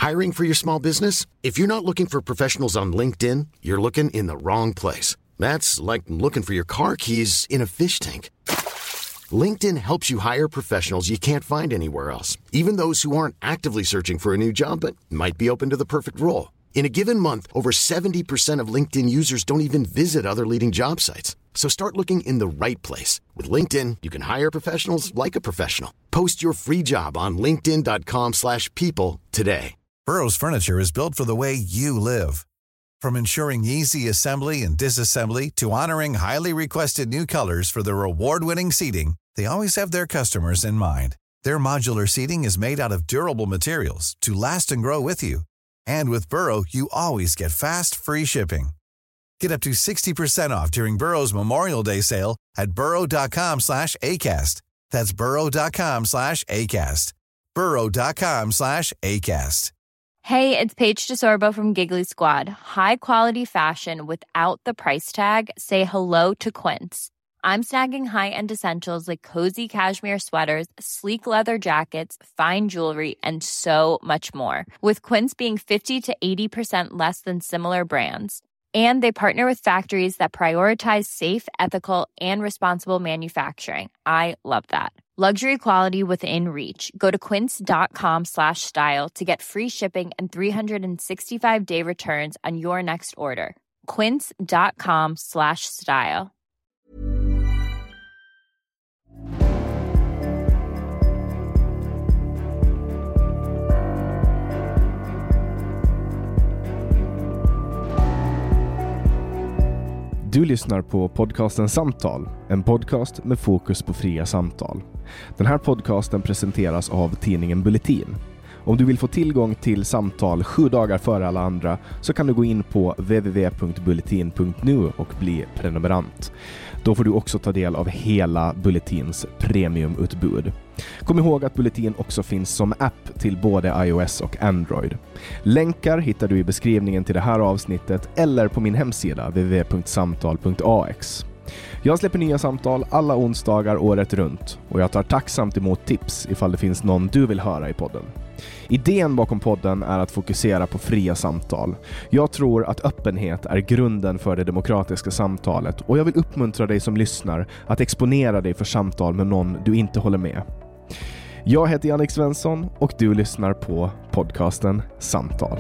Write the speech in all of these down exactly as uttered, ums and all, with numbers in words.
Hiring for your small business? If you're not looking for professionals on LinkedIn, you're looking in the wrong place. That's like looking for your car keys in a fish tank. LinkedIn helps you hire professionals you can't find anywhere else, even those who aren't actively searching for a new job but might be open to the perfect role. In a given month, over seventy percent of LinkedIn users don't even visit other leading job sites. So start looking in the right place. With LinkedIn, you can hire professionals like a professional. Post your free job on linkedin dot com slash people today. Burrow's furniture is built for the way you live. From ensuring easy assembly and disassembly to honoring highly requested new colors for their award-winning seating, they always have their customers in mind. Their modular seating is made out of durable materials to last and grow with you. And with Burrow, you always get fast, free shipping. Get up to sixty percent off during Burrow's Memorial Day sale at burrow dot com slash ACAST. That's burrow dot com slash ACAST. burrow dot com slash ACAST. Hey, it's Paige DeSorbo from Giggly Squad. High quality fashion without the price tag. Say hello to Quince. I'm snagging high-end essentials like cozy cashmere sweaters, sleek leather jackets, fine jewelry, and so much more. With Quince being fifty to eighty percent less than similar brands. And they partner with factories that prioritize safe, ethical, and responsible manufacturing. I love that. Luxury quality within reach. Go to quince dot com slash style to get free shipping and three sixty-five day returns on your next order. quince dot com slash style. Du lyssnar på podcasten Samtal, en podcast med fokus på fria samtal. Den här podcasten presenteras av tidningen Bulletin. Om du vill få tillgång till samtal sju dagar före alla andra så kan du gå in på w w w punkt bulletin punkt n u och bli prenumerant. Då får du också ta del av hela Bulletins premiumutbud. Kom ihåg att Bulletin också finns som app till både iOS och Android. Länkar hittar du i beskrivningen till det här avsnittet eller på min hemsida w w w punkt samtal punkt a x. Jag släpper nya samtal alla onsdagar året runt och jag tar tacksamt emot tips ifall det finns någon du vill höra i podden. Idén bakom podden är att fokusera på fria samtal. Jag tror att öppenhet är grunden för det demokratiska samtalet och jag vill uppmuntra dig som lyssnar att exponera dig för samtal med någon du inte håller med. Jag heter Jannik Svensson och du lyssnar på podcasten Samtal.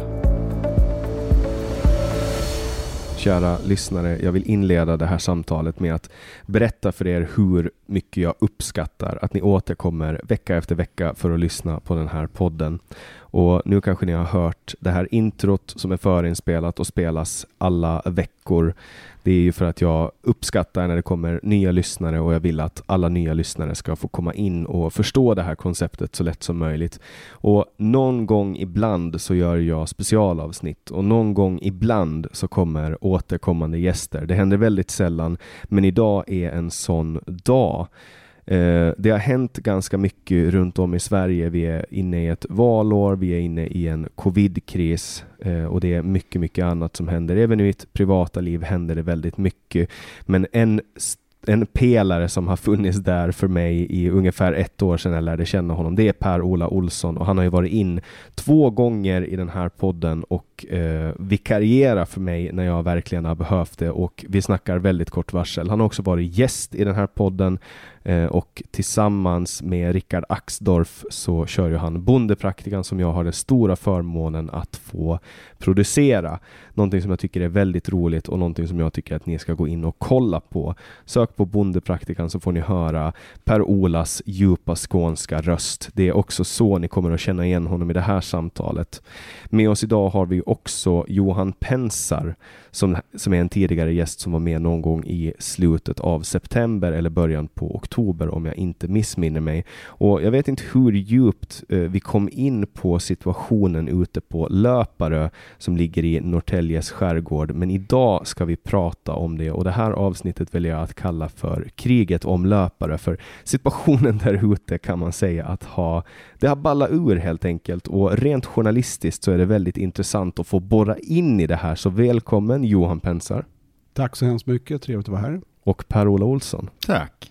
Kära lyssnare, jag vill inleda det här samtalet med att berätta för er hur mycket jag uppskattar att ni återkommer vecka efter vecka för att lyssna på den här podden. Och nu kanske ni har hört det här introt som är förinspelat och spelas alla veckor. Det är ju för att jag uppskattar när det kommer nya lyssnare och jag vill att alla nya lyssnare ska få komma in och förstå det här konceptet så lätt som möjligt. Och någon gång ibland så gör jag specialavsnitt och någon gång ibland så kommer återkommande gäster. Det händer väldigt sällan, men idag är en sån dag. Eh, det har hänt ganska mycket runt om i Sverige. Vi är inne i ett valår, vi är inne i en covid-kris eh, och det är mycket, mycket annat som händer. Även i mitt privata liv händer det väldigt mycket. Men en En pelare som har funnits där för mig i ungefär ett år sedan jag lärde känna honom, det är Per-Ola Olsson och han har ju varit in två gånger i den här podden och eh, vikarierar för mig när jag verkligen har behövt det och vi snackar väldigt kort varsel. Han har också varit gäst i den här podden eh, och tillsammans med Rickard Axdorff så kör ju han Bondepraktikan som jag har den stora förmånen att få producera. Någonting som jag tycker är väldigt roligt och någonting som jag tycker att ni ska gå in och kolla på. Sök på Bondepraktikan så får ni höra Per-Olas djupa skånska röst. Det är också så ni kommer att känna igen honom i det här samtalet. Med oss idag har vi också Johan Pensar som, som är en tidigare gäst som var med någon gång i slutet av september eller början på oktober om jag inte missminner mig. Och jag vet inte hur djupt eh, vi kom in på situationen ute på Löparö som ligger i Norrtäljes skärgård, men idag ska vi prata om det och det här avsnittet väljer jag att kalla för kriget om Löparö, för situationen där ute kan man säga att ha, det har ballat ur helt enkelt och rent journalistiskt så är det väldigt intressant att få borra in i det här, så välkommen Johan Pensar. Tack så hemskt mycket, trevligt att vara här. Och Per-Ola Olsson. Tack.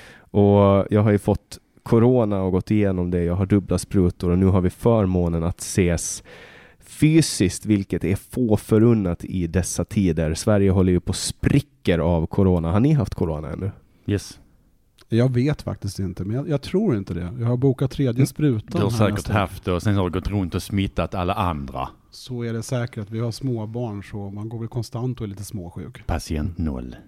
Och jag har ju fått corona och gått igenom det, jag har dubbla sprutor och nu har vi förmånen att ses fysiskt, vilket är få förunnat i dessa tider. Sverige håller ju på spricker av corona. Har ni haft corona ännu? Yes. Jag vet faktiskt inte, men jag, jag tror inte det. Jag har bokat tredje sprutan. Du har säkert nästa. haft det och sen har du gått runt och smittat alla andra. Så är det säkert. Vi har små barn så man går väl konstant och är lite småsjuk. Patient noll.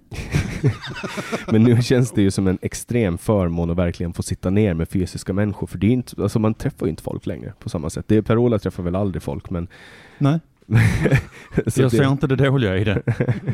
Men nu känns det ju som en extrem förmån att verkligen få sitta ner med fysiska människor. För det är inte, alltså man träffar ju inte folk längre på samma sätt. Det är, Per-Ola träffar väl aldrig folk, men... Nej. Så jag ser det... inte det dåliga i det.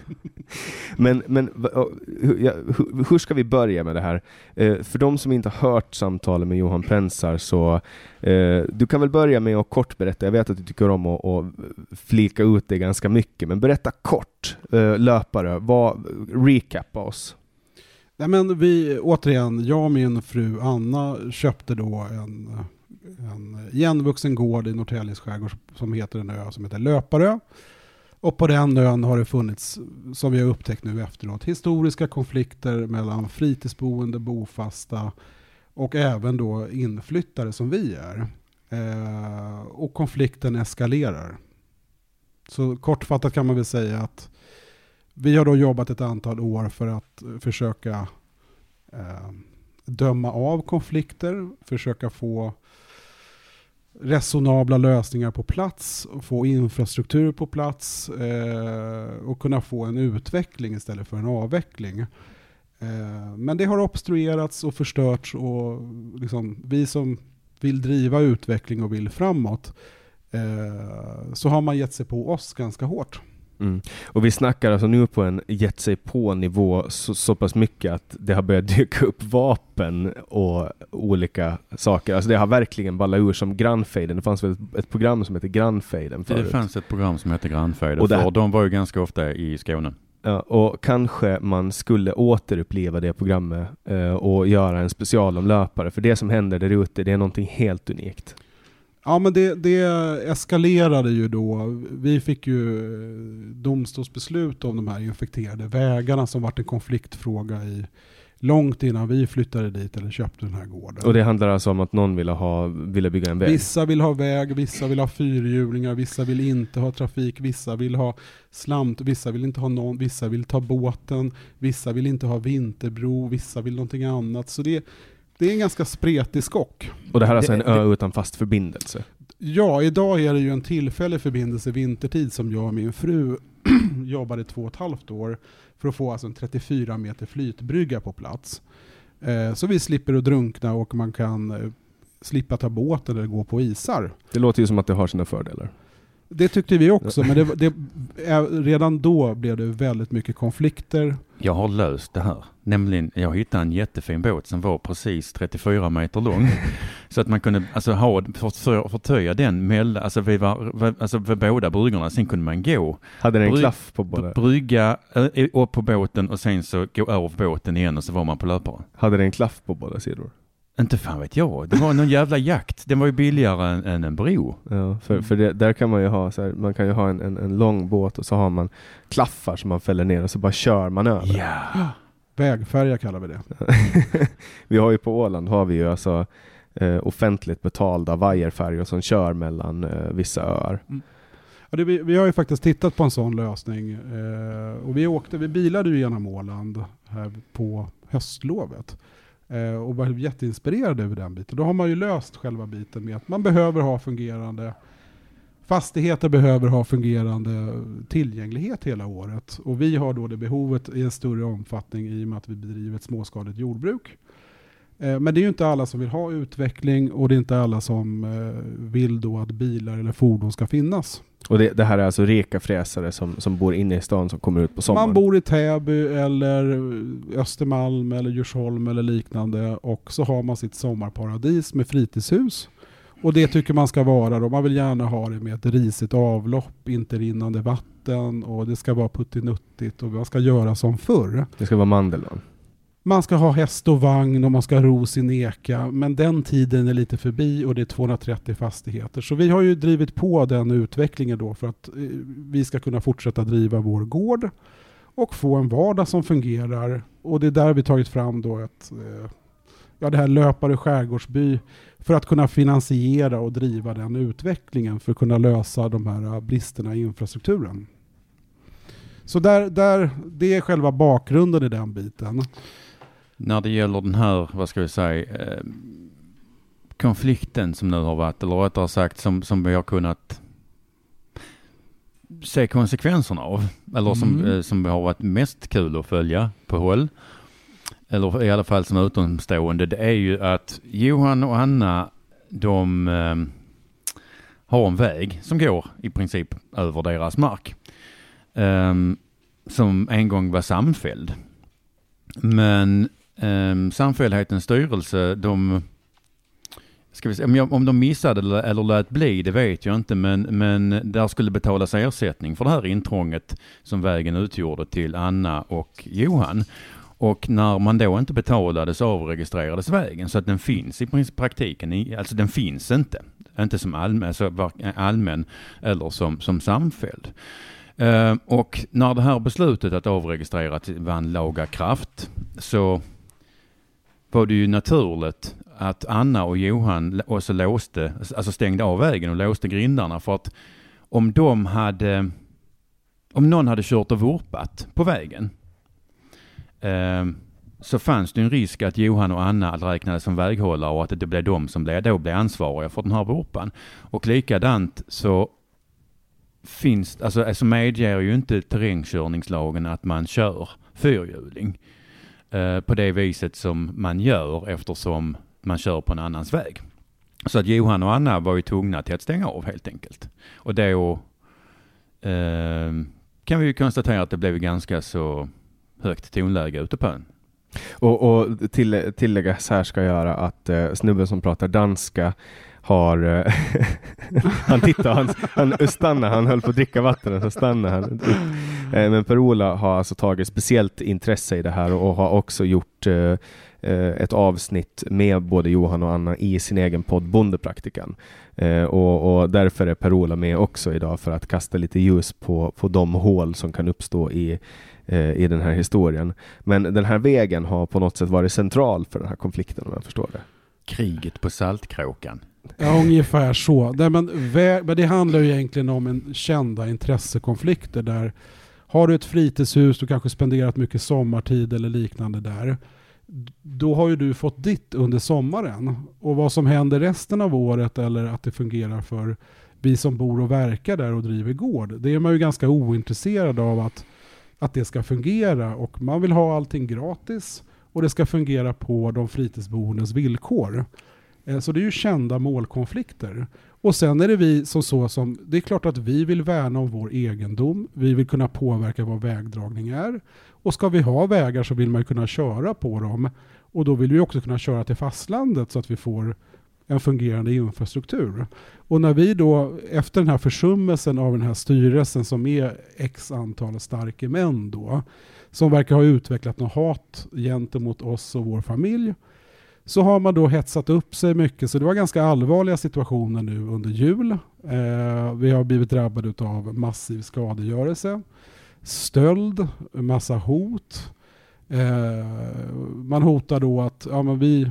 men men hur, ja, hur, hur ska vi börja med det här? Eh, för de som inte har hört samtalet med Johan Prensar, så eh, du kan väl börja med att kort berätta. Jag vet att du tycker om att, att flika ut det ganska mycket, men berätta kort, eh, löpare, vad, recappa oss. Nej, men vi, återigen, jag och min fru Anna köpte då en, en igenvuxen gård i Norrtäljes skärgård som heter en ö som heter Löparö. Och på den ön har det funnits, som vi har upptäckt nu efteråt, historiska konflikter mellan fritidsboende, bofasta och även då inflyttare som vi är. Eh, och konflikten eskalerar. Så kortfattat kan man väl säga att vi har då jobbat ett antal år för att försöka eh, döma av konflikter, försöka få resonabla lösningar på plats, få infrastruktur på plats eh, och kunna få en utveckling istället för en avveckling. Eh, men det har obstruerats och förstörts och liksom, vi som vill driva utveckling och vill framåt, eh, så har man gett sig på oss ganska hårt. Mm. Och vi snackar alltså nu på en gett sig på nivå så, så pass mycket att det har börjat dyka upp vapen och olika saker. Alltså det har verkligen ballat ur som Grannfejden. Det fanns väl ett program som heter Grannfejden förut. Det fanns ett program som heter Grannfejden. Och det... för de var ju ganska ofta i Skåne. Ja, och kanske man skulle återuppleva det programmet eh, och göra en special om löpare. För det som händer där ute, det är någonting helt unikt. Ja, men det, det eskalerade ju då. Vi fick ju domstolsbeslut om de här infekterade vägarna som varit en konfliktfråga i långt innan vi flyttade dit eller köpte den här gården. Och det handlar alltså om att någon ville, ha, ville bygga en väg? Vissa vill ha väg, vissa vill ha fyrhjulingar, vissa vill inte ha trafik, vissa vill ha slamt, vissa vill inte ha någon, vissa vill ta båten, vissa vill inte ha vinterbro, vissa vill någonting annat. Så det Det är en ganska spretig skock. Och det här är alltså en ö utan fast förbindelse? Ja, idag är det ju en tillfällig förbindelse vintertid som jag och min fru jobbade två och ett halvt år för att få alltså en trettiofyra meter flytbrygga på plats. Eh, så vi slipper att drunkna och man kan eh, slippa ta båten eller gå på isar. Det låter ju som att det har sina fördelar. Det tyckte vi också, men det, det, redan då blev det väldigt mycket konflikter. Jag har löst det här. Nämligen, jag hittade en jättefin båt som var precis trettiofyra meter lång. Så att man kunde alltså, ha, för, förtöja den mellan, alltså, vid, var, alltså vid båda bryggorna. Sen kunde man gå. Hade den en bry, klaff på båda? Brygga äh, upp på båten och sen så gå över båten igen och så var man på löpare. Hade den en klaff på båda sidor? Inte fan vet jag. Det var någon jävla jakt. Den var ju billigare än, än en bro. Ja, för, för det, där kan man ju ha så här, man kan ju ha en, en, en lång båt och så har man klaffar som man fäller ner och så bara kör man över. Ja. Vägfärja kallar vi det. Vi har ju på Åland har vi ju alltså eh, offentligt betalda vajerfärjor som kör mellan eh, vissa öar. Mm. Ja, det, vi, vi har ju faktiskt tittat på en sån lösning eh, och vi åkte, vi bilade ju genom Åland här på höstlovet. Eh, och var jätteinspirerade över den biten. Då har man ju löst själva biten med att man behöver ha fungerande fastigheter, behöver ha fungerande tillgänglighet hela året. Och vi har då det behovet i en större omfattning i och med att vi bedriver ett småskaligt jordbruk. Eh, men det är ju inte alla som vill ha utveckling och det är inte alla som eh, vill då att bilar eller fordon ska finnas. Och det, det här är alltså rekafräsare som, som bor inne i stan som kommer ut på sommaren? Man bor i Täby eller Östermalm eller Djursholm eller liknande och så har man sitt sommarparadis med fritidshus. Och det tycker man ska vara då. Man vill gärna ha det med ett risigt avlopp, inte rinnande vatten och det ska vara puttinuttigt och man ska göra som förr. Det ska vara mandeln. Man ska ha häst och vagn och man ska ro sin eka. Men den tiden är lite förbi och det är tvåhundratrettio fastigheter. Så vi har ju drivit på den utvecklingen då för att eh, vi ska kunna fortsätta driva vår gård och få en vardag som fungerar. Och det är där vi tagit fram då ett, eh, ja, det här Löpare skärgårdsby för att kunna finansiera och driva den utvecklingen för att kunna lösa de här bristerna i infrastrukturen. Så där, där, det är själva bakgrunden i den biten. När det gäller den här, vad ska vi säga, eh, konflikten som nu har varit, eller rättare sagt som, som vi har kunnat se konsekvenserna av, eller som, Mm. eh, som har varit mest kul att följa på håll, eller i alla fall som utomstående, det är ju att Johan och Anna, de eh, har en väg som går i princip över deras mark. Um, som en gång var samfälld. Men um, samfälldhetens styrelse, de ska vi se, om, jag, om de missade eller, eller lät bli, det vet jag inte, men, men där skulle betalas ersättning för det här intrånget som vägen utgjorde till Anna och Johan. Och när man då inte betalade så avregistrerades vägen, så att den finns i praktiken, i, alltså den finns inte, inte som allmän, alltså allmän eller som, som samfälld. Uh, och när det här beslutet att avregistrera vann laga kraft, så var det ju naturligt att Anna och Johan också låste, alltså stängde av vägen och låste grindarna, för att om de hade, om någon hade kört och vurpat på vägen, uh, så fanns det en risk att Johan och Anna räknades som väghållare och att det blev de som blev, då blev ansvariga för den här vurpan. Och likadant så finns, alltså, alltså medger ju inte terrängkörningslagen att man kör fyrhjuling eh, på det viset som man gör, eftersom man kör på en annans väg. Så att Johan och Anna var ju tvungna till att stänga av helt enkelt. Och då eh, kan vi ju konstatera att det blev ganska så högt tonläge ute på ön. Och, och till, tilläggas här ska jag göra att eh, snubben som pratar danska har han tittar, han, han stannar, han höll på att dricka vatten, så stannar han. Eh, men Per-Ola har alltså tagit speciellt intresse i det här och har också gjort eh, ett avsnitt med både Johan och Anna i sin egen podd Bondepraktikan. Eh, och, och därför är Per-Ola med också idag för att kasta lite ljus på, på de hål som kan uppstå i eh, i den här historien. Men den här vägen har på något sätt varit central för den här konflikten, om jag förstår det. Kriget på Saltkråkan. Ja, ungefär så. Det, men, vä- men det handlar ju egentligen om en kända intressekonflikter där har du ett fritidshus, du kanske spenderat mycket sommartid eller liknande där, då har ju du fått ditt under sommaren. Och vad som händer resten av året, eller att det fungerar för vi som bor och verkar där och driver gård, det är man ju ganska ointresserad av att, att det ska fungera, och man vill ha allting gratis och det ska fungera på de fritidsboendes villkor. Så det är ju kända målkonflikter. Och sen är det vi som så som, det är klart att vi vill värna om vår egendom. Vi vill kunna påverka vad vägdragning är. Och ska vi ha vägar så vill man ju kunna köra på dem. Och då vill vi också kunna köra till fastlandet så att vi får en fungerande infrastruktur. Och när vi då, efter den här försummelsen av den här styrelsen som är x antal starka män då, som verkar ha utvecklat något hat gentemot oss och vår familj, så har man då hetsat upp sig mycket. Så det var ganska allvarliga situationer nu under jul. Eh, vi har blivit drabbade av massiv skadegörelse, stöld, massa hot. Eh, man hotar då att ja, men vi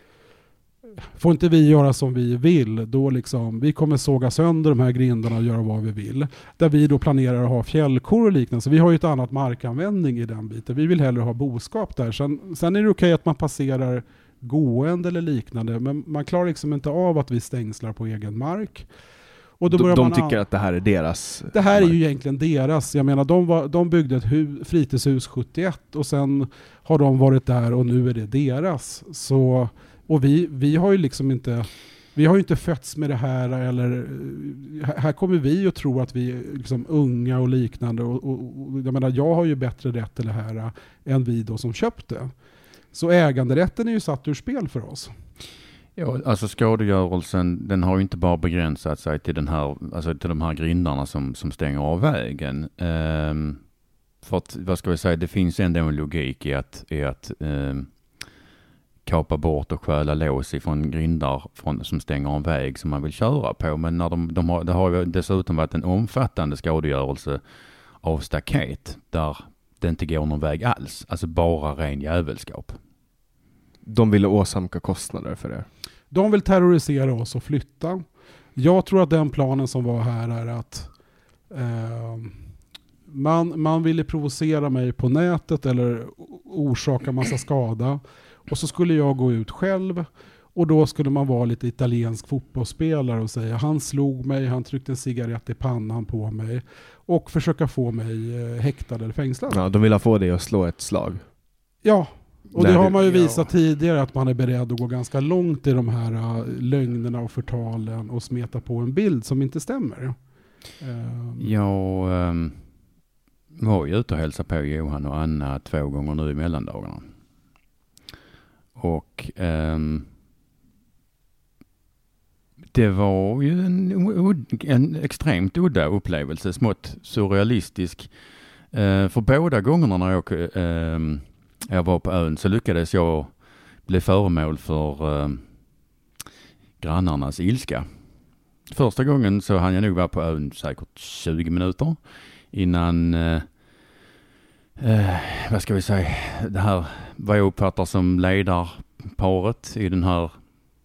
får inte vi göra som vi vill, då liksom, vi kommer såga sönder de här grindarna och göra vad vi vill. Där vi då planerar att ha fjällkor och liknande. Så vi har ju ett annat markanvändning i den biten. Vi vill hellre ha boskap där. Sen, sen är det okej att man passerar gående eller liknande, men man klarar liksom inte av att vi stängslar på egen mark. Och då de de man tycker an- att det här är deras Det här mark. är ju egentligen deras. Jag menar, de, var, de byggde ett hu- fritidshus sjuttioett och sen har de varit där och nu är det deras. Så, och vi, vi har ju liksom inte vi har ju inte fötts med det här, eller här kommer vi och tror att vi är liksom unga och liknande, och, och, och jag menar, jag har ju bättre rätt till det här än vi då som köpte. Så äganderätten är ju satt ur spel för oss. Ja, alltså skadegörelsen, den har ju inte bara begränsat sig till den här, alltså till de här grindarna som, som stänger av vägen. Ehm, för att, vad ska vi säga, det finns ändå en logik i att, i att ehm, kapa bort och stjäla lås ifrån grindar från, som stänger en väg som man vill köra på. Men när de, de har, det har ju dessutom varit en omfattande skadegörelse av staket där det inte går någon väg alls. Alltså bara ren jävelskap. de ville åsamka kostnader för det. De vill terrorisera oss och flytta. Jag tror att den planen som var här är att eh, man, man ville provocera mig på nätet eller orsaka massa skada. Och så skulle jag gå ut själv och då skulle man vara lite italiensk fotbollsspelare och säga han slog mig, han tryckte en cigarett i pannan på mig och försöka få mig eh, häktad eller fängslad. Ja, de vill få dig att slå ett slag. Ja, och Nej, det har man ju ja. visat tidigare att man är beredd att gå ganska långt i de här uh, lögnerna och förtalen och smeta på en bild som inte stämmer. Um. Jag um, var ju ute och hälsade på Johan och Anna två gånger nu i mellandagarna. Och um, det var ju en, en extremt udda upplevelse, smått surrealistisk. Uh, för båda gångerna när jag, uh, jag var på ön så lyckades jag bli föremål för uh, grannarnas ilska. Första gången så hann jag nog vara på ön säkert tjugo minuter innan, uh, uh, vad ska vi säga, det här vad jag uppfattar som ledarparet i den här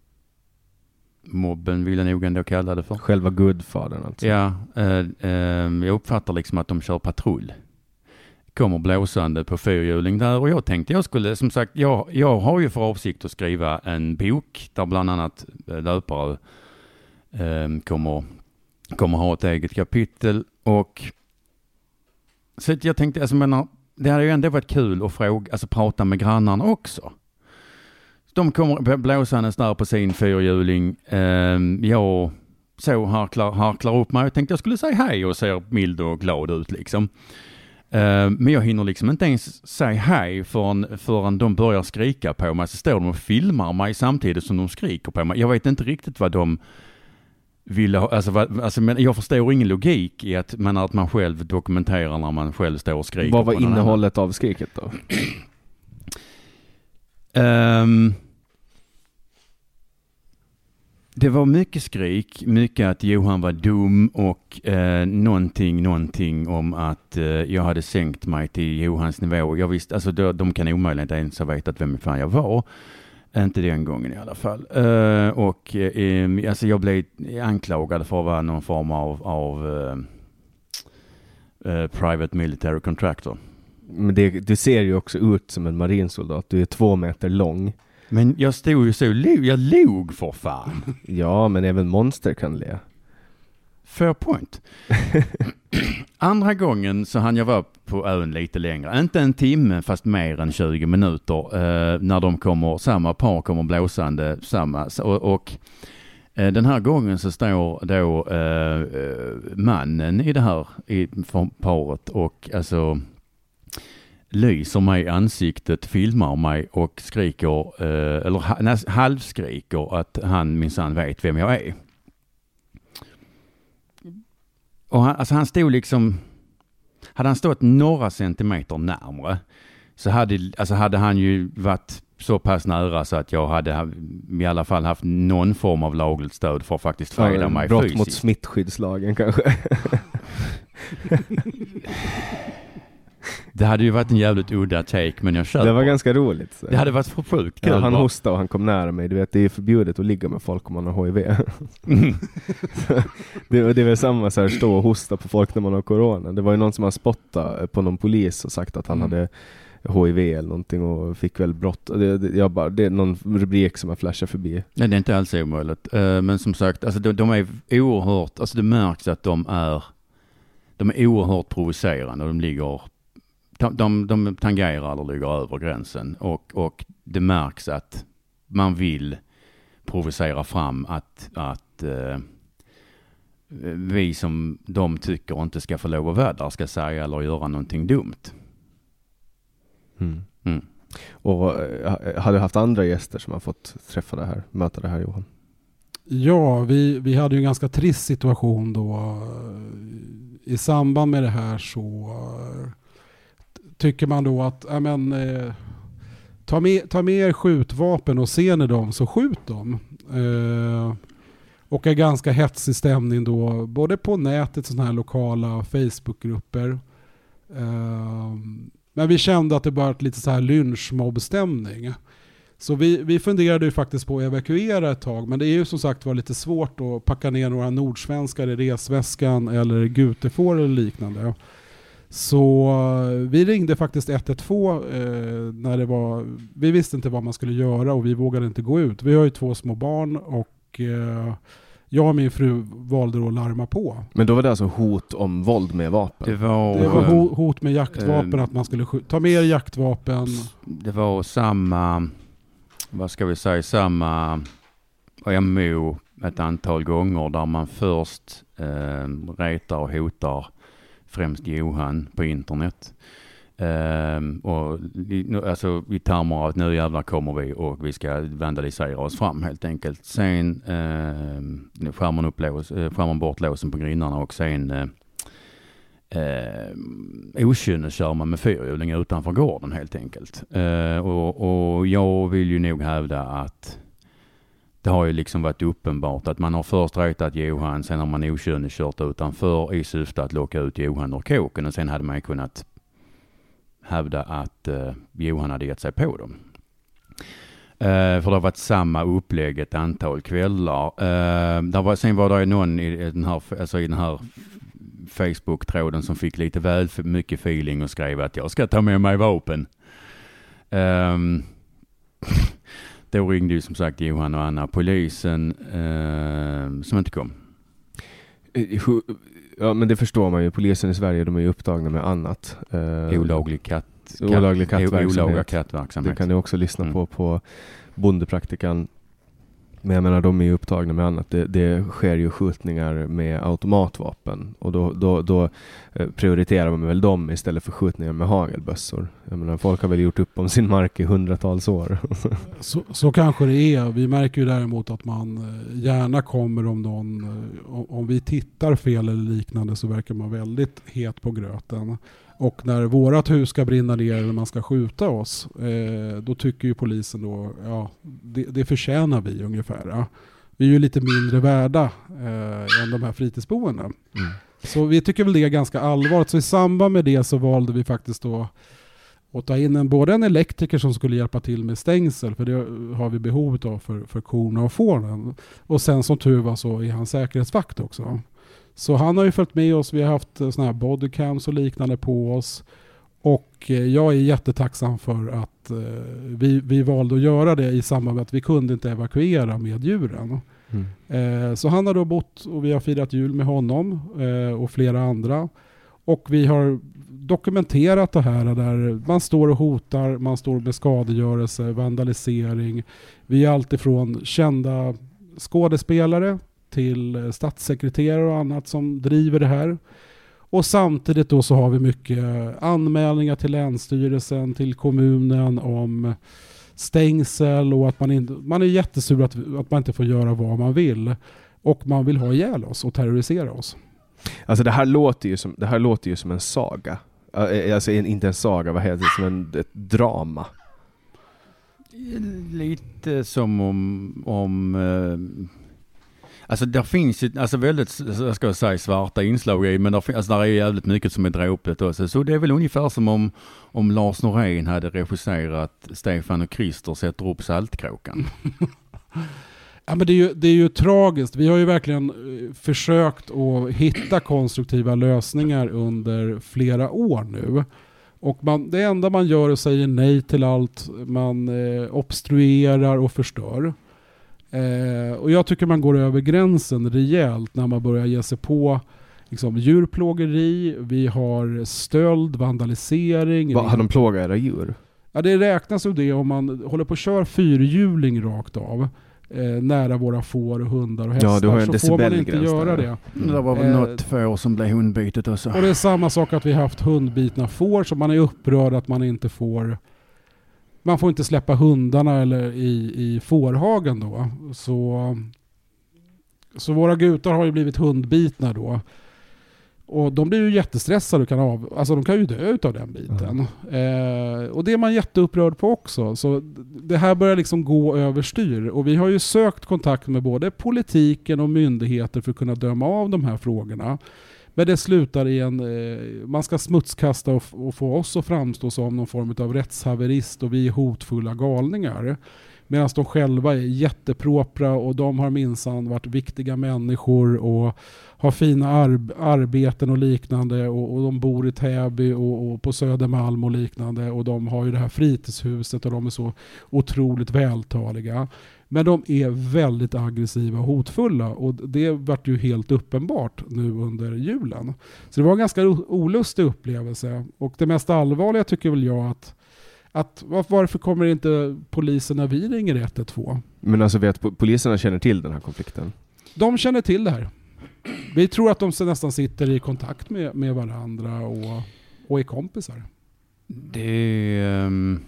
mobben vill jag nog ändå kalla det för. Själva gudfadern alltså. Ja, uh, uh, jag uppfattar liksom att de kör patrull. Kommer blåsande på fyrhjuling där och jag tänkte jag skulle, som sagt, jag, jag har ju för avsikt att skriva en bok där bland annat löpare eh, kommer, kommer ha ett eget kapitel och så jag tänkte, alltså menar, det hade ju ändå varit kul att fråga, alltså prata med grannarna också. De kommer blåsandes där på sin fyrhjuling. Eh, jag så harklar, harklar upp mig och tänkte jag skulle säga hej och ser mild och glad ut liksom. Uh, men jag hinner liksom inte ens säga hej förrän, förrän de börjar skrika på mig. Så står de och filmar mig samtidigt som de skriker på mig. Jag vet inte riktigt vad de ville ha. Alltså, vad, alltså, men jag förstår ingen logik i att man, att man själv dokumenterar när man själv står och skriker. Vad var på innehållet av skriket då? um, Det var mycket skrik, mycket att Johan var dum och eh, någonting, någonting om att eh, jag hade sänkt mig till Johans nivå. Jag visste, alltså de, de kan omöjligt ens ha vetat vem fan jag var. Inte den gången i alla fall. Uh, och uh, alltså jag blev anklagad för att vara någon form av, av uh, uh, private military contractor. Men det, du ser ju också ut som en marinsoldat. Du är två meter lång. Men jag stod ju så, jag log för fan. Ja, men även monster kan le. Fair point. Andra gången så hann jag vara på ön lite längre. Inte en timme, fast mer än tjugo minuter. Eh, när de kommer, samma par kommer blåsande. Samma, och, och eh, den här gången så står då eh, mannen i det här i paret och alltså lyser mig i ansiktet, filmar mig och skriker, eh, eller halvskriker att han minsann vet vem jag är. Och han, alltså han stod liksom, hade han stått några centimeter närmare så hade, alltså hade han ju varit så pass nära så att jag hade i alla fall haft någon form av lagligt stöd för att faktiskt freda ja, mig brott fysiskt. Brott mot smittskyddslagen kanske. Det hade ju varit en jävligt udda take, men jag köper. Det var ganska roligt. Så. Det hade varit för sjukt kul. Ja, han bara. hostade och han kom nära mig. Du vet, det är förbjudet att ligga med folk om man har H I V. Mm. det, det är väl samma så här, stå och hosta på folk när man har corona. Det var ju någon som har spottat på någon polis och sagt att han mm. hade H I V eller någonting och fick väl brott. Det, det, jag bara, det är någon rubrik som har flashat förbi. Nej, det är inte alls omöjligt. Uh, men som sagt, alltså de, de är oerhört, alltså det märks att de är de är oerhört provocerande och de ligger De, de, de tangerar eller ligger över gränsen och, och det märks att man vill provocera fram att, att eh, vi som de tycker inte ska få lov att vara där ska säga eller göra någonting dumt. Mm. Mm. Och har du haft andra gäster som har fått träffa det här, möta det här, Johan? Ja, vi, vi hade ju en ganska trist situation då. I samband med det här så tycker man då att ja, men, eh, ta, med, ta med er skjutvapen och ser ni dem så skjut dem. Eh, och är ganska hetsig stämning då, både på nätet, sådana här lokala Facebookgrupper. Eh, men vi kände att det var lite så här lynchmobbstämning. Så vi, vi funderade ju faktiskt på att evakuera ett tag, men det är ju som sagt var lite svårt att packa ner några nordsvenskar i resväskan eller gutefår eller liknande. Så vi ringde faktiskt ett ett två eh, när det var, vi visste inte vad man skulle göra och vi vågade inte gå ut. Vi har ju två små barn och eh, jag och min fru valde då att larma på. Men då var det alltså hot om våld med vapen? Det var, det var ho- hot med jaktvapen, äh, att man skulle sk- ta med jaktvapen. Det var samma, vad ska vi säga, samma M O ett antal gånger där man först eh, retar och hotar främst Johan på internet. Um, och alltså i termer av att nu jävlar kommer vi och vi ska vandalisera oss fram helt enkelt. Sen uh, skär man upp lås, uh, skär man bort låsen på grindarna och sen uh, uh, okynne kör man med fyrhjuling utanför gården helt enkelt. Uh, och, och jag vill ju nog hävda att det har ju liksom varit uppenbart att man har först retat Johan, sen har man okynne kört utanför i syfte att locka ut Johan ur kåken och sen hade man ju kunnat hävda att uh, Johan hade gett sig på dem. Uh, för det har varit samma upplägg ett antal kvällar. Uh, där var, sen var det någon i den här, alltså i den här Facebook-tråden som fick lite väl för mycket feeling och skrev att jag ska ta med mig vapen. Um, då ringde ju som sagt Johan och Anna polisen uh, som inte kom. Ja, men det förstår man ju. Polisen i Sverige, de är ju upptagna med annat. Uh, olaglig katt, katt, olaglig kattverksamhet. Olaga kattverksamhet. Det kan ni också lyssna mm. på på Bondepraktikan. Men jag menar, de är ju upptagna med annat. Det, det sker ju skjutningar med automatvapen. Och då, då, då prioriterar man väl dem istället för skjutningar med hagelbössor. Jag menar, folk har väl gjort upp om sin mark i hundratals år. så, så kanske det är. Vi märker ju däremot att man gärna kommer om någon, om vi tittar fel eller liknande så verkar man väldigt het på gröten. Och när vårat hus ska brinna ner eller man ska skjuta oss, eh, då tycker ju polisen då, ja, det, det förtjänar vi ungefär. Ja. Vi är ju lite mindre värda eh, än de här fritidsboende. Mm. Så vi tycker väl det är ganska allvarligt. Så i samband med det så valde vi faktiskt då att ta in en, både en elektriker som skulle hjälpa till med stängsel, för det har vi behov av för, för korna och fåren. Och sen som tur var så är han säkerhetsvakt också. Så han har ju följt med oss, vi har haft såna här bodycams och liknande på oss. Och jag är jättetacksam för att eh, vi, vi valde att göra det i samband med att vi kunde inte evakuera med djuren. Mm. Eh, så han har då bott och vi har firat jul med honom eh, och flera andra. Och vi har dokumenterat det här där man står och hotar, man står med skadegörelse, vandalisering. Vi är alltifrån kända skådespelare till statssekreterare och annat som driver det här. Och samtidigt då så har vi mycket anmälningar till länsstyrelsen, till kommunen om stängsel och att man, inte, man är jättesur att, att man inte får göra vad man vill. Och man vill ha ihjäl oss och terrorisera oss. Alltså det här låter ju som, det här låter ju som en saga. Alltså inte en saga, vad heter det? Som en, ett drama. Lite som om... om eh... Alltså där finns ju alltså väldigt, jag ska säga, svarta inslag i, men där, alltså, där är jävligt mycket som är dråpligt också. Så det är väl ungefär som om, om Lars Norén hade regisserat Stefan och Krister sätter upp Saltkråkan. Ja, men det är ju, det är ju tragiskt. Vi har ju verkligen försökt att hitta konstruktiva lösningar under flera år nu. Och man, det enda man gör är att säga nej till allt. Man eh, obstruerar och förstör. Eh, och jag tycker man går över gränsen rejält när man börjar ge sig på liksom, djurplågeri, vi har stöld, vandalisering. Vad, har de plågat era djur? Ja, det räknas ju det om man håller på att köra fyrhjuling rakt av eh, nära våra får, hundar och hästar. Ja, du har en så får man inte göra det. Mm. Det var väl eh, något får som blev hundbitet också. Och det är samma sak att vi har haft hundbitna får, så man är upprörd att man inte får Man får inte släppa hundarna eller i, i fårhagen då. Så, så våra gutar har ju blivit hundbitna då. Och de blir ju jättestressade och kan av, alltså de kan ju dö utav den biten. Mm. Eh, och det är man jätteupprörd på också. Så det här börjar liksom gå överstyr. Och vi har ju sökt kontakt med både politiken och myndigheter för att kunna döma av de här frågorna. Men det slutar i en, eh, man ska smutskasta och, f- och få oss att framstå som någon form av rättshaverist och vi är hotfulla galningar. Medan de själva är jättepropra och de har minsann varit viktiga människor och har fina ar- arbeten och liknande och, och de bor i Täby och, och på Södermalm och liknande och de har ju det här fritidshuset och de är så otroligt vältaliga. Men de är väldigt aggressiva och hotfulla och det vart ju helt uppenbart nu under julen. Så det var en ganska olustig upplevelse och det mest allvarliga tycker väl jag att Att, varför kommer inte polisen när vi ringer ett ett två? Men alltså vet poliserna känner till den här konflikten? De känner till det här. Vi tror att de nästan sitter i kontakt med, med varandra och, och är kompisar. Det um,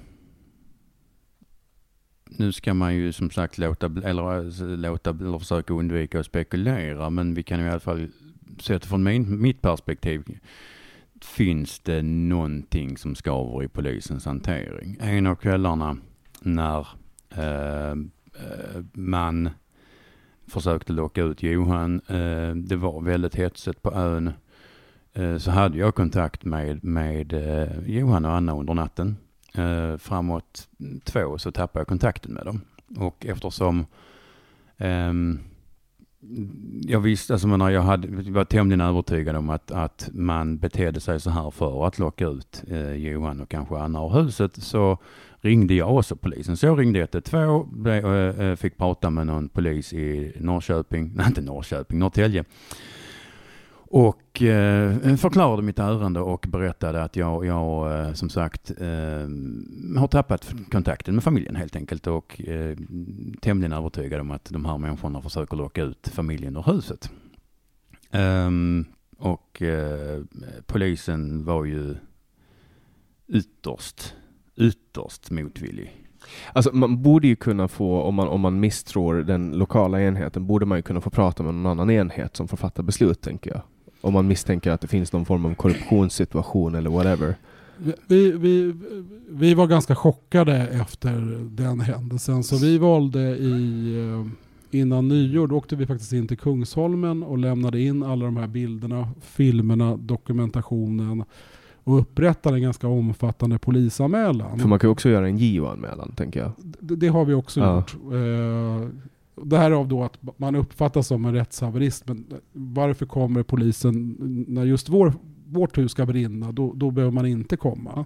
nu ska man ju som sagt låta eller låta eller försöka undvika att spekulera, men vi kan ju i alla fall se det från min, mitt perspektiv. Finns det någonting som skaver i polisens hantering? En av kvällarna när eh, man försökte locka ut Johan, eh, det var väldigt hetsigt på ön, eh, så hade jag kontakt med, med eh, Johan och Anna under natten. Eh, framåt två så tappade jag kontakten med dem. Och eftersom eh, jag visste, alltså när jag hade, var tämligen övertygad om att, att man betedde sig så här för att locka ut eh, Johan och kanske Anna ur huset, så ringde jag också polisen. Så jag ringde ett ett två och äh, fick prata med någon polis i Norrköping, nej inte Norrköping, Norrtälje. Och eh, förklarade mitt ärende och berättade att jag, jag eh, som sagt eh, har tappat kontakten med familjen helt enkelt och eh, tämligen övertygad om att de här människorna försöker locka ut familjen ur huset. Um, och eh, polisen var ju ytterst, ytterst motvillig. Alltså man borde ju kunna få, om man, om man misstror den lokala enheten, borde man ju kunna få prata med någon annan enhet som får fatta beslut, tänker jag. Om man misstänker att det finns någon form av korruptionssituation eller whatever. Vi, vi, vi var ganska chockade efter den händelsen, så vi valde i, innan nyår, då åkte vi faktiskt in till Kungsholmen och lämnade in alla de här bilderna, filmerna, dokumentationen och upprättade en ganska omfattande polisanmälan. För man kan ju också göra en J O-anmälan, tänker jag. Det, det har vi också ja. gjort. Eh, det här av då att man uppfattas som en rättshaverist, men varför kommer polisen när just vår, vårt hus ska brinna, då, då behöver man inte komma.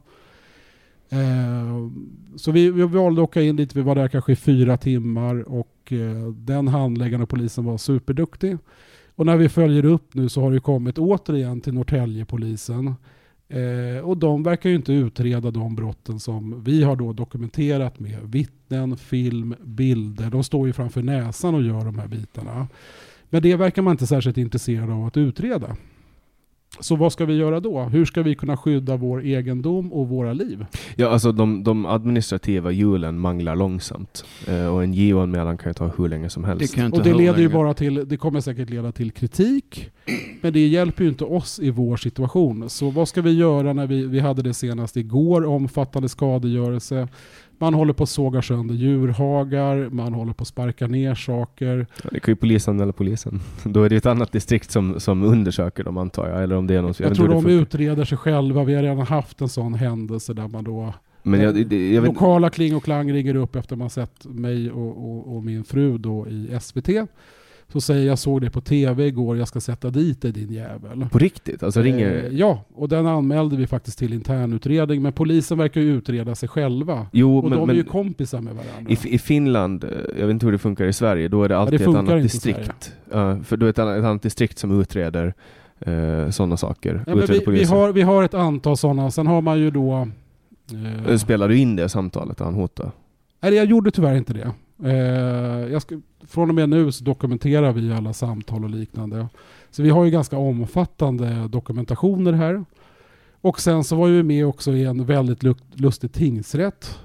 Eh, så vi, vi valde att åka in dit, vi var där kanske i fyra timmar och eh, den handläggaren och polisen var superduktig. Och när vi följer upp nu så har det kommit återigen till Norrtäljepolisen. Eh, och de verkar ju inte utreda de brotten som vi har då dokumenterat med vittnen, film, bilder. De står ju framför näsan och gör de här bitarna. Men det verkar man inte särskilt intresserad av att utreda. Så vad ska vi göra då? Hur ska vi kunna skydda vår egendom och våra liv? Ja, alltså de, de administrativa hjulen manglar långsamt. Eh, och en J O-anmälan kan ju ta hur länge som helst. Det och det leder ju bara till, det kommer säkert leda till kritik. Men det hjälper ju inte oss i vår situation. Så vad ska vi göra när vi, vi hade det senast igår, omfattande skadegörelse. Man håller på att såga sönder djurhagar, man håller på att sparka ner saker. Ja, det kan ju polisen eller polisen. Då är det ett annat distrikt som, som undersöker dem, antar jag. Eller om det är någon, jag, jag tror de utreder sig själva. Vi har redan haft en sån händelse där man då... Men jag, det, jag vet... Lokala Kling och Klang ringer upp efter man sett mig och, och, och min fru då i S V T. Så säger jag såg det på tv igår, jag ska sätta dit dig din jävel. På riktigt? Alltså ringer... Eh, ja, och den anmälde vi faktiskt till internutredning. Men polisen verkar ju utreda sig själva. Jo, och men, de men, är ju kompisar med varandra. I, I Finland, jag vet inte hur det funkar i Sverige, då är det alltid ja, det ett annat distrikt. Uh, för då är det ett annat, ett annat distrikt som utreder uh, sådana saker. Ja, men vi, vi, har, vi har ett antal sådana. Sen har man ju då... Uh, Spelar du in det samtalet han hotade? Nej, jag gjorde tyvärr inte det. Eh, jag ska, från och med nu så dokumenterar vi alla samtal och liknande. Så vi har ju ganska omfattande dokumentationer här. Och sen så var vi med också i en väldigt lustig tingsrätt.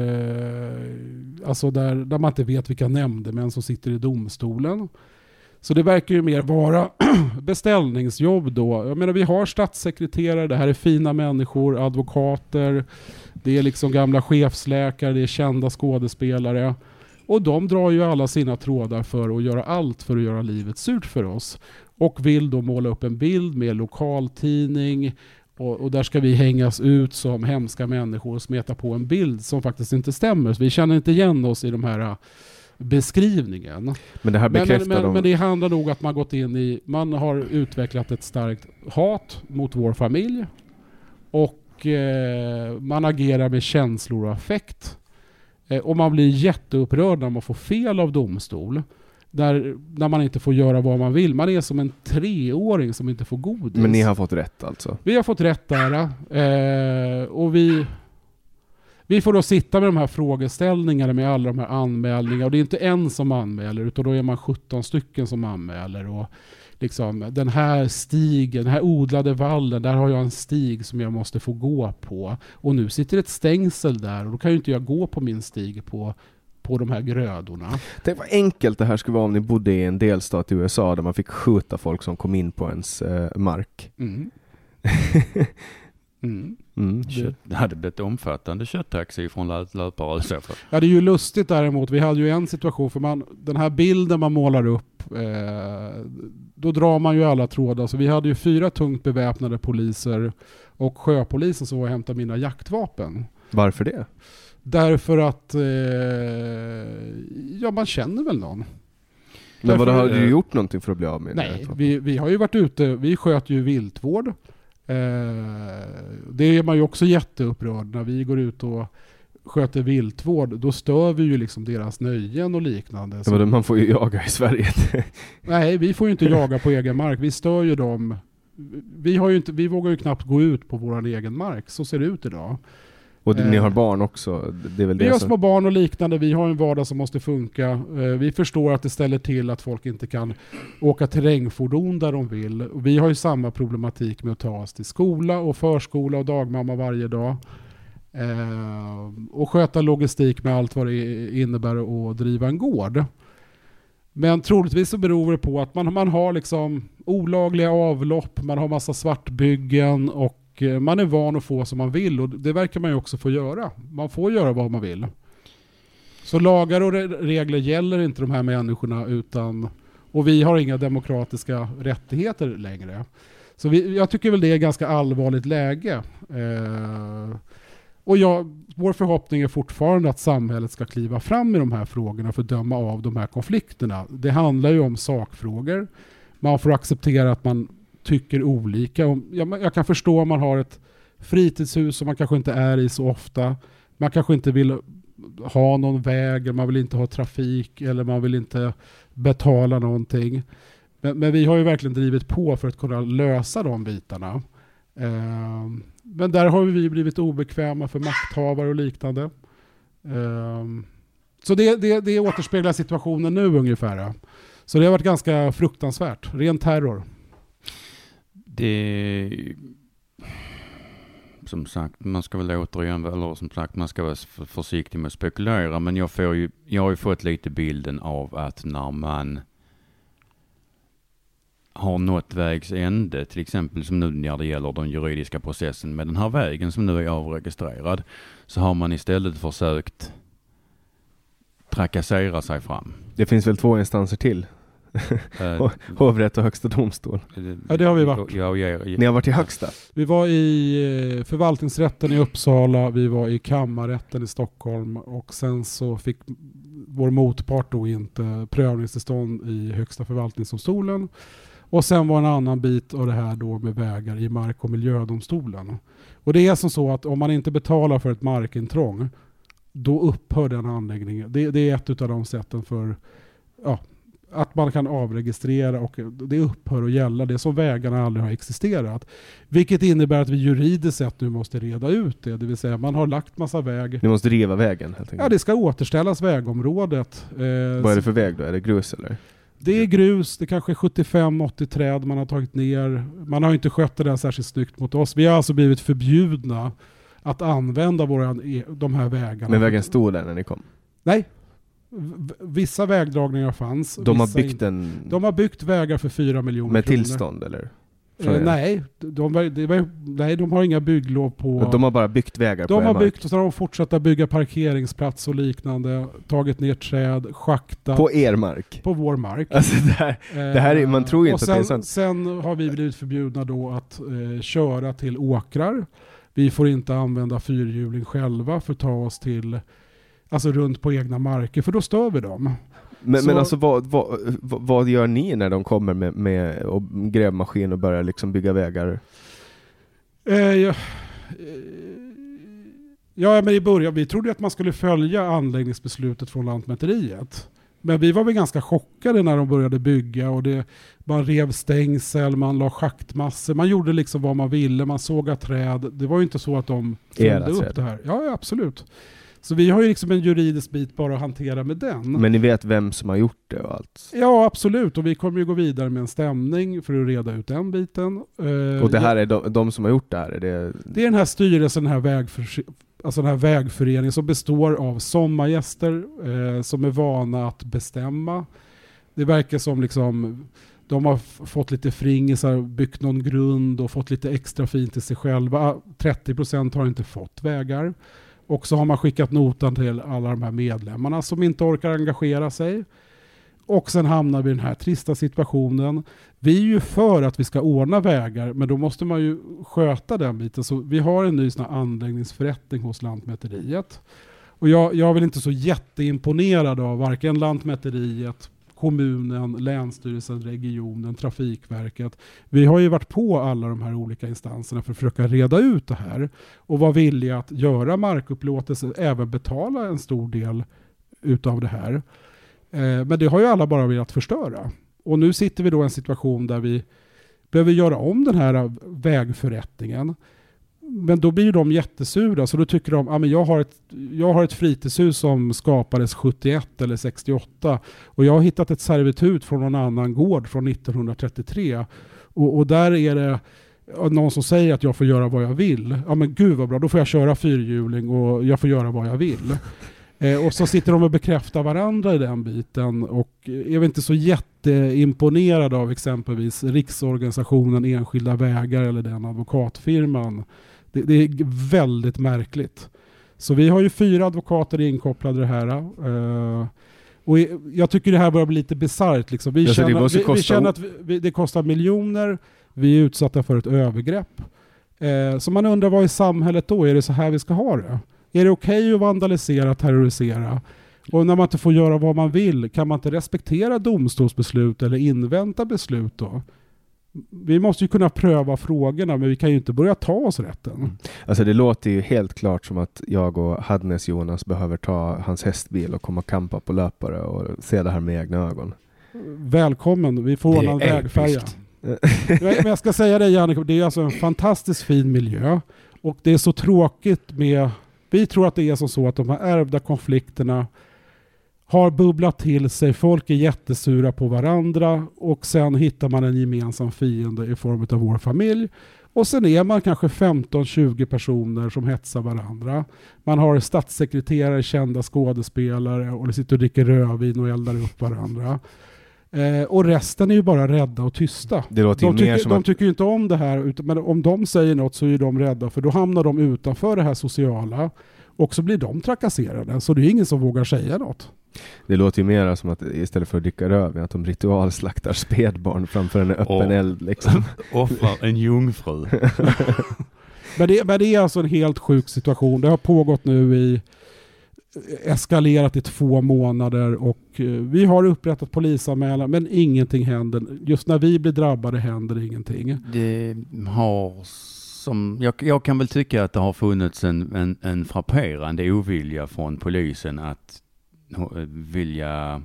Eh, alltså där, där man inte vet vilka nämndemän som sitter i domstolen. Så det verkar ju mer vara beställningsjobb då. Jag menar, vi har statssekreterare, det här är fina människor, advokater, det är liksom gamla chefsläkare, det är kända skådespelare. Och de drar ju alla sina trådar för att göra allt för att göra livet surt för oss. Och vill då måla upp en bild med lokaltidning. Och, och där ska vi hängas ut som hemska människor och smeta på en bild som faktiskt inte stämmer. Så vi känner inte igen oss i de här beskrivningen. Men det här bekräftar men, men, de... men det handlar nog att man gått in i, man har utvecklat ett starkt hat mot vår familj och eh, man agerar med känslor och affekt eh, och man blir jätteupprörd när man får fel av domstol. Där, när man inte får göra vad man vill. Man är som en treåring som inte får godis. Men ni har fått rätt alltså? Vi har fått rätt där. Eh, och vi... Vi får då sitta med de här frågeställningarna med alla de här anmälningarna. Och det är inte en som anmäler utan då är man sjutton stycken som anmäler. Och liksom, den här stigen, den här odlade vallen, där har jag en stig som jag måste få gå på. Och nu sitter ett stängsel där och då kan ju inte jag gå på min stig på, på de här grödorna. Tänk vad enkelt det här skulle vara om ni bodde i en delstat i U S A där man fick skjuta folk som kom in på ens eh, mark. Mm. Mm. Mm. Kött, det hade blivit omfattande köttaxi från lö- löpare. Ja, det är ju lustigt däremot. Vi hade ju en situation för man, den här bilden man målar upp eh, då drar man ju alla trådar. Så vi hade ju fyra tungt beväpnade poliser och sjöpolisen som var och hämtade mina jaktvapen. Varför det? Därför att eh, ja, man känner väl någon. Men vad Därför, hade du gjort någonting för att bli av med nej, det? vi, vi har ju varit ute, vi sköt ju viltvård. Det är man ju också jätteupprörd när vi går ut och sköter viltvård. Då stör vi ju liksom deras nöjen och liknande. Så man får ju jaga i Sverige. Nej, vi får ju inte jaga på egen mark. Vi stör ju dem. Vi, har ju inte, vi vågar ju knappt gå ut på vår egen mark. Så ser det ut idag. Och det, eh, ni har barn också? Det är väl vi det har som... små barn och liknande. Vi har en vardag som måste funka. Eh, vi förstår att det ställer till att folk inte kan åka terrängfordon där de vill. Och vi har ju samma problematik med att ta oss till skola och förskola och dagmamma varje dag. Eh, och sköta logistik med allt vad det innebär att driva en gård. Men troligtvis så beror det på att man, man har liksom olagliga avlopp, man har massa svartbyggen och man är van att få som man vill och det verkar man ju också få göra. Man får göra vad man vill. Så lagar och re- regler gäller inte de här människorna utan, och vi har inga demokratiska rättigheter längre. Så vi, jag tycker väl det är ett ganska allvarligt läge. Eh, och jag, vår förhoppning är fortfarande att samhället ska kliva fram i de här frågorna för att döma av de här konflikterna. Det handlar ju om sakfrågor. Man får acceptera att man tycker olika. Jag, jag kan förstå om man har ett fritidshus som man kanske inte är i så ofta. Man kanske inte vill ha någon väg, man vill inte ha trafik eller man vill inte betala någonting. Men, men vi har ju verkligen drivit på för att kunna lösa de bitarna. Eh, men där har vi blivit obekväma för makthavare och liknande. Eh, så det, det, det återspeglar situationen nu ungefär. Så det har varit ganska fruktansvärt. Ren terror. Det, som sagt, man ska väl återigen, eller som sagt, man ska vara försiktig med att spekulera, men jag får ju, jag har ju fått lite bilden av att när man har nått vägs ände, till exempel som nu när det gäller den juridiska processen med den här vägen som nu är avregistrerad, så har man istället försökt trakassera sig fram. Det finns väl två instanser till? Hovrätt och högsta domstol. Ja, det har vi varit. Jag, jag, jag, Ni har varit i högsta? Vi var i förvaltningsrätten i Uppsala, vi var i kammarrätten i Stockholm och sen så fick vår motpart då inte prövningstillstånd i högsta förvaltningsdomstolen. Och sen var en annan bit av det här då med vägar i mark- och miljödomstolen. Och det är som så att om man inte betalar för ett markintrång, då upphör den anläggningen. Det, det är ett av de sätten för ja, att man kan avregistrera och det upphör att gälla. Det som vägarna aldrig har existerat. Vilket innebär att vi juridiskt sett nu måste reda ut det. Det vill säga man har lagt massa väg. Ni måste riva vägen helt enkelt. Ja, det ska återställas vägområdet. Eh, Vad är det för väg då? Är det grus eller? Det är grus, det kanske är sjuttiofem åttio träd man har tagit ner. Man har inte skött det där särskilt snyggt mot oss. Vi har alltså blivit förbjudna att använda våra, de här vägarna. Men vägen stod där när ni kom? Nej. V- vissa vägdragningar fanns. De har vissa byggt en... De har byggt vägar för fyra miljoner med kronor. tillstånd eller? Eh, nej, de, de, nej, de har inga bygglov på... De har bara byggt vägar de på De har mark. byggt och så har de fortsatt bygga parkeringsplats och liknande, tagit ner träd, schaktat. På er mark? På vår mark. Alltså det här, det här är, man tror ju inte sen, att det är sant. Sen har vi blivit förbjudna då att eh, köra till åkrar. Vi får inte använda fyrhjuling själva för att ta oss till, alltså runt på egna marker, för då stör vi dem. Men, så, men alltså vad, vad, vad gör ni när de kommer med, med och grävmaskin och börjar liksom bygga vägar? Eh, ja, ja, men i början, vi trodde att man skulle följa anläggningsbeslutet från Lantmäteriet. Men vi var väl ganska chockade när de började bygga och det, man rev stängsel, man la schaktmassor, man gjorde liksom vad man ville, man sågade träd. Det var ju inte så att de följde upp träd. Det här. Ja, ja, absolut. Så vi har ju liksom en juridisk bit bara att hantera med den. Men ni vet vem som har gjort det och allt? Ja, absolut. Och vi kommer ju gå vidare med en stämning för att reda ut den biten. Och det här är de, de som har gjort det här? Är det... det är den här styrelsen, den här vägför... alltså den här vägföreningen som består av sommargäster eh, som är vana att bestämma. Det verkar som liksom de har f- fått lite fringisar, byggt någon grund och fått lite extra fint till sig själva. trettio procent har inte fått vägar. Och så har man skickat notan till alla de här medlemmarna som inte orkar engagera sig. Och sen hamnar vi i den här trista situationen. Vi är ju för att vi ska ordna vägar, men då måste man ju sköta den biten. Så vi har en ny sån här anläggningsförrättning hos Lantmäteriet. Och jag, jag är väl inte så jätteimponerad av varken Lantmäteriet, kommunen, länsstyrelsen, regionen, Trafikverket. Vi har ju varit på alla de här olika instanserna för att försöka reda ut det här. Och vara villiga att göra markupplåtelse, även betala en stor del utav det här. Men det har ju alla bara velat förstöra. Och nu sitter vi då i en situation där vi behöver göra om den här vägförrättningen. Men då blir ju de jättesura. Så då tycker de, ja, men jag har ett, jag har ett fritidshus som skapades sjuttioett eller sextioåtta. Och jag har hittat ett servitut från någon annan gård från nittonhundratrettiotre. Och, och där är det någon som säger att jag får göra vad jag vill. Ja, men gud vad bra, då får jag köra fyrhjuling och jag får göra vad jag vill. Eh, och så sitter de och bekräftar varandra i den biten och är inte så jätteimponerad av exempelvis Riksorganisationen Enskilda Vägar eller den advokatfirman. Det, det är väldigt märkligt. Så vi har ju fyra advokater inkopplade i det här. Eh, och jag tycker det här börjar bli lite bisarrt. Liksom. Vi, alltså, känner, vi, kosta... vi känner att vi, det kostar miljoner. Vi är utsatta för ett övergrepp. Eh, så man undrar, vad i samhället då? Är det så här vi ska ha det? Är det okej okay att vandalisera, terrorisera? Och när man inte får göra vad man vill, kan man inte respektera domstolsbeslut eller invänta beslut då? Vi måste ju kunna pröva frågorna, men vi kan ju inte börja ta oss rätten. Mm. Alltså det låter ju helt klart som att jag och Hadnes Jonas behöver ta hans hästbil och komma och kampa på löpare och se det här med egna ögon. Välkommen, vi får ordna en vägfärja. Men jag ska säga det, Jannik, det är alltså en fantastiskt fin miljö och det är så tråkigt med... Vi tror att det är som så att de här ärvda konflikterna har bubblat till sig. Folk är jättesura på varandra och sen hittar man en gemensam fiende i form av vår familj. Och sen är man kanske femton tjugo personer som hetsar varandra. Man har statssekreterare, kända skådespelare och det sitter och dricker rödvin och eldar upp varandra. Eh, och resten är ju bara rädda och tysta. Det låter de, tycker, som de att... tycker ju inte om det här, utan, men om de säger något så är de rädda, för då hamnar de utanför det här sociala och så blir de trakasserade, så det är ingen som vågar säga något. Det låter ju mer som att istället för att dricka röv, att de ritualslaktar spädbarn framför en öppen oh. eld. Liksom. Offrar en jungfru. men, det, men det är alltså en helt sjuk situation. Det har pågått nu i eskalerat i två månader och vi har upprättat polisanmälan, men ingenting händer. Just när vi blir drabbade händer ingenting. Det har som, jag, jag kan väl tycka att det har funnits en, en, en frapperande ovilja från polisen att vilja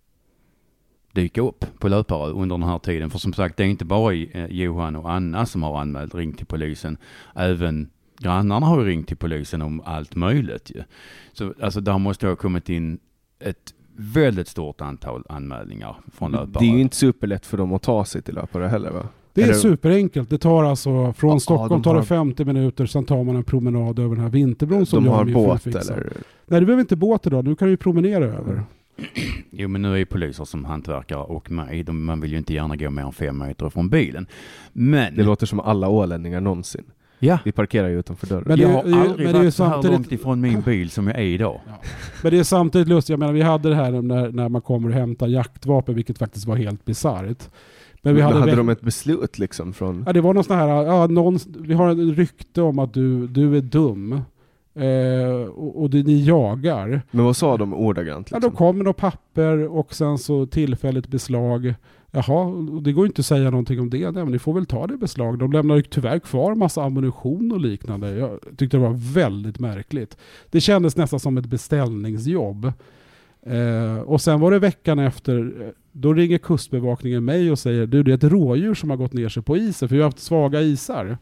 dyka upp på löpare under den här tiden. För som sagt, det är inte bara Johan och Anna som har anmält, ringt till polisen. Även grannarna har ju ringt till polisen om allt möjligt. Ju. Så alltså, där måste ha kommit in ett väldigt stort antal anmälningar från löpare. Det är ju inte superlätt för dem att ta sig till löpare heller, va? Det är, är det... superenkelt. Det tar alltså från ja, Stockholm tar det har... femtio minuter, sen tar man en promenad över den här vinterbron som de jag har båt eller? Nej, du behöver inte båt idag. Nu kan du ju promenera över. Jo, men nu är ju poliser som hantverkare och mig. De, man vill ju inte gärna gå mer än fem meter från bilen. Men det låter som alla ålänningar någonsin. Ja. Vi parkerar ju utanför dörren. Men det, jag har det, aldrig men varit så här samtidigt... långt ifrån min bil som jag är idag. Ja. Men det är samtidigt lustigt. Jag menar, vi hade det här när, när man kommer och hämtar jaktvapen, vilket faktiskt var helt bisarrt. Men vi hade, hade, hade väl... de ett beslut liksom från... Ja, det var någon sån här... Ja, någon... Vi har ett rykte om att du, du är dum. Eh, och, och det, ni jagar. Men vad sa de ordagrant? Liksom? Ja, då kommer några papper och sen så tillfälligt beslag. Jaha, det går inte att säga någonting om det. Nej, men ni får väl ta det beslag. De lämnar ju tyvärr kvar massa ammunition och liknande. Jag tyckte det var väldigt märkligt. Det kändes nästan som ett beställningsjobb. Eh, och sen var det veckan efter, då ringer kustbevakningen mig och säger, du, det är ett rådjur som har gått ner sig på isen, för vi har haft svaga isar.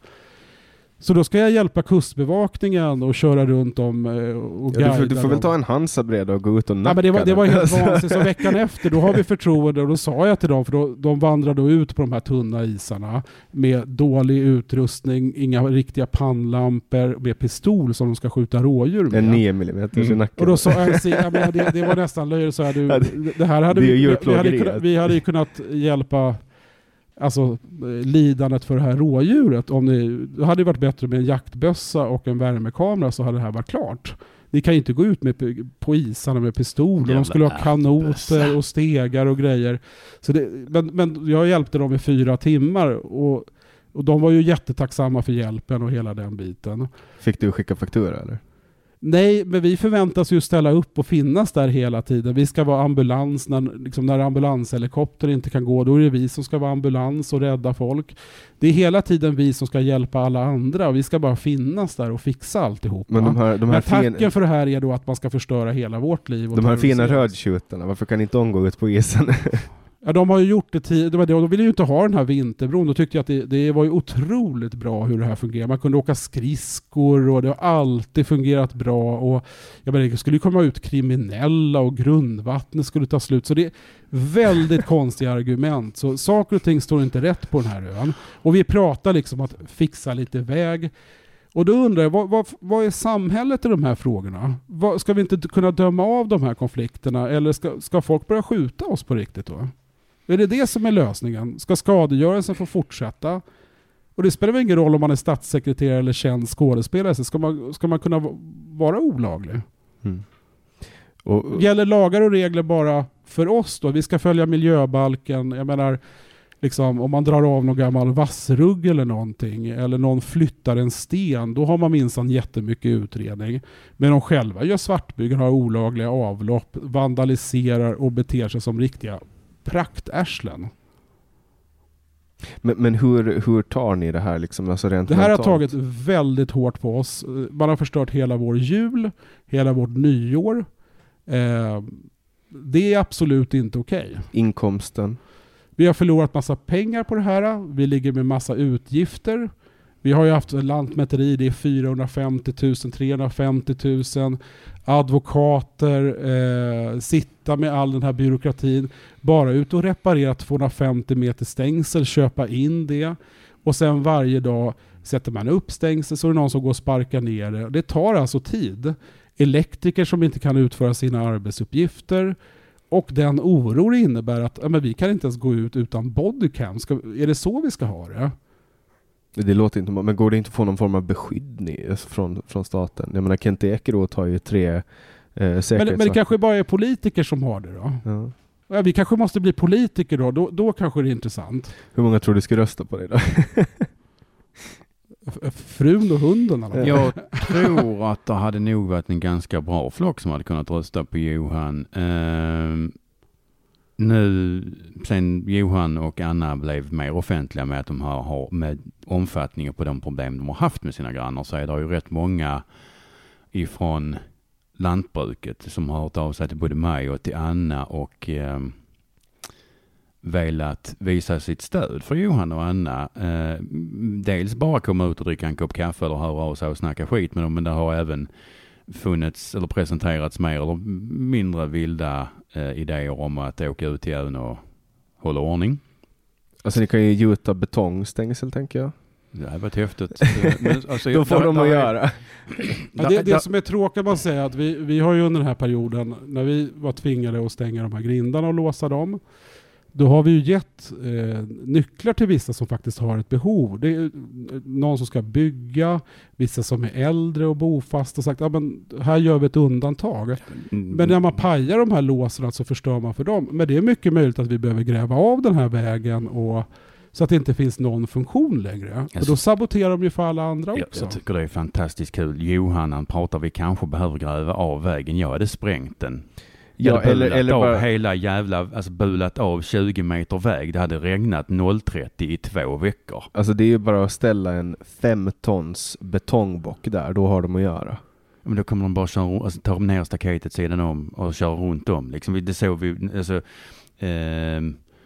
Så då ska jag hjälpa kustbevakningen och köra runt om och guida. Ja, du, får, du får väl dem. ta en Hansa-breda och gå ut och nacka. Ja, men det, var, det var helt vansinnigt. Så veckan efter, då har vi förtroende, och då sa jag till dem, för då, de vandrar då ut på de här tunna isarna med dålig utrustning, inga riktiga pannlampor, med pistol som de ska skjuta rådjur med. En nio millimeter mm. i nacken. Och då sa jag, ja, men det, det var nästan löjligt, så här, du, det här hade det vi, vi, vi, hade kunnat, vi hade ju kunnat hjälpa alltså lidandet för det här rådjuret. Om ni, det hade varit bättre med en jaktbössa och en värmekamera, så hade det här varit klart. Ni kan ju inte gå ut med på isarna med pistol. De skulle ha kanoter och stegar och grejer. Så det, men, men jag hjälpte dem i fyra timmar och, och de var ju jättetacksamma för hjälpen och hela den biten. Fick du skicka faktura eller? Nej, men vi förväntas ju ställa upp och finnas där hela tiden. Vi ska vara ambulans. När, liksom när ambulanshelikopter inte kan gå, då är det vi som ska vara ambulans och rädda folk. Det är hela tiden vi som ska hjälpa alla andra. Och vi ska bara finnas där och fixa alltihop. Men, de här, de här men tacken fin... för det här är då att man ska förstöra hela vårt liv. Och de här fina rödtjutarna, varför kan inte de gå ut på isen? Ja, de har ju gjort det tidigare. De ville ju inte ha den här vinterbron. Då tyckte jag att det, det var ju otroligt bra hur det här fungerar. Man kunde åka skridskor och det har alltid fungerat bra. Och jag menar, det skulle ju komma ut kriminella och grundvattnet skulle ta slut. Så det är väldigt konstiga argument. Så saker och ting står inte rätt på den här ön. Och vi pratar liksom att fixa lite väg. Och då undrar jag, vad, vad, vad är samhället i de här frågorna? Vad, ska vi inte kunna döma av de här konflikterna? Eller ska, ska folk börja skjuta oss på riktigt då? Är det det som är lösningen? Ska skadegörelsen få fortsätta? Och det spelar väl ingen roll om man är statssekreterare eller känd skådespelare. Så ska man, ska man kunna vara olaglig? Mm. Och, gäller lagar och regler bara för oss då? Vi ska följa miljöbalken. Jag menar, liksom, om man drar av någon gammal vassrugg eller någonting, eller någon flyttar en sten, då har man minsann jättemycket utredning. Men de själva gör svartbyggen, har olagliga avlopp, vandaliserar och beter sig som riktiga praktärslen. Men, men hur, hur tar ni det här? Liksom, alltså rent det här mentalt? har tagit väldigt hårt på oss. Man har förstört hela vår jul, hela vårt nyår. Eh, det är absolut inte okej. Okay. Inkomsten? Vi har förlorat massa pengar på det här. Vi ligger med massa utgifter. Vi har ju haft lantmäteri, det är fyrahundrafemtio tusen, trehundrafemtio tusen. Advokater, eh, sitta med all den här byråkratin. Bara ut och reparera tvåhundrafemtio meter stängsel, köpa in det. Och sen varje dag sätter man upp stängsel så är det någon som går och sparkar ner det. Det tar alltså tid. Elektriker som inte kan utföra sina arbetsuppgifter. Och den oro det innebär att ja, men vi kan inte ens gå ut utan bodycam. Ska, är det så vi ska ha det? Det låter inte, men går det inte att få någon form av beskyddning från, från staten? Jag menar, Kent Ekeroth har ju tre eh, säkerhetsvakter. Men, men det kanske bara är politiker som har det då? Ja. Ja, vi kanske måste bli politiker då. då. Då kanske det är intressant. Hur många tror du ska rösta på dig då? Frun och hunden? Eller? Jag tror att det hade nog varit en ganska bra flock som hade kunnat rösta på Johan. Uh, nu, sen Johan och Anna blev mer offentliga med att de har, har med omfattningen på de problem de har haft med sina grannar, så är det ju rätt många ifrån lantbruket som har hört av sig till både mig och till Anna och eh, velat visa sitt stöd för Johan och Anna. Eh, dels bara komma ut och dricka en kopp kaffe eller höra av sig och snacka skit med dem, men det har även funnits eller presenterats mer eller mindre vilda eh, idéer om att åka ut till ön och hålla ordning. Alltså ni kan ju gjuta betongstängsel, tänker jag. Det här var ett häftigt. Men, alltså, Då får där, de där att är, göra. Ja, det, det som är tråkigt man säger att vi, vi har ju under den här perioden när vi var tvingade att stänga de här grindarna och låsa dem, då har vi ju gett eh, nycklar till vissa som faktiskt har ett behov. Det är någon som ska bygga, vissa som är äldre och bofast och sagt ja, men här gör vi ett undantag. Mm. Men när man pajar de här låserna så förstör man för dem. Men det är mycket möjligt att vi behöver gräva av den här vägen och så att det inte finns någon funktion längre. Alltså, och då saboterar de ju för alla andra också. Jag, jag tycker det är fantastiskt kul. Johan, han pratar vi kanske behöver gräva av vägen. Jag hade sprängt den. Jag Ja, hade eller, eller av bara... hela jävla, alltså bulat av tjugo meter väg. Det hade regnat noll trettio i två veckor. Alltså det är ju bara att ställa en fem tons betongbock där. Då har de att göra. Men då kommer de bara köra, alltså, ta ner staketet sidan om och köra runt om. Liksom, det såg vi, alltså... Eh,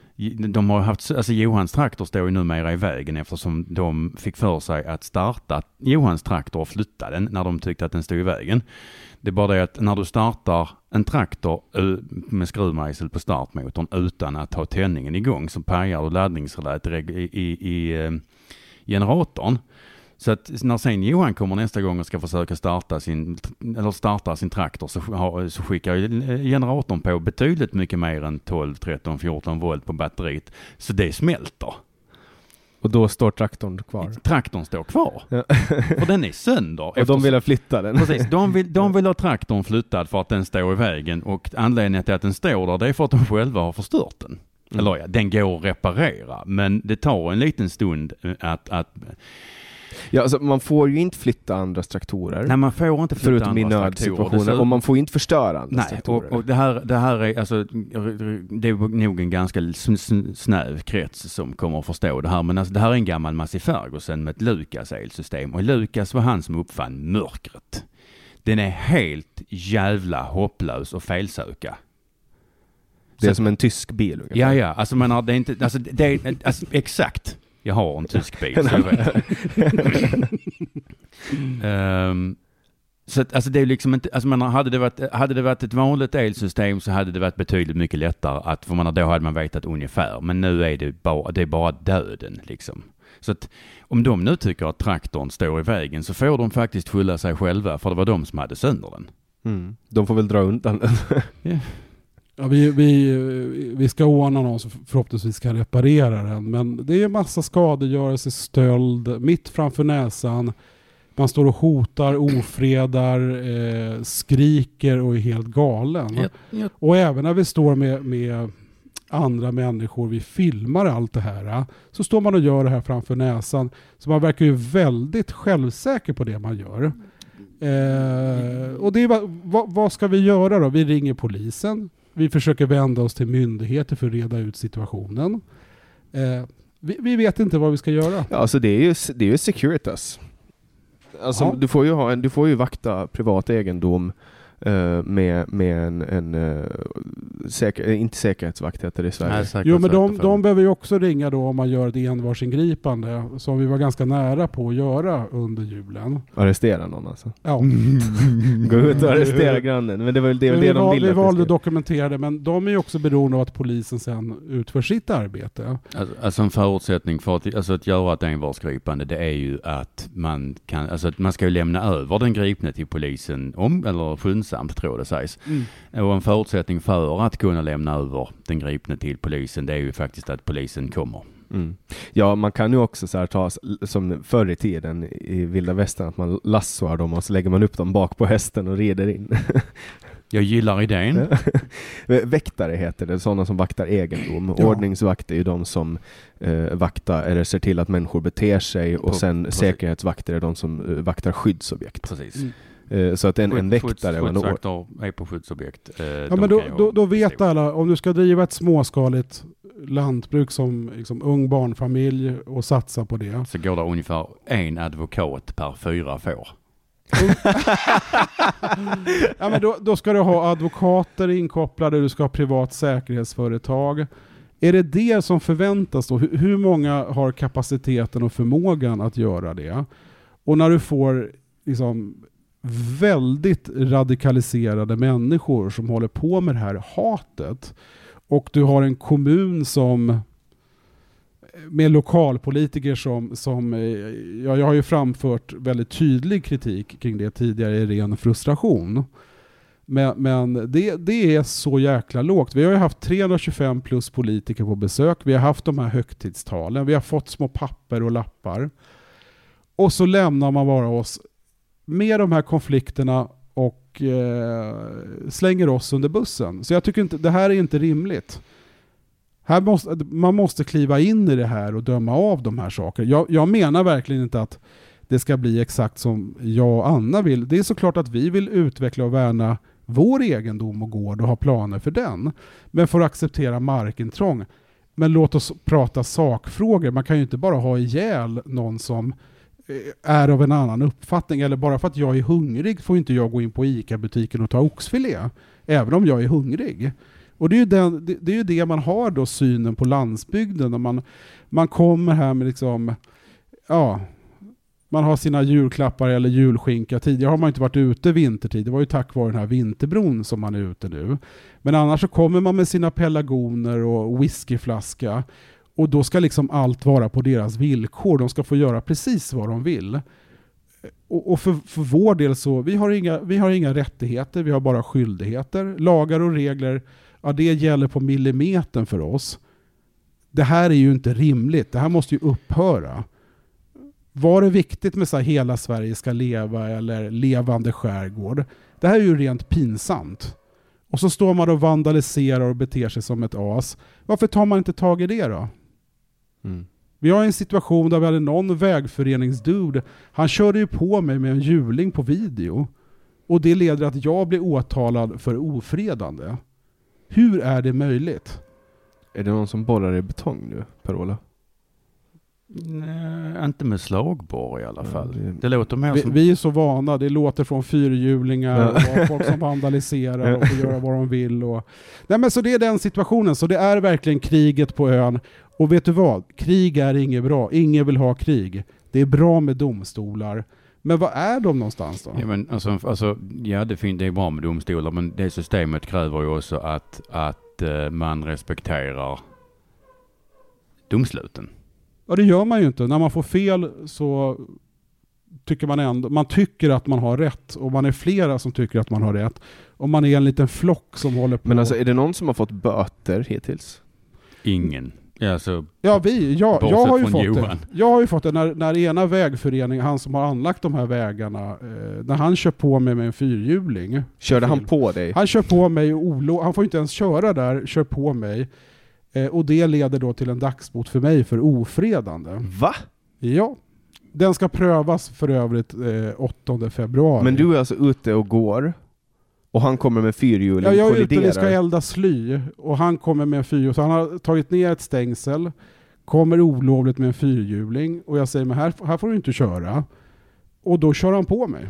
de har haft, alltså Johans traktor står ju numera i vägen eftersom de fick för sig att starta Johans traktor och flytta den när de tyckte att den stod i vägen. Det är bara det att när du startar en traktor med skruvmejsel på startmotorn utan att ha tändningen igång så pajar du laddningsreläet i, i, i generatorn. Så att när sen Johan kommer nästa gång och ska försöka starta sin, eller starta sin traktor så, så skickar generatorn på betydligt mycket mer än tolv, tretton, fjorton volt på batteriet. Så det smälter. Och då står traktorn kvar? Traktorn står kvar. Ja. Och den är sönder. Och de vill ha flytta den. Precis, de vill, de vill ha traktorn flyttad för att den står i vägen. Och anledningen till att den står där det är för att de själva har förstört den. Mm. Eller ja, den går att reparera. Men det tar en liten stund att... att Ja, alltså man får ju inte flytta andra traktorer. Nej, man får inte flytta förutom andra i nödsituationer. traktorer. Och man får inte förstöra andra Nej, traktorer. och, och det, här, det här är alltså, det är nog en ganska snäv krets som kommer att förstå det här. Men alltså, det här är en gammal Massey Ferguson med ett Lucas elsystem. Och Lucas var han som uppfann mörkret. Den är helt jävla hopplös och felsöka. Det är Så, som en tysk bil ungefär. Ja, ja. Alltså, men det är inte... Alltså, det är, alltså, exakt. Jag har en tysk bil, så jag vet. um, så att, alltså det är liksom inte, alltså man hade det varit, hade det varit ett vanligt elsystem så hade det varit betydligt mycket lättare att, för man då hade man vetat ungefär, men nu är det bara, det är bara döden liksom. Så att om de nu tycker att traktorn står i vägen så får de faktiskt skylla sig själva, för det var de som hade sönder den. Mm. De får väl dra undan den. Yeah. Ja, vi, vi, vi ska ordna någon som förhoppningsvis kan reparera den. Men det är en massa skadegörelse, stöld, mitt framför näsan. Man står och hotar, ofredar, eh, skriker och är helt galen. Yep, yep. Och även när vi står med, med andra människor, vi filmar allt det här, så står man och gör det här framför näsan. Så man verkar ju väldigt självsäker på det man gör. Eh, och det är bara, vad, vad ska vi göra då? Vi ringer polisen. Vi försöker vända oss till myndigheter för att reda ut situationen. Eh, vi, vi vet inte vad vi ska göra. Ja, alltså det är ju, det är ju Securitas. Alltså Ja. du får ju ha en, du får ju vakta privat egendom uh, med, med en, en uh, säker, inte säkerhetsvakt heter det i Sverige. Nej, Jo, men de, de behöver ju också ringa då om man gör ett envarsingripande som vi var ganska nära på att göra under julen. Arrestera någon alltså. Ja. Gå ut och arrestera grannen. Men det var väl det, Men det vi, de val, ville vi att det valde att skulle. dokumentera det, men de är ju också beroende av att polisen sen utför sitt arbete. Alltså, alltså en förutsättning för att, alltså att göra ett envarsgripande, det är ju att man kan, alltså att man ska ju lämna över den gripne till polisen om, eller skyndsamt tror det sägs. Mm. Och en förutsättning för att kunna lämna över den gripne till polisen, det är ju faktiskt att polisen kommer. Mm. Ja, man kan ju också så här ta som förr i tiden i vilda västern att man lassoar dem och så lägger man upp dem bak på hästen och rider in. Jag gillar idén. Väktare heter det, sådana som vaktar egendom. Ja. Ordningsvakter är ju de som eh, vaktar eller ser till att människor beter sig och sen precis. Säkerhetsvakter är de som eh, vaktar skyddsobjekt. Precis. Mm. Eh, så att en, en väktare och en skyddsvakter är på skyddsobjekt. Eh, ja, men då, då, då vet alla, om du ska driva ett småskaligt lantbruk som liksom, ung barnfamilj och satsa på det. Så går det ungefär en advokat per fyra får. Ja, men då, då ska du ha advokater inkopplade, du ska ha privat säkerhetsföretag. Är det det som förväntas då? Hur, hur många har kapaciteten och förmågan att göra det? Och när du får liksom väldigt radikaliserade människor som håller på med det här hatet och du har en kommun som med lokalpolitiker som, som ja, jag har ju framfört väldigt tydlig kritik kring det tidigare i ren frustration. Men, men det, det är så jäkla lågt. Vi har ju haft trehundratjugofem plus politiker på besök. Vi har haft de här högtidstalen. Vi har fått små papper och lappar. Och så lämnar man bara oss med de här konflikterna och eh, slänger oss under bussen. Så jag tycker inte, det här är inte rimligt. Här måste, man måste kliva in i det här och döma av de här sakerna. Jag, jag menar verkligen inte att det ska bli exakt som jag och Anna vill. Det är såklart att vi vill utveckla och värna vår egendom och gård och ha planer för den. Men för att acceptera markintrång. Men låt oss prata sakfrågor. Man kan ju inte bara ha ihjäl någon som är av en annan uppfattning. Eller bara för att jag är hungrig får inte jag gå in på ICA-butiken och ta oxfilé. Även om jag är hungrig. Och det är ju, den, det, det är ju det man har då, synen på landsbygden. När man, man kommer här med liksom, ja, man har sina julklappar eller julskinka. Tidigare har man inte varit ute vintertid. Det var ju tack vare den här vinterbron som man är ute nu. Men annars så kommer man med sina pelargoner och whiskyflaska. Och då ska liksom allt vara på deras villkor. De ska få göra precis vad de vill. Och, och för, för vår del så, vi har, inga, vi har inga rättigheter. Vi har bara skyldigheter. Lagar och regler, ja, det gäller på millimetern för oss. Det här är ju inte rimligt. Det här måste ju upphöra. Var det viktigt med så här, hela Sverige ska leva eller levande skärgård? Det här är ju rent pinsamt. Och så står man och vandaliserar och beter sig som ett as. Varför tar man inte tag i det då? Mm. Vi har en situation där vi hade någon vägföreningsdude. Han körde ju på mig med en hjuling på video. Och det leder att jag blir åtalad för ofredande. Hur är det möjligt? Är det någon som borrar i betong nu, Per-Ola? Nej, inte med slagborr i alla fall. Ja, det... det låter mer vi, som... vi är så vana. Det låter från fyrhjulingar ja. och folk som vandaliserar och får göra vad de vill. Och... Nej, men så det är den situationen. Så det är verkligen kriget på ön. Och vet du vad? Krig är inget bra. Ingen vill ha krig. Det är bra med domstolar. Men vad är de någonstans då? Ja, men alltså, alltså, ja det, fin- det är bra med domstolar, men det systemet kräver ju också att, att uh, man respekterar domsluten. Ja, det gör man ju inte. När man får fel så tycker man ändå, man tycker att man har rätt, och man är flera som tycker att man har rätt, och man är en liten flock som håller på. Men alltså, är det någon som har fått böter hittills? Ingen. Ja, alltså, ja, vi, ja, jag har ju fått Johan. det. Jag har ju fått det när, när ena vägföreningen, han som har anlagt de här vägarna, eh, när han kör på mig med en fyrhjuling. Körde han på dig? Han kör på mig och olo, han får inte ens köra där, kör på mig. Eh, och det leder då till en dagsbot för mig för ofredande. Va? Ja. Den ska prövas för övrigt eh, åttonde februari. Men du är alltså ute och går och han kommer med fyrhjuling, ja, jag är kolliderar. ute och ska elda sly och han kommer med en fyrhjuling. Så han har tagit ner ett stängsel, kommer olovligt med en fyrhjuling och jag säger, men här, här får du inte köra. Och då kör han på mig.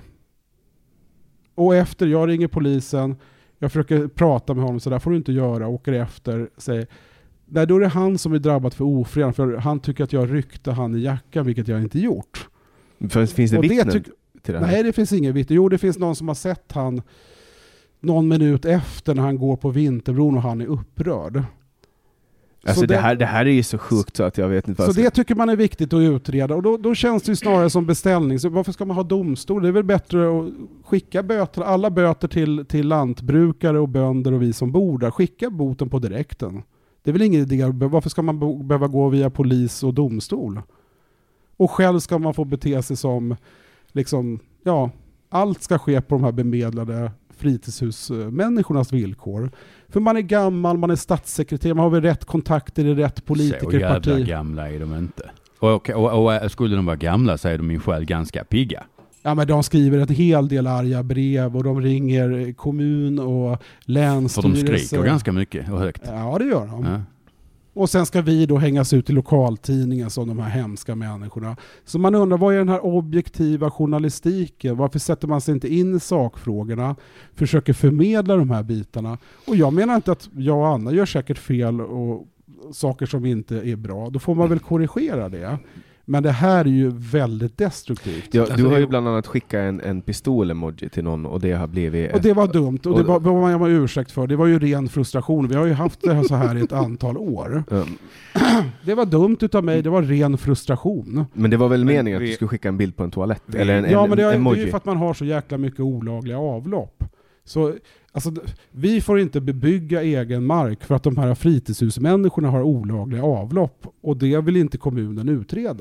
Och efter, jag ringer polisen, jag försöker prata med honom, så där får du inte göra, åker efter, säger, nej, då är det han som är drabbad för ofredande, för han tycker att jag ryckte han i jackan, vilket jag inte gjort. För, finns det vittnen tyck- till det här? Nej, det finns ingen vittne. Jo, det finns någon som har sett han någon minut efter när han går på Vinterbron och han är upprörd. Alltså så det, det, här, det här är ju så sjukt så att jag vet inte vad. Så det tycker man är viktigt att utreda, och då, då känns det ju snarare som beställning. Så varför ska man ha domstol? Det är väl bättre att skicka böter, alla böter till, till lantbrukare och bönder och vi som bor där. Skicka boten på direkten. Det är väl ingen idé. Varför ska man bo, behöva gå via polis och domstol? Och själv ska man få bete sig som liksom, ja, allt ska ske på de här bemedlade fritidshusmänniskornas villkor. För man är gammal, man är statssekreterare, man har väl rätt kontakter i rätt politikerparti. Så jävla gamla är de inte. Och, och, och, och skulle de vara gamla så är de i själv ganska pigga. Ja, men de skriver ett hel del arga brev och de ringer kommun och länsstyrelse. För de skriker ganska mycket och högt. Ja, det gör de. Ja. Och sen ska vi då hängas ut i lokaltidningen som de här hemska människorna. Så man undrar, vad är den här objektiva journalistiken? Varför sätter man sig inte in i sakfrågorna? Försöker förmedla de här bitarna. Och jag menar inte att jag och Anna gör säkert fel och saker som inte är bra. Då får man väl korrigera det. Men det här är ju väldigt destruktivt. Ja, du har ju bland annat skickat en, en pistol-emoji till någon och det har blivit... Och det var dumt. Och det var, vad man var ursäkt för. Det var ju ren frustration. Vi har ju haft det här så här i ett antal år. Mm. Det var dumt utav mig. Det var ren frustration. Men det var väl men meningen vi, att du skulle skicka en bild på en toalett? Vi, eller en, ja, en, men det är, emoji. det är ju för att man har så jäkla mycket olagliga avlopp. Så... Alltså, vi får inte bebygga egen mark för att de här fritidshusmänniskorna har olagliga avlopp. Och det vill inte kommunen utreda.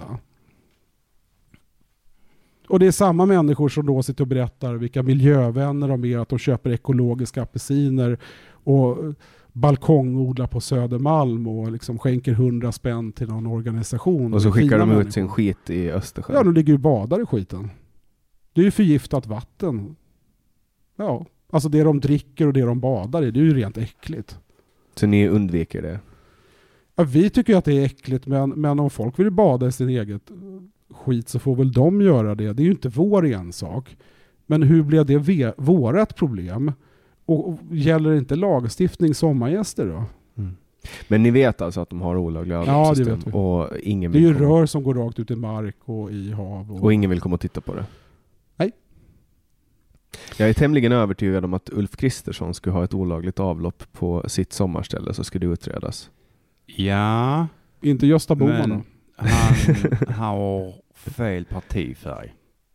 Och det är samma människor som då sitter och berättar vilka miljövänner de är. Att de köper ekologiska apelsiner och balkongodlar på Södermalm och liksom skänker hundra spänn till någon organisation. Och så skickar de människor. ut sin skit i Östersjön. Ja, de ligger ju badar i skiten. Det är ju förgiftat vatten. Ja. Alltså det de dricker och det de badar i, det är ju rent äckligt. Så ni undviker det? Ja, vi tycker att det är äckligt, men, men om folk vill bada i sin eget skit så får väl de göra det. Det är ju inte vår ensak. Men hur blev det ve- vårat problem? Och, och gäller inte lagstiftning sommargäster då? Mm. Men ni vet alltså att de har olagliga avloppssystem? Ja, det vet vi. Och ingen det är ju komma... rör som går rakt ut i mark och i hav. Och, och ingen vill komma och titta på det? Nej. Jag är tämligen övertygad om att Ulf Kristersson skulle ha ett olagligt avlopp på sitt sommarställe, så skulle det utredas. Ja. Inte Gösta Boman då? Han har fel partifärg.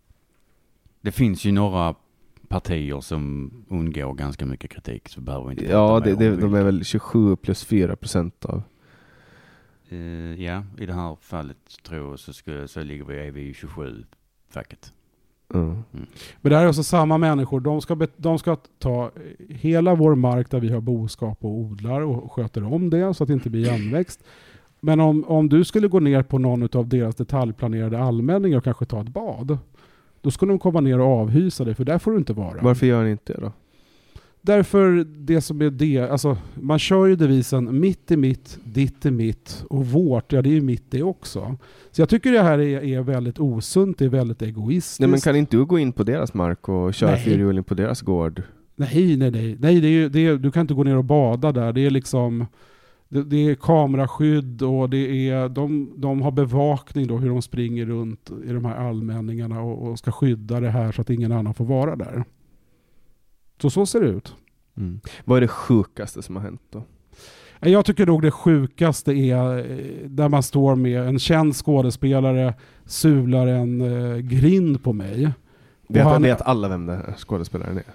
Det finns ju några partier som undgår ganska mycket kritik, så behöver inte. Ja, det, det, de är väl tjugosju plus fyra procent av. Uh, ja, i det här fallet tror jag så, skulle, så ligger vi är vi tjugosju facket. Mm. Mm. Men det här är också samma människor. De ska, bet- de ska ta hela vår mark där vi har boskap och odlar och sköter om det så att det inte blir igenväxt. Men om, om du skulle gå ner på någon av deras detaljplanerade allmänningar och kanske ta ett bad, då skulle de komma ner och avhysa dig, för där får du inte vara. Varför gör ni inte det då? Därför det som är det, alltså man kör ju devisen mitt är mitt, ditt är mitt och vårt, ja det är ju mitt det också. Så jag tycker det här är, är väldigt osunt, det är väldigt egoistiskt. Nej, men kan inte du gå in på deras mark och köra fyrhjuling på deras gård? Nej, nej, nej. nej det är, det är, du kan inte gå ner och bada där. Det är liksom det, det är kameraskydd och det är, de, de har bevakning då hur de springer runt i de här allmänningarna och, och ska skydda det här så att ingen annan får vara där. Så så ser det ut. Mm. Vad är det sjukaste som har hänt då? Jag tycker nog det sjukaste är där man står med en känd skådespelare, sular en eh, grind på mig. Vet, han, vet alla vem den här skådespelaren är?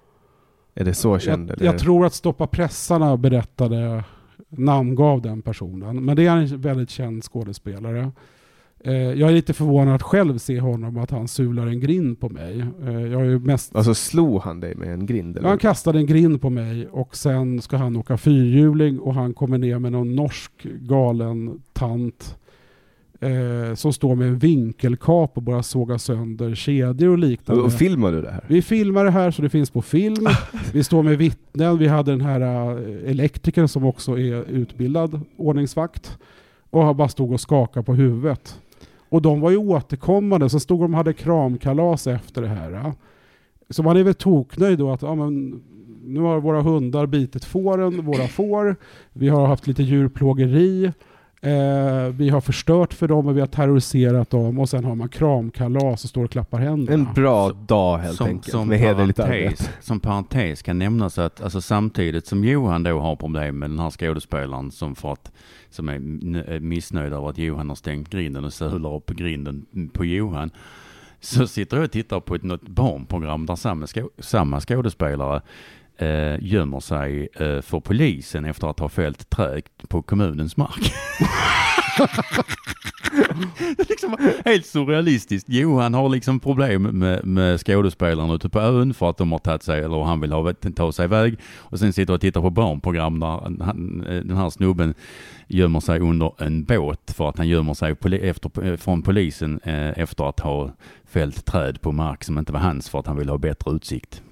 Är det så känd? Jag, eller? jag tror att Stoppa pressarna berättade, namngav den personen. Men det är en väldigt känd skådespelare. Eh, jag är lite förvånad att själv se honom att han sular en grind på mig. Eh, jag är ju mest... Alltså slog han dig med en grind? Eller? Han kastade en grind på mig och sen ska han åka fyrhjuling och han kommer ner med någon norsk galen tant eh, som står med en vinkelkap och bara sågar sönder kedjor och liknande. Och filmar du det här? Vi filmar det här så det finns på film. Vi står med vittnen. Vi hade den här uh, elektrikern som också är utbildad ordningsvakt och han bara stod och skakade på huvudet. Och de var ju återkommande, så stod de och hade kramkalas efter det här. Så man är väl toknöjd då att ja, men, nu har våra hundar bitit fåren, våra får. Vi har haft lite djurplågeri. Eh, vi har förstört för dem och vi har terroriserat dem. Och sen har man kramkalas och står och klappar händerna. En bra dag helt som, enkelt. Som med hederligt parentes, arbete. som parentes kan nämnas att alltså, samtidigt som Johan då har problem med den här skådespelaren som, för att, som är missnöjd över att Johan har stängt grinden och sular upp grinden på Johan, så sitter jag och tittar på ett något barnprogram där samma, skå, samma skådespelare eh, gömmer sig eh, för polisen efter att ha fällt träd på kommunens mark. Det är liksom helt surrealistiskt. Johan har liksom problem med, med skådespelarna ute på ön för att de har tagit sig, eller han vill ha, ta sig iväg, och sen sitter och tittar på barnprogram där han, den här snubben gömmer sig under en båt för att han gömmer sig efter, från polisen eh, efter att ha fällt träd på mark som inte var hans för att han vill ha bättre utsikt.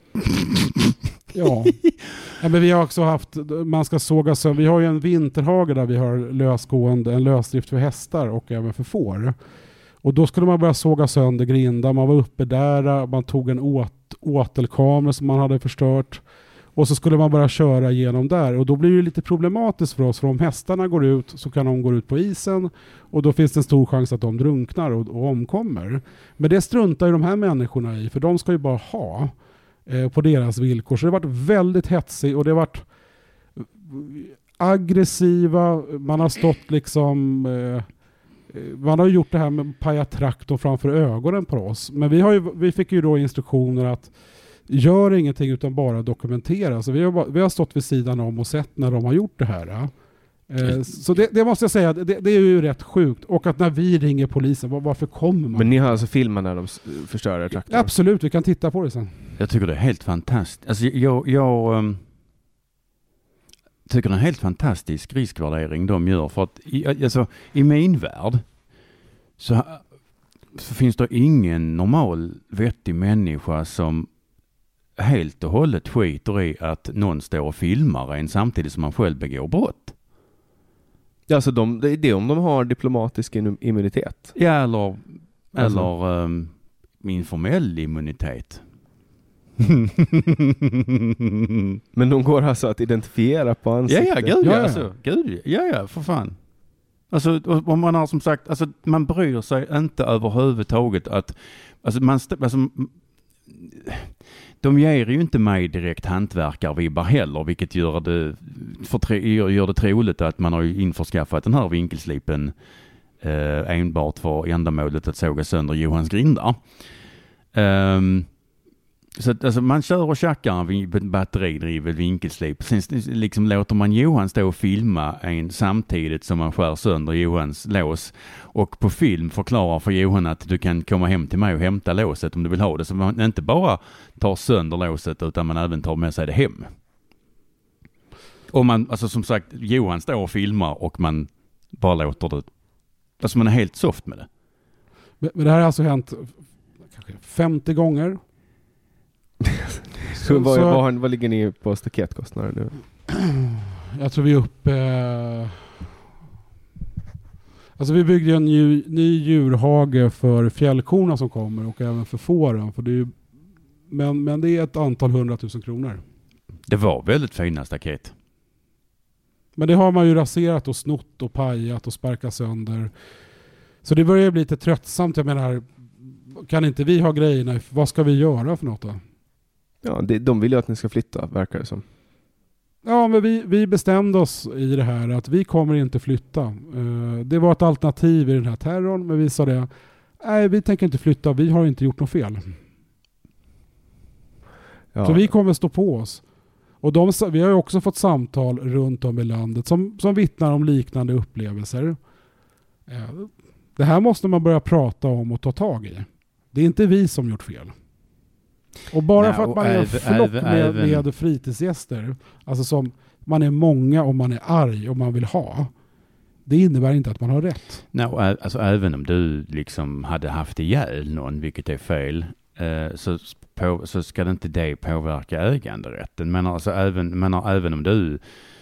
Ja. Ja, men vi har också haft, man ska såga så vi har ju en vinterhage där vi har lösgående, en lösdrift för hästar och även för får. Och då skulle man börja såga sönder grinda, man var uppe där, man tog en åt, åtelkamera som man hade förstört Och så skulle man bara köra igenom där. Och då blir det lite problematiskt för oss. För om hästarna går ut så kan de gå ut på isen. Och då finns det en stor chans att de drunknar och, och omkommer. Men det struntar ju de här människorna i. För de ska ju bara ha eh, på deras villkor. Så det har varit väldigt hetsigt. Och det har varit aggressiva. Man har stått liksom... Eh, man har gjort det här med pajatraktorn framför ögonen på oss. Men vi, har ju, vi fick ju då instruktioner att gör ingenting utan bara dokumentera. Så vi har, vi har stått vid sidan om och sett när de har gjort det här. Eh, så det, det måste jag säga, det, det är ju rätt sjukt. Och att när vi ringer polisen, var, varför kommer man? Men ni har alltså filmat när de förstör traktorn? Absolut, vi kan titta på det sen. Jag tycker det är helt fantastiskt. Alltså jag, jag um, tycker det är en helt fantastisk riskvärdering de gör. För att i, alltså, i min värld så, så finns det ingen normal vettig människa som helt och hållet skiter i att någon står och filmar en samtidigt som man själv begår brott. Ja, alltså de, det är det om de har diplomatisk immunitet. Ja, eller, alltså. eller um, informell immunitet. Men de går alltså att identifiera på ansiktet? Ja, ja, gud ja. Ja, ja. Alltså, gud, ja, ja, för fan. Alltså, om man har som sagt, alltså man bryr sig inte överhuvudtaget att, alltså man, alltså, de ger ju inte mig direkt hantverkarvibbar heller, vilket gör det, för, gör det troligt att man har införskaffat den här vinkelslipen eh, enbart för ändamålet att såga sönder Johans grindar. Um, så att, alltså, man kör och tjackar en batteridriven vinkelslip. Sen liksom låter man Johan stå och filma en samtidigt som man skär sönder Johans lås. Och på film förklarar för Johan att du kan komma hem till mig och hämta låset om du vill ha det. Så man inte bara tar sönder låset utan man även tar med sig det hem. Och man, alltså som sagt, Johan står och filmar och man bara låter det. Alltså man är helt soft med det. Men det här har alltså hänt kanske femtio gånger. Så, vad, så, vad, vad ligger ni på staketkostnader nu? Jag tror vi är uppe... Eh, alltså vi byggde en ny, ny djurhage för fjällkorna som kommer och även för fåren. För det är ju, men, men det är ett antal hundratusen kronor. Det var väldigt fina staket. Men det har man ju raserat och snott och pajat och sparkat sönder. Så det börjar bli lite tröttsamt. Jag menar, kan inte vi ha grejerna? Vad ska vi göra för något då? Ja, det, de vill ju att ni ska flytta, verkar det som. Ja, men vi, vi bestämde oss i det här att vi kommer inte flytta. Uh, det var ett alternativ i den här terrorn, men vi sa det. Nej, vi tänker inte flytta. Vi har inte gjort något fel. Ja. Så vi kommer stå på oss. Och de, vi har ju också fått samtal runt om i landet som, som vittnar om liknande upplevelser. Uh, det här måste man börja prata om och ta tag i. Det är inte vi som gjort fel. Och bara Nej, för att man är en flock med, med fritidsgäster, alltså som man är många och man är arg och man vill ha, det innebär inte att man har rätt. Nej, alltså även om du liksom hade haft ihjäl någon, vilket är fel, eh, så, på, så ska det inte det påverka äganderätten. Men alltså även, men även om du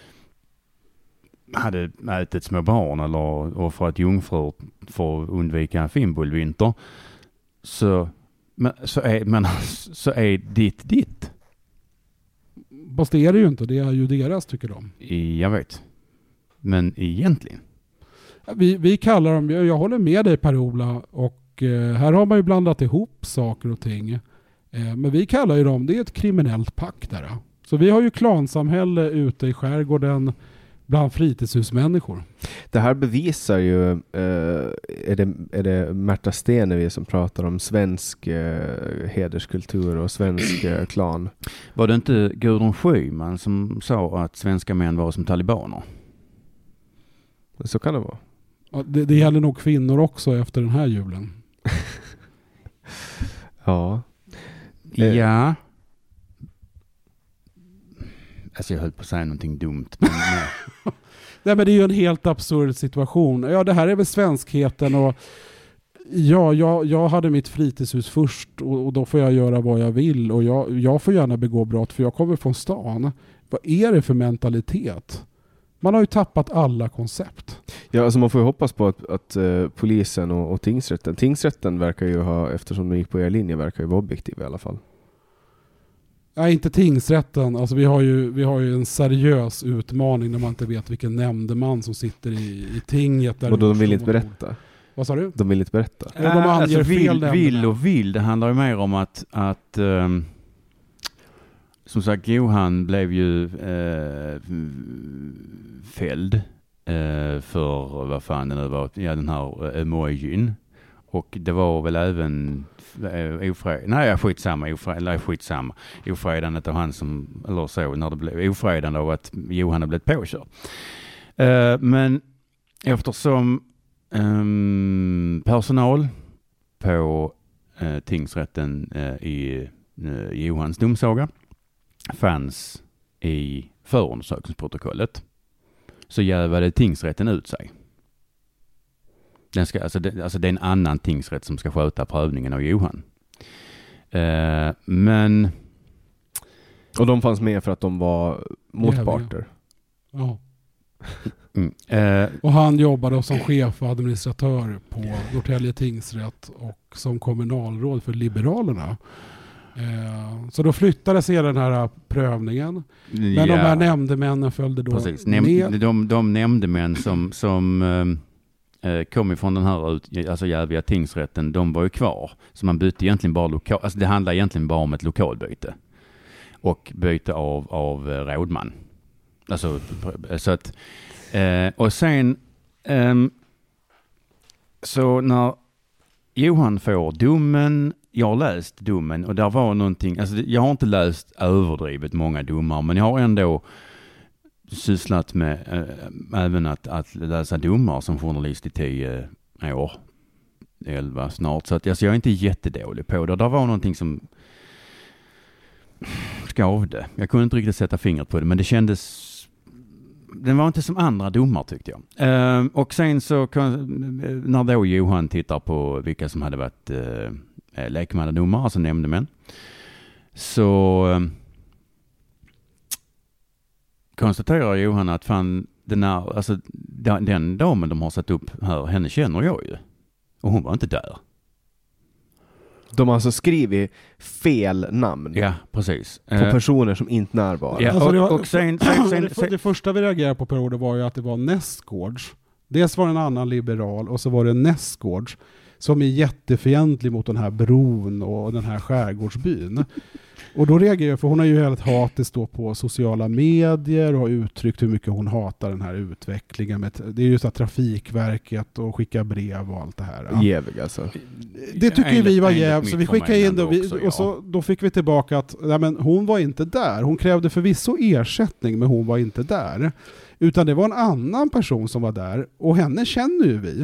hade ätit små barn eller och för att jungfrur får undvika finnbullvinter, så Men så är, men, så är ditt ditt. Fast det är det ju inte. Det är ju deras, tycker de. Jag vet. Men egentligen. Vi, vi kallar dem, jag, jag håller med dig Per-Ola, och eh, här har man ju blandat ihop saker och ting. Eh, men vi kallar ju dem, det är ett kriminellt pack där. Så vi har ju klansamhälle ute i skärgården bland fritidshusmänniskor. Det här bevisar ju, eh, är, det, är det Märta Stenevi som pratar om svensk eh, hederskultur och svensk eh, klan? Var det inte Gudrun Schyman som sa att svenska män var som talibaner? Så kan det vara. Ja, det, det gäller nog kvinnor också efter den här julen. Ja. Ja. Alltså jag höll på att säga någonting dumt. Men nej. Nej, men det är ju en helt absurd situation. Ja, det här är väl svenskheten, och ja, jag, jag hade mitt fritidshus först och, och då får jag göra vad jag vill, och jag, jag får gärna begå brott för jag kommer från stan. Vad är det för mentalitet? Man har ju tappat alla koncept. Ja, alltså man får ju hoppas på att, att uh, polisen och, och tingsrätten, tingsrätten verkar ju ha, eftersom de gick på er linje, verkar ju vara objektiv i alla fall. Nej, inte tingsrätten. Alltså vi har ju, vi har ju en seriös utmaning när man inte vet vilken nämndeman som sitter i, i tinget. Där och då de vill inte berätta. Vad sa du? De vill inte berätta. Ja, de anger alltså, fel vill, nämndemän. vill och vill. Det handlar ju mer om att, att um, som sagt, Johan blev ju uh, fälld uh, för vad fan det nu var, ja, den här uh, emojin. Och det var väl även uh, ofred, nej skitsamma, ofred, eller skitsamma, ofredandet av han som, eller så, när det blev ofredande av att Johan hade blivit påkörd. Uh, men eftersom um, personal på uh, tingsrätten uh, i uh, Johans domsaga fanns i förundersökningsprotokollet, så jävade tingsrätten ut sig. Den ska, alltså, det, alltså det är en annan tingsrätt som ska sköta prövningen av Johan. Uh, men... Och de fanns med för att de var motparter. Ja. Mm. Uh, och han jobbade som chef och administratör på Norrtälje tingsrätt och som kommunalråd för Liberalerna. Uh, så då flyttades hela den här prövningen. Men ja. de här nämndemännen följde då Precis. Näm- med. De, de nämndemän som... som um, kom ifrån den här ut, alltså jävliga tingsrätten, de var ju kvar. Så man bytte egentligen bara lokal, alltså det handlar egentligen bara om ett lokalbyte. Och byte av, av rådman. Alltså, så att, eh, och sen eh, så när Johan får domen, jag har läst domen och där var någonting, alltså jag har inte läst överdrivet många domar, men jag har ändå sysslat med äh, även att, att läsa domar som journalist i tio år, elva snart. Så att, alltså, jag är inte jättedålig på det. Där var någonting som skavde. Jag kunde inte riktigt sätta fingret på det, men det kändes... Den var inte som andra domar, tyckte jag. Uh, och sen så när då Johan tittar på vilka som hade varit uh, lekmannadomar, alltså nämndemän, så... Uh, konstaterar Johan att fan, den, här, alltså, den, den damen de har satt upp här, henne känner jag ju. Och hon var inte där. De har alltså skrivit fel namn. Ja, precis. På uh, personer som inte närvarar. Ja, alltså, och, det, var, och sen, sen, sen, det, sen, det första vi reagerade på Per, det var ju att det var Nästgårds. Dels var det en annan liberal och så var det Nästgårds som är jättefientlig mot den här bron och den här skärgårdsbyn. Och då reagerar jag, för hon har ju helt hatiskt då på sociala medier och har uttryckt hur mycket hon hatar den här utvecklingen. Med, det är ju så här Trafikverket och skicka brev och allt det här. Ja. Jävig alltså. Det tycker enligt, vi var jävligt. Så vi skickade in det och, vi, också, och så, då fick vi tillbaka att nej, men hon var inte där. Hon krävde förvisso ersättning, men hon var inte där. Utan det var en annan person som var där och henne känner ju vi.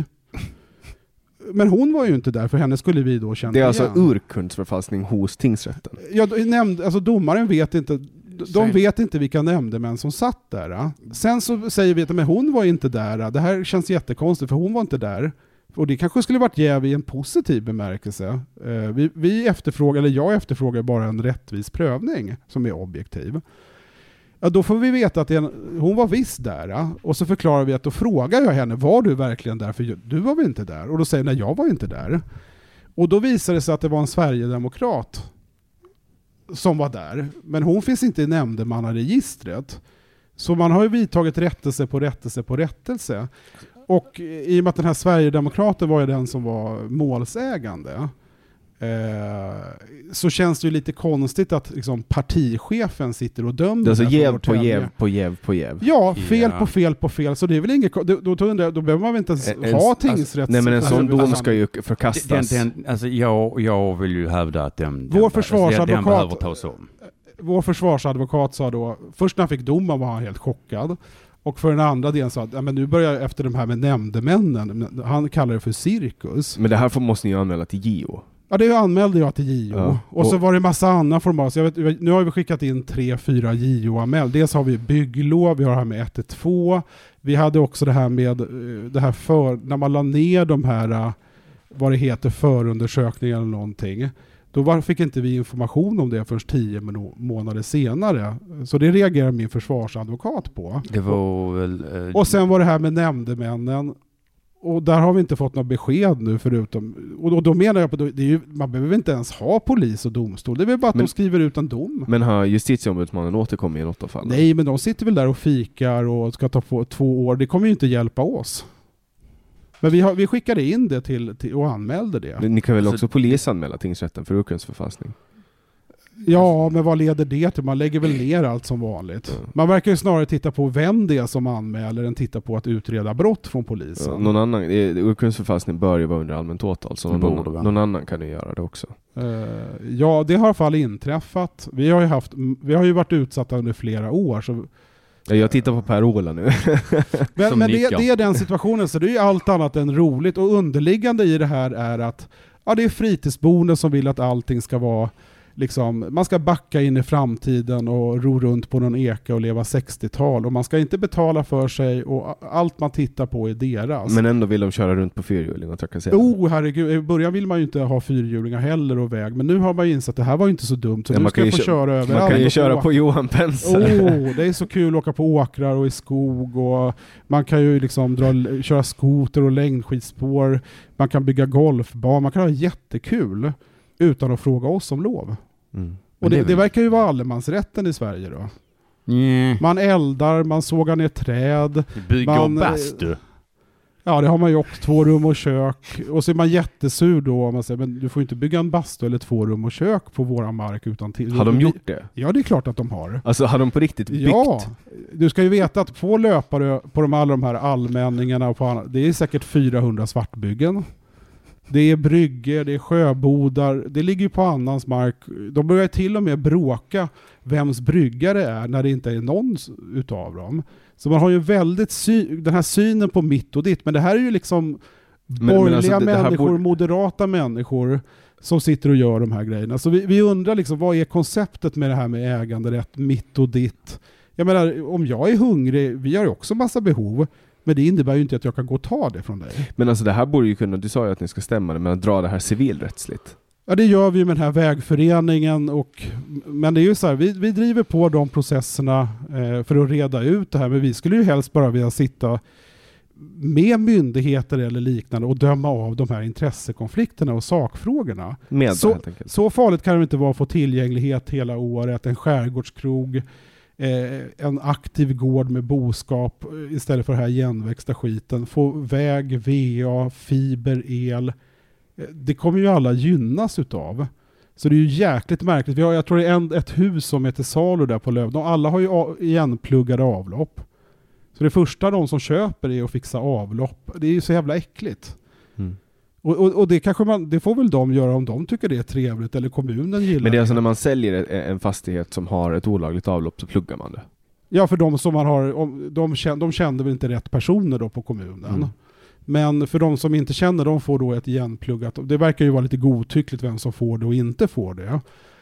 Men hon var ju inte där, för henne skulle vi då känna Det är igen. alltså urkundsförfalskning hos tingsrätten. Ja, nämnd, alltså domaren vet inte, de vet inte vilka nämndemän som satt där. Sen så säger vi att men hon var inte där. Det här känns jättekonstigt, för hon var inte där. Och det kanske skulle varit jäv i en positiv bemärkelse. Vi, vi efterfrågar, eller jag efterfrågar bara en rättvis prövning som är objektiv. Ja, då får vi veta att en, hon var visst där. Och så förklarar vi att då frågar jag henne, var du verkligen där? För du var väl inte där? Och då säger hon, nej, jag var inte där. Och då visar det sig att det var en Sverigedemokrat som var där. Men hon finns inte i nämndemannaregistret. Så man har ju vidtagit rättelse på rättelse på rättelse. Och i och med att den här Sverigedemokraten var ju den som var målsägande, Eh, så känns det ju lite konstigt att liksom, partichefen sitter och dömer. Det är alltså jäv på jäv på jäv på jäv. Ja, fel yeah. på fel på fel. Så det är väl inget, då, då, då, då behöver man väl inte ens en, ha alltså, tingsrätt. Nej, men en sån dom alltså, ska ju förkastas. Den, den, alltså jag, jag vill ju hävda att den, Vår den, försvarsadvokat, den behöver tas om. Vår försvarsadvokat sa då, först när han fick domen var han helt chockad. Och för den andra delen sa att ja, men nu börjar jag efter de här med nämndemännen. Han kallar det för cirkus. Men det här får, måste ni ju anmäla till J O. Ja, det anmälde jag till J O. Ja, och, och så var det massa annan format. Så jag vet, nu har vi skickat in tre, fyra J O-anmäl. Dels har vi bygglov, vi har det här med ett till två. Vi hade också det här med det här för, när man la ner de här, vad det heter, förundersökningar eller någonting. Då var, fick inte vi information om det först tio månader senare. Så det reagerar min försvarsadvokat på. Det var väl, eh, och sen var det här med nämndemännen. och där har vi inte fått något besked nu förutom, och då, då menar jag på, det är ju, man behöver inte ens ha polis och domstol, det är väl bara att men, de skriver ut en dom. Men har justitieombudsmannen återkommit i något av fallen? Nej, men de sitter väl där och fikar och ska ta på två år, det kommer ju inte hjälpa oss. Men vi, har, vi skickade in det till, till och anmälde det. Men ni kan väl också polisanmäla tingsrätten för urkundsförfalskning? Ja, men vad leder det till? Man lägger väl ner allt som vanligt. Ja. Man verkar ju snarare titta på vem det är som anmäler än titta på att utreda brott från polisen. Ja, någon annan, urkundsförfalskning bör ju vara under allmänt åtal, så någon, någon annan kan ju göra det också. Uh, ja, det har i alla fall inträffat. Vi har ju, haft, vi har ju varit utsatta under flera år, så jag tittar på Per-Ola nu. men men det, det är den situationen, så det är ju allt annat än roligt. Och underliggande i det här är att ja, det är fritidsboende som vill att allting ska vara liksom, man ska backa in i framtiden och ro runt på någon eka och leva sextiotal. Och man ska inte betala för sig och allt man tittar på är deras. Men ändå vill de köra runt på fyrhjuling och trakassera. Oh, herregud. I början vill man ju inte ha fyrhjulingar heller och väg. Men nu har man ju insett att det här var ju inte så dumt. Så ja, nu ska jag få köra överallt. Man kan ju köra på Johan Pensar. Oh, det är så kul att åka på åkrar och i skog. Och man kan ju liksom dra, köra skoter och längdskidspår. Man kan bygga golfbar. Man kan ha jättekul utan att fråga oss om lov. Mm. Och det, det verkar ju vara allemansrätten i Sverige då. Mm. Man eldar, man sågar ner träd. Bygger man, bastu. Ja, det har man ju också. Två rum och kök. Och så är man jättesur då om man säger, men du får inte bygga en bastu eller två rum och kök på våra mark utan till. Har de gjort det? Ja, det är klart att de har. Alltså har de på riktigt byggt? Ja, du ska ju veta att på löpare på de alla de här allmänningarna och på, det är säkert fyrahundra svartbyggen. Det är brygger, det är sjöbodar, det ligger ju på annans mark. De börjar till och med bråka vems bryggare är när det inte är någon utav dem. Så man har ju väldigt sy- den här synen på mitt och ditt. Men det här är ju liksom men, borgerliga men alltså det, människor, det borde... moderata människor som sitter och gör de här grejerna. Så vi, vi undrar liksom, vad är konceptet med det här med äganderätt, mitt och ditt? Jag menar, om jag är hungrig, vi har ju också massa behov. Men det innebär ju inte att jag kan gå och ta det från dig. Men alltså det här borde ju kunna, du sa ju att ni ska stämma det, men att dra det här civilrättsligt. Ja, det gör vi med den här vägföreningen. Och, men det är ju så här, vi, vi driver på de processerna eh, för att reda ut det här. Men vi skulle ju helst bara vilja sitta med myndigheter eller liknande och döma av de här intressekonflikterna och sakfrågorna. Med så, helt enkelt. Så farligt kan det inte vara att få tillgänglighet hela året, en skärgårdskrog, Eh, en aktiv gård med boskap istället för det här igenväxta skiten. Få väg, V A, fiber, el. Eh, det kommer ju alla gynnas utav. Så det är ju jäkligt märkligt. Vi har, jag tror det är en, ett hus som heter Salu där på Löv. De alla har ju a- igenpluggade avlopp. Så det första de som köper är att fixa avlopp. Det är ju så jävla äckligt. Mm. Och, och, och det kanske man, det får väl de göra om de tycker det är trevligt eller kommunen gillar. Men det är alltså när man säljer en fastighet som har ett olagligt avlopp så pluggar man det? Ja, för de som man har, de kände, de kände väl inte rätt personer då på kommunen. Mm. Men för de som inte känner, de får då ett igenpluggat. Det verkar ju vara lite godtyckligt vem som får det och inte får det.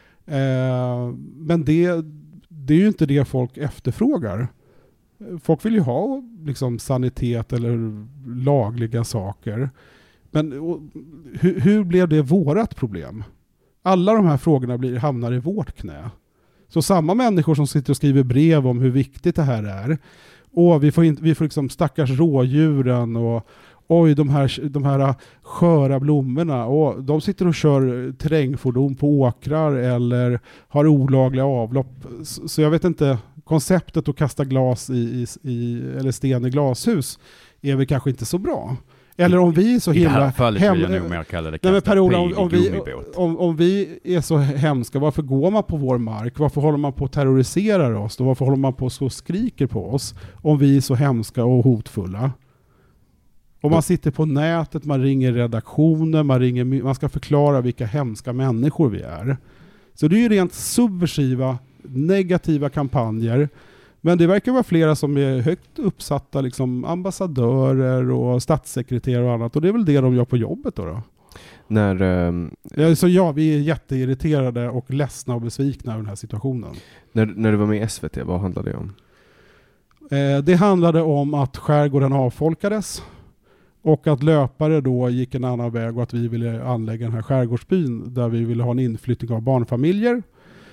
Eh, men det, det är ju inte det folk efterfrågar. Folk vill ju ha liksom sanitet eller lagliga saker. Men och, hur, hur blev det vårat problem? Alla de här frågorna blir, hamnar i vårt knä. Så samma människor som sitter och skriver brev om hur viktigt det här är. Och vi får, inte, vi får liksom stackars rådjuren och oj, de här, de här sköra blommorna. Och de sitter och kör terrängfordon på åkrar eller har olagliga avlopp. Så, så jag vet inte, konceptet att kasta glas i, i, i, eller sten i glashus är väl kanske inte så bra. Eller om vi är så himla... I det här fallet hem- vill jag nog mer kalla det Nej, men Per-Ola, om, pil om, i vi, gummibåt. om, om vi är så hemska, varför går man på vår mark? Varför håller man på att terrorisera oss? Då? Varför håller man på och skriker på oss? Om vi är så hemska och hotfulla. Om man sitter på nätet, man ringer redaktioner, man, ringer, man ska förklara vilka hemska människor vi är. Så det är ju rent subversiva, negativa kampanjer. Men det verkar vara flera som är högt uppsatta, liksom ambassadörer och statssekreterare och annat. Och det är väl det de gör på jobbet då? då? När, um, ja, så ja, vi är jätteirriterade och ledsna och besvikna över den här situationen. När, när du var med i S V T, vad handlade det om? Eh, det handlade om att skärgården avfolkades. Och att löpare då gick en annan väg och att vi ville anlägga den här skärgårdsbyn där vi ville ha en inflyttning av barnfamiljer.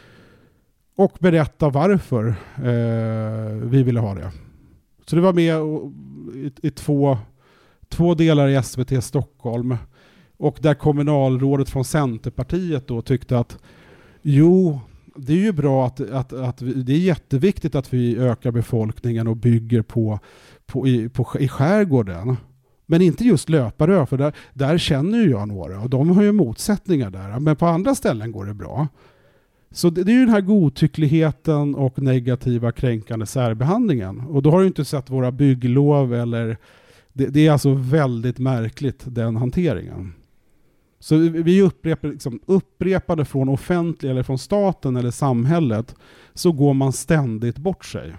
Och berätta varför eh, vi ville ha det. Så det var med och, i, i två, två delar i S V T Stockholm. Och där kommunalrådet från Centerpartiet då tyckte att jo, det är ju bra att, att, att vi, det är jätteviktigt att vi ökar befolkningen och bygger på, på, i, på, i skärgården. Men inte just Löparö, för där, där känner ju jag några och de har ju motsättningar där. Men på andra ställen går det bra. Så det, det är ju den här godtyckligheten och negativa kränkande särbehandlingen. Och då har du inte sett våra bygglov eller... Det, det är alltså väldigt märkligt, den hanteringen. Så vi upprepar, liksom, upprepade från offentliga eller från staten eller samhället så går man ständigt bort sig.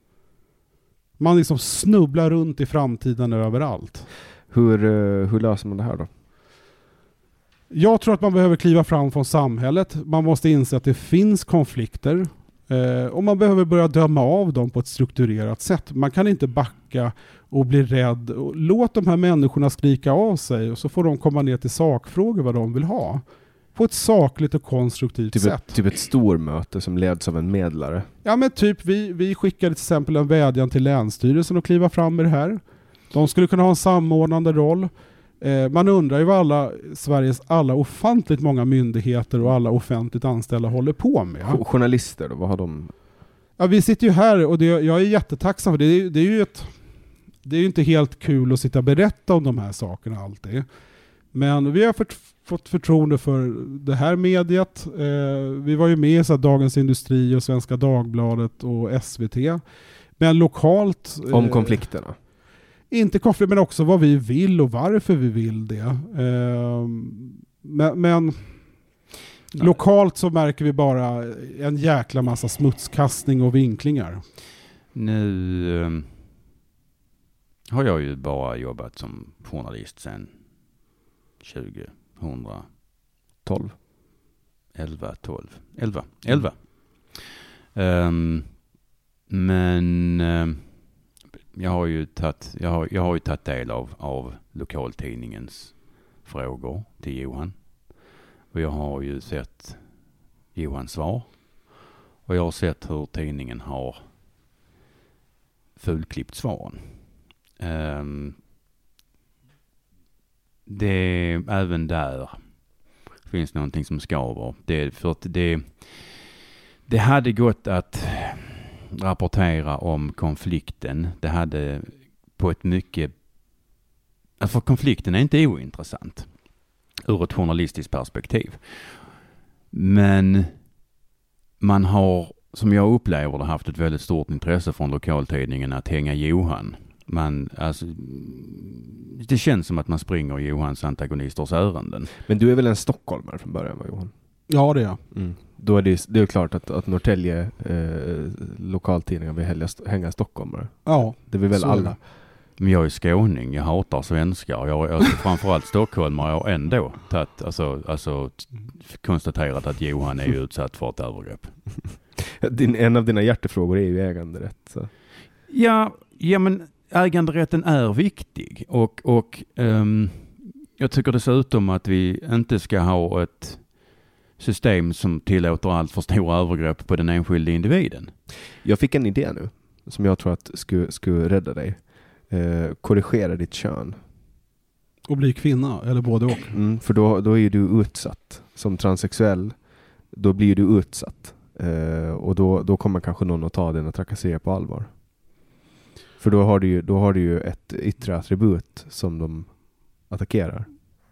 Man liksom snubblar runt i framtiden överallt. Hur, hur löser man det här då? Jag tror att man behöver kliva fram från samhället. Man måste inse att det finns konflikter. Eh, och man behöver börja döma av dem på ett strukturerat sätt. Man kan inte backa och bli rädd. Låt de här människorna skrika av sig och så får de komma ner till sakfrågor vad de vill ha. På ett sakligt och konstruktivt typ sätt. Ett, typ ett stormöte som leds av en medlare. Ja men typ vi, vi skickade till exempel en vädjan till Länsstyrelsen att kliva fram med det här. De skulle kunna ha en samordnande roll. Eh, man undrar ju vad alla Sveriges alla ofantligt många myndigheter och alla offentligt anställda håller på med. Journalister då, vad har de? Ja, vi sitter ju här och det, jag är jättetacksam för det. Det är, det är ju ett, det är ju inte helt kul att sitta och berätta om de här sakerna alltid. Men vi har fått, fått förtroende för det här mediet. Eh, vi var ju med i så här Dagens Industri och Svenska Dagbladet och S V T. Men lokalt... Eh, om konflikterna? Inte konflikt, men också vad vi vill och varför vi vill det. Eh, men men lokalt så märker vi bara en jäkla massa smutskastning och vinklingar. Nu eh, har jag ju bara jobbat som journalist sedan tjugohundratolv. elva, tolv. elva. elva. Um, men um, jag har ju tagit jag har, jag har ju tagit del av, av lokaltidningens frågor till Johan. Och jag har ju sett Johans svar. Och jag har sett hur tidningen har fullklippt svaren. Um, det även där finns någonting som skaver. Det, för att det, det hade gått att rapportera om konflikten. Det hade på ett mycket... För konflikten är inte ointressant ur ett journalistiskt perspektiv. Men man har, som jag upplever det, haft ett väldigt stort intresse från lokaltidningen att hänga Johan. Man, alltså, det känns som att man springer Johans antagonisters ärenden. Men du är väl en stockholmare från början, va, Johan? Ja, det är jag. Mm. Då är det, det är klart att, att Norrtälje eh, lokaltidningar vill hänga, hänga stockholmare. Ja. Det vill väl alla. Men jag är skåning, jag hatar svenskar. Jag är alltså framförallt stockholmare och ändå tatt, alltså, alltså, konstaterat att Johan är utsatt för ett övergrepp. Din, en av dina hjärtefrågor är ju äganderätt. Så. Ja, ja, men äganderätten är viktig. Och, och um, jag tycker dessutom att vi inte ska ha ett system som tillåter allt för stora övergrepp på den enskilda individen. Jag fick en idé nu som jag tror att skulle, skulle rädda dig. Eh, korrigera ditt kön. Och bli kvinna, eller både och. Mm, för då, då är ju du utsatt. Som transsexuell, då blir du utsatt. Eh, och då, då kommer kanske någon att ta dina trakasserier på allvar. För då har du ju, då har du ju ett yttre attribut som de attackerar.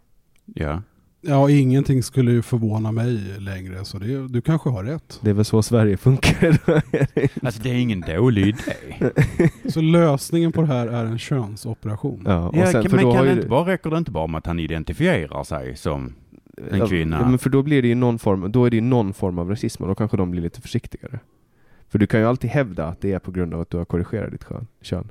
Ja. Ja, ingenting skulle ju förvåna mig längre, så det, du kanske har rätt. Det är väl så Sverige funkar. Alltså det är ingen dålig idé. Så lösningen på det här är en könsoperation. Ja, och ja, sen, kan, för men då kan har det ju, inte bara, räcker det inte bara med att han identifierar sig som en ja, kvinna? Ja, men för då blir det ju någon form, då är det ju någon form av rasism och då kanske de blir lite försiktigare. För du kan ju alltid hävda att det är på grund av att du har korrigerat ditt kön. kön.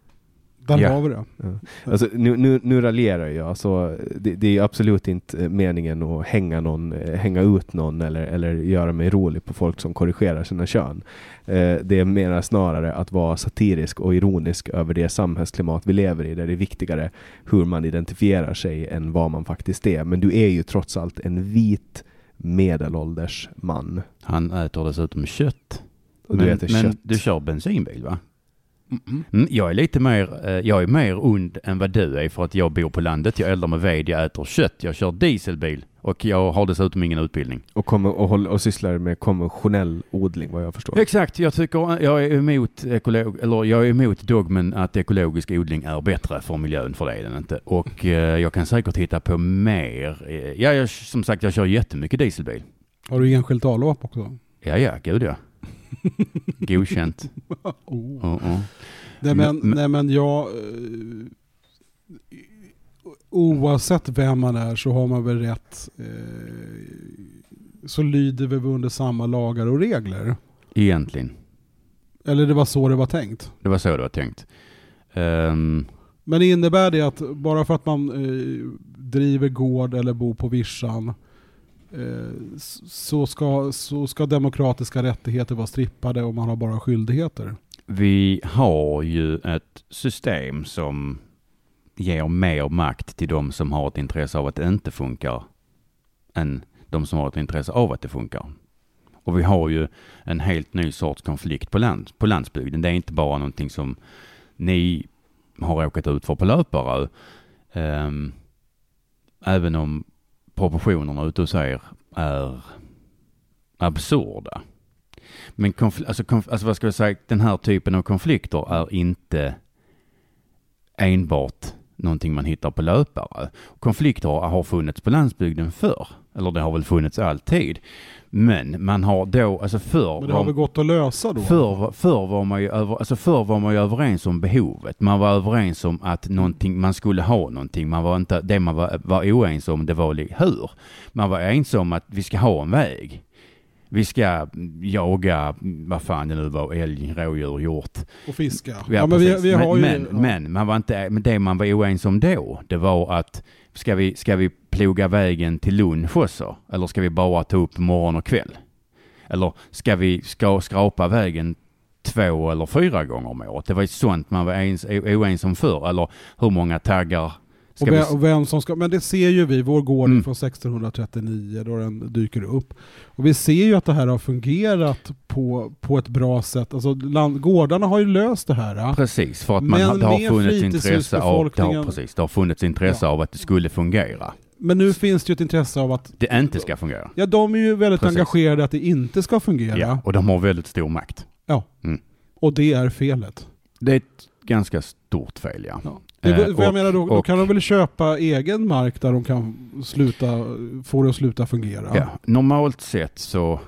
Där ja. har vi det. Ja. Alltså, nu, nu, nu raljerar jag. Alltså, det, det är absolut inte meningen att hänga, någon, hänga ut någon eller, eller göra mig rolig på folk som korrigerar sina kön. Eh, det är mer snarare att vara satirisk och ironisk över det samhällsklimat vi lever i, där det är viktigare hur man identifierar sig än vad man faktiskt är. Men du är ju trots allt en vit medelålders man. Han äter dessutom kött. Och men du äter men kött. du kör bensinbil, va? Mm. Mm, jag är lite mer, eh, jag är mer ond än vad du är för att jag bor på landet. Jag eldar med ved, jag äter kött, jag kör dieselbil och jag har dessutom ingen utbildning. Och, kommer, och, håll, och sysslar med konventionell odling, vad jag förstår. Exakt, jag tycker jag är emot ekolog, eller jag är emot dogmen att ekologisk odling är bättre för miljön, för det är den inte. Och eh, jag kan säkert hitta på mer. Eh, ja, jag, som sagt, jag kör jättemycket dieselbil. Har du enskilt avlopp också? Ja, ja, gud ja. Godkänt. oh. Oh, oh. Nej, men, men, nej men jag eh, oavsett vem man är så har man väl rätt eh, så lyder vi under samma lagar och regler. Egentligen. Eller det var så det var tänkt. Det var så det var tänkt. Um, men innebär det att bara för att man eh, driver gård eller bor på vischan eh, så, ska, så ska demokratiska rättigheter vara strippade och man har bara skyldigheter? Vi har ju ett system som ger mer makt till de som har ett intresse av att det inte funkar än de som har ett intresse av att det funkar. Och vi har ju en helt ny sorts konflikt på, land, på landsbygden. Det är inte bara någonting som ni har råkat ut för på Löparö. Um, även om proportionerna ute hos er är absurda. Men konfl- alltså, konf- alltså vad ska jag säga, den här typen av konflikter är inte enbart någonting man hittar på Löparö. Konflikter har funnits på landsbygden förr. Eller det har väl funnits alltid. Men man har då, alltså förr... Men det har väl gått att lösa då? Förr, förr, var man ju över, alltså förr var man ju överens om behovet. Man var överens om att någonting, man skulle ha någonting. Man var inte, det man var, var oense om, det var hur. Man var ense om att vi ska ha en väg. Vi ska jaga, vad fan det nu var, älg, rådjur, hjort. Och fiska. Ja, ja, men, vi, vi har men, ju, men, ja. men, man var inte, men det man var oense om då, det var att ska vi, ska vi ploga vägen till lunch också? Eller ska vi bara ta upp morgon och kväll? Eller ska vi ska skrapa vägen två eller fyra gånger om året? Det var ju sånt man var ens, oense om förr. Eller hur många taggar och vem, och vem som ska, men det ser ju vi, vår gård mm. från sexton trettionio då den dyker upp. Och vi ser ju att det här har fungerat på, på ett bra sätt. Alltså land, gårdarna har ju löst det här. Precis, för att man har, det har funnits intresse av det har, precis, det har funnits intresse ja. av att det skulle fungera. Men nu finns det ju ett intresse av att det inte ska fungera. Ja, de är ju väldigt precis. engagerade att det inte ska fungera. Ja, och de har väldigt stor makt. Ja, mm. och det är felet. Det är ett ganska stort fel, ja. ja. Det, eh, och, jag menar, då, och, då kan de väl köpa egen mark där de kan sluta, få det att sluta fungera. Ja, normalt sett så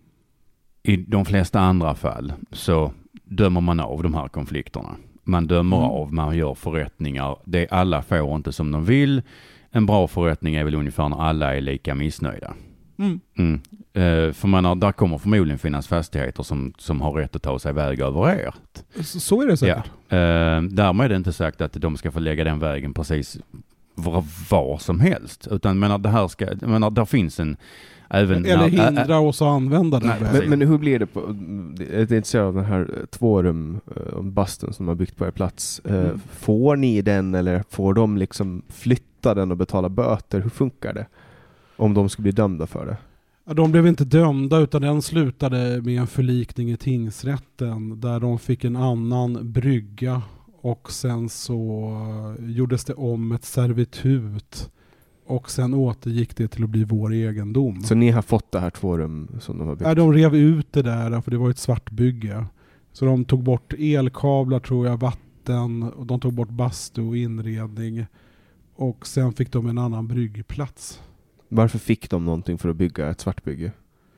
i de flesta andra fall så dömer man av de här konflikterna. Man dömer mm. av, man gör förrättningar. Det alla får inte som de vill. En bra förrättning är väl ungefär när alla är lika missnöjda. Mm. Mm. Uh, för man har, där kommer förmodligen finnas fastigheter som, som har rätt att ta sig väg över er. Så, så är det säkert. Ja. Uh, därmed är det inte sagt att de ska få lägga den vägen precis var, var som helst. Utan menar, det här ska, menar, där finns en även eller när, hindra äh, oss att använda den. Men, men hur blir det på, jag är intresserad av den här tvårum uh, bastun som de har byggt på er plats. Uh, mm. Får ni den eller får de liksom flytta den och betala böter? Hur funkar det? Om de skulle bli dömda för det? Ja, de blev inte dömda utan den slutade med en förlikning i tingsrätten där de fick en annan brygga och sen så gjordes det om ett servitut och sen återgick det till att bli vår egendom. Så ni har fått det här två rum som de har byggt? Ja, de rev ut det där för det var ett svartbygge. Så de tog bort elkablar tror jag, vatten och de tog bort bastu och inredning och sen fick de en annan bryggplats. Varför fick de någonting för att bygga ett svartbygge?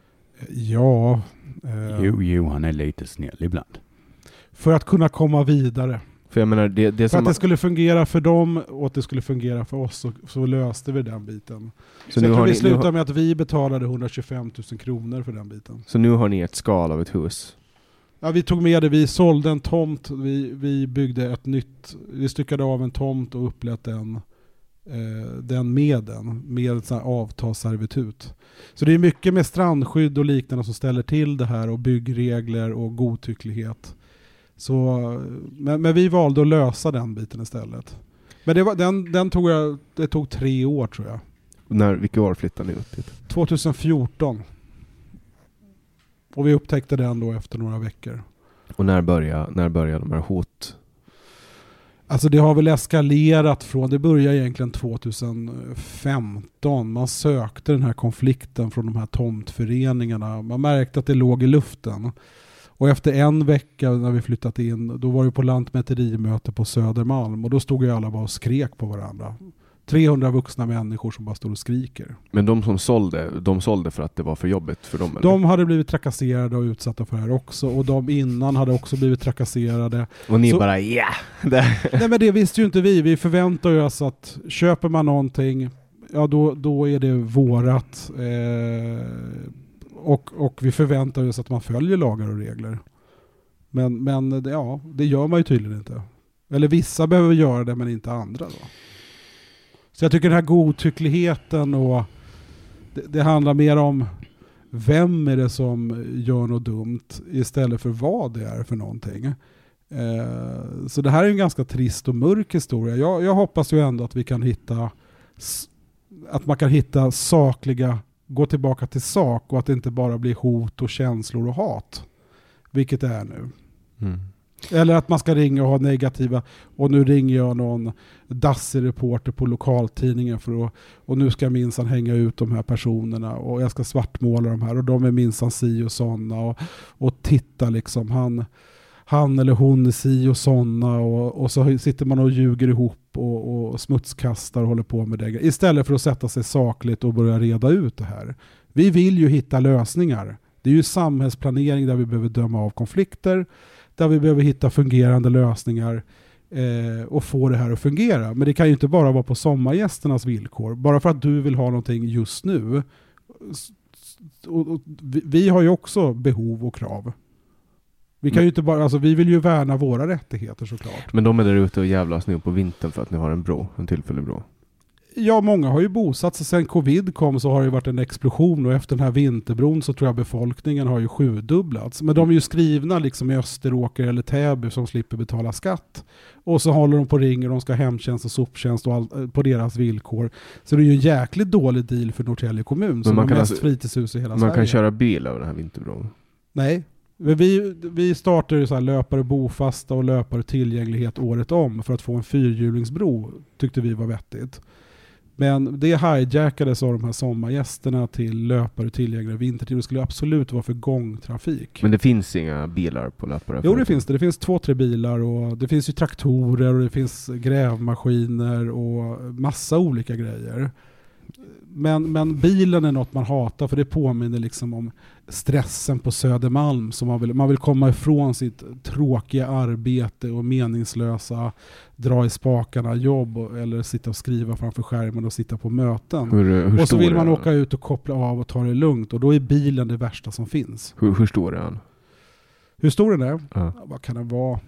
Ja. Eh, jo, jo, han är lite snäll ibland. För att kunna komma vidare. För jag menar, det, det för som att det skulle fungera för dem och att det skulle fungera för oss så, så löste vi den biten. Så, så nu har vi slutade har... med att vi betalade hundratjugofem tusen kronor för den biten. Så nu har ni ett skal av ett hus? Ja, vi tog med det. Vi sålde en tomt. Vi, vi byggde ett nytt. Vi styckade av en tomt och upplät den. den med den, med ett avtalsservitut. Så det är mycket med strandskydd och liknande som ställer till det här och byggregler och godtycklighet. Så, men, men vi valde att lösa den biten istället. Men det, var, den, den tog jag, det tog tre år tror jag. När, vilka år flyttade ni upp dit? tjugohundrafjorton. Och vi upptäckte den då efter några veckor. Och när började, när började de här hot, Alltså det har väl eskalerat från, det började egentligen tjugohundrafemton. Man sökte den här konflikten från de här tomtföreningarna. Man märkte att det låg i luften. Och efter en vecka när vi flyttat in, då var det på lantmäterimöte på Södermalm. Och då stod ju alla bara och skrek på varandra. trehundra vuxna människor som bara står och skriker. Men de som sålde, de sålde för att det var för jobbigt för dem? Eller? De hade blivit trakasserade och utsatta för det här också. Och de innan hade också blivit trakasserade. Och ni Så, bara, ja! Yeah. Nej, men det visste ju inte vi. Vi förväntar oss att köper man någonting, ja då, då är det vårat. Eh, och, och vi förväntar oss att man följer lagar och regler. Men, men ja, det gör man ju tydligen inte. Eller vissa behöver göra det men inte andra då. Så jag tycker den här godtyckligheten och det, det handlar mer om vem är det som gör något dumt istället för vad det är för någonting. Eh, så det här är en ganska trist och mörk historia. Jag, jag hoppas ju ändå att vi kan hitta att man kan hitta sakliga, gå tillbaka till sak och att det inte bara blir hot och känslor och hat. Vilket det är nu. Mm. Eller att man ska ringa och ha negativa, och nu ringer jag någon dassig reporter på lokaltidningen för att, och nu ska jag minsann hänga ut de här personerna och jag ska svartmåla de här och de är minsann si och såna och, och titta liksom, han, han eller hon är si och såna och, och så sitter man och ljuger ihop och, och smutskastar och håller på med det istället för att sätta sig sakligt och börja reda ut det här. Vi vill ju hitta lösningar. Det är ju samhällsplanering där vi behöver döma av konflikter, där vi behöver hitta fungerande lösningar eh, och få det här att fungera. Men det kan ju inte bara vara på sommargästernas villkor. Bara för att du vill ha någonting just nu. Och, och, vi, vi har ju också behov och krav. Vi kan men, ju inte bara, alltså vi vill ju värna våra rättigheter såklart. Men de är där ute och jävlas nu på vintern för att ni har en bro, en tillfällig bro. Ja, många har ju bosatt sig. Sen covid kom så har det varit en explosion och efter den här vinterbron så tror jag befolkningen har ju sjudubblats. Men de är ju skrivna liksom i Österåker eller Täby som slipper betala skatt. Och så håller de på ringer, de ska ha hemtjänst och soptjänst och all, på deras villkor. Så det är ju en jäkligt dålig deal för Norrtälje kommun som har mest alltså, fritidshus i hela man Sverige. Man kan köra bil över den här vinterbron? Nej. Vi, vi startade så här löpare bofasta och löpare tillgänglighet året om för att få en fyrhjulingsbro, tyckte vi var vettigt. Men det hijackades av de här sommargästerna till löpare tillgängliga vintertid. Det skulle absolut vara för gångtrafik. Men det finns inga bilar på löpare? Jo, det finns det. Det finns två, tre bilar och det finns ju traktorer och det finns grävmaskiner och massa olika grejer. Men, men bilen är något man hatar för det påminner liksom om stressen på Södermalm som man vill, man vill komma ifrån sitt tråkiga arbete och meningslösa dra i spakarna jobb och, eller sitta och skriva framför skärmen och sitta på möten. Hur, hur och så vill man är åka ut och koppla av och ta det lugnt och då är bilen det värsta som finns. Hur, hur stor är den? Hur stor den är? Ja. Vad kan den vara?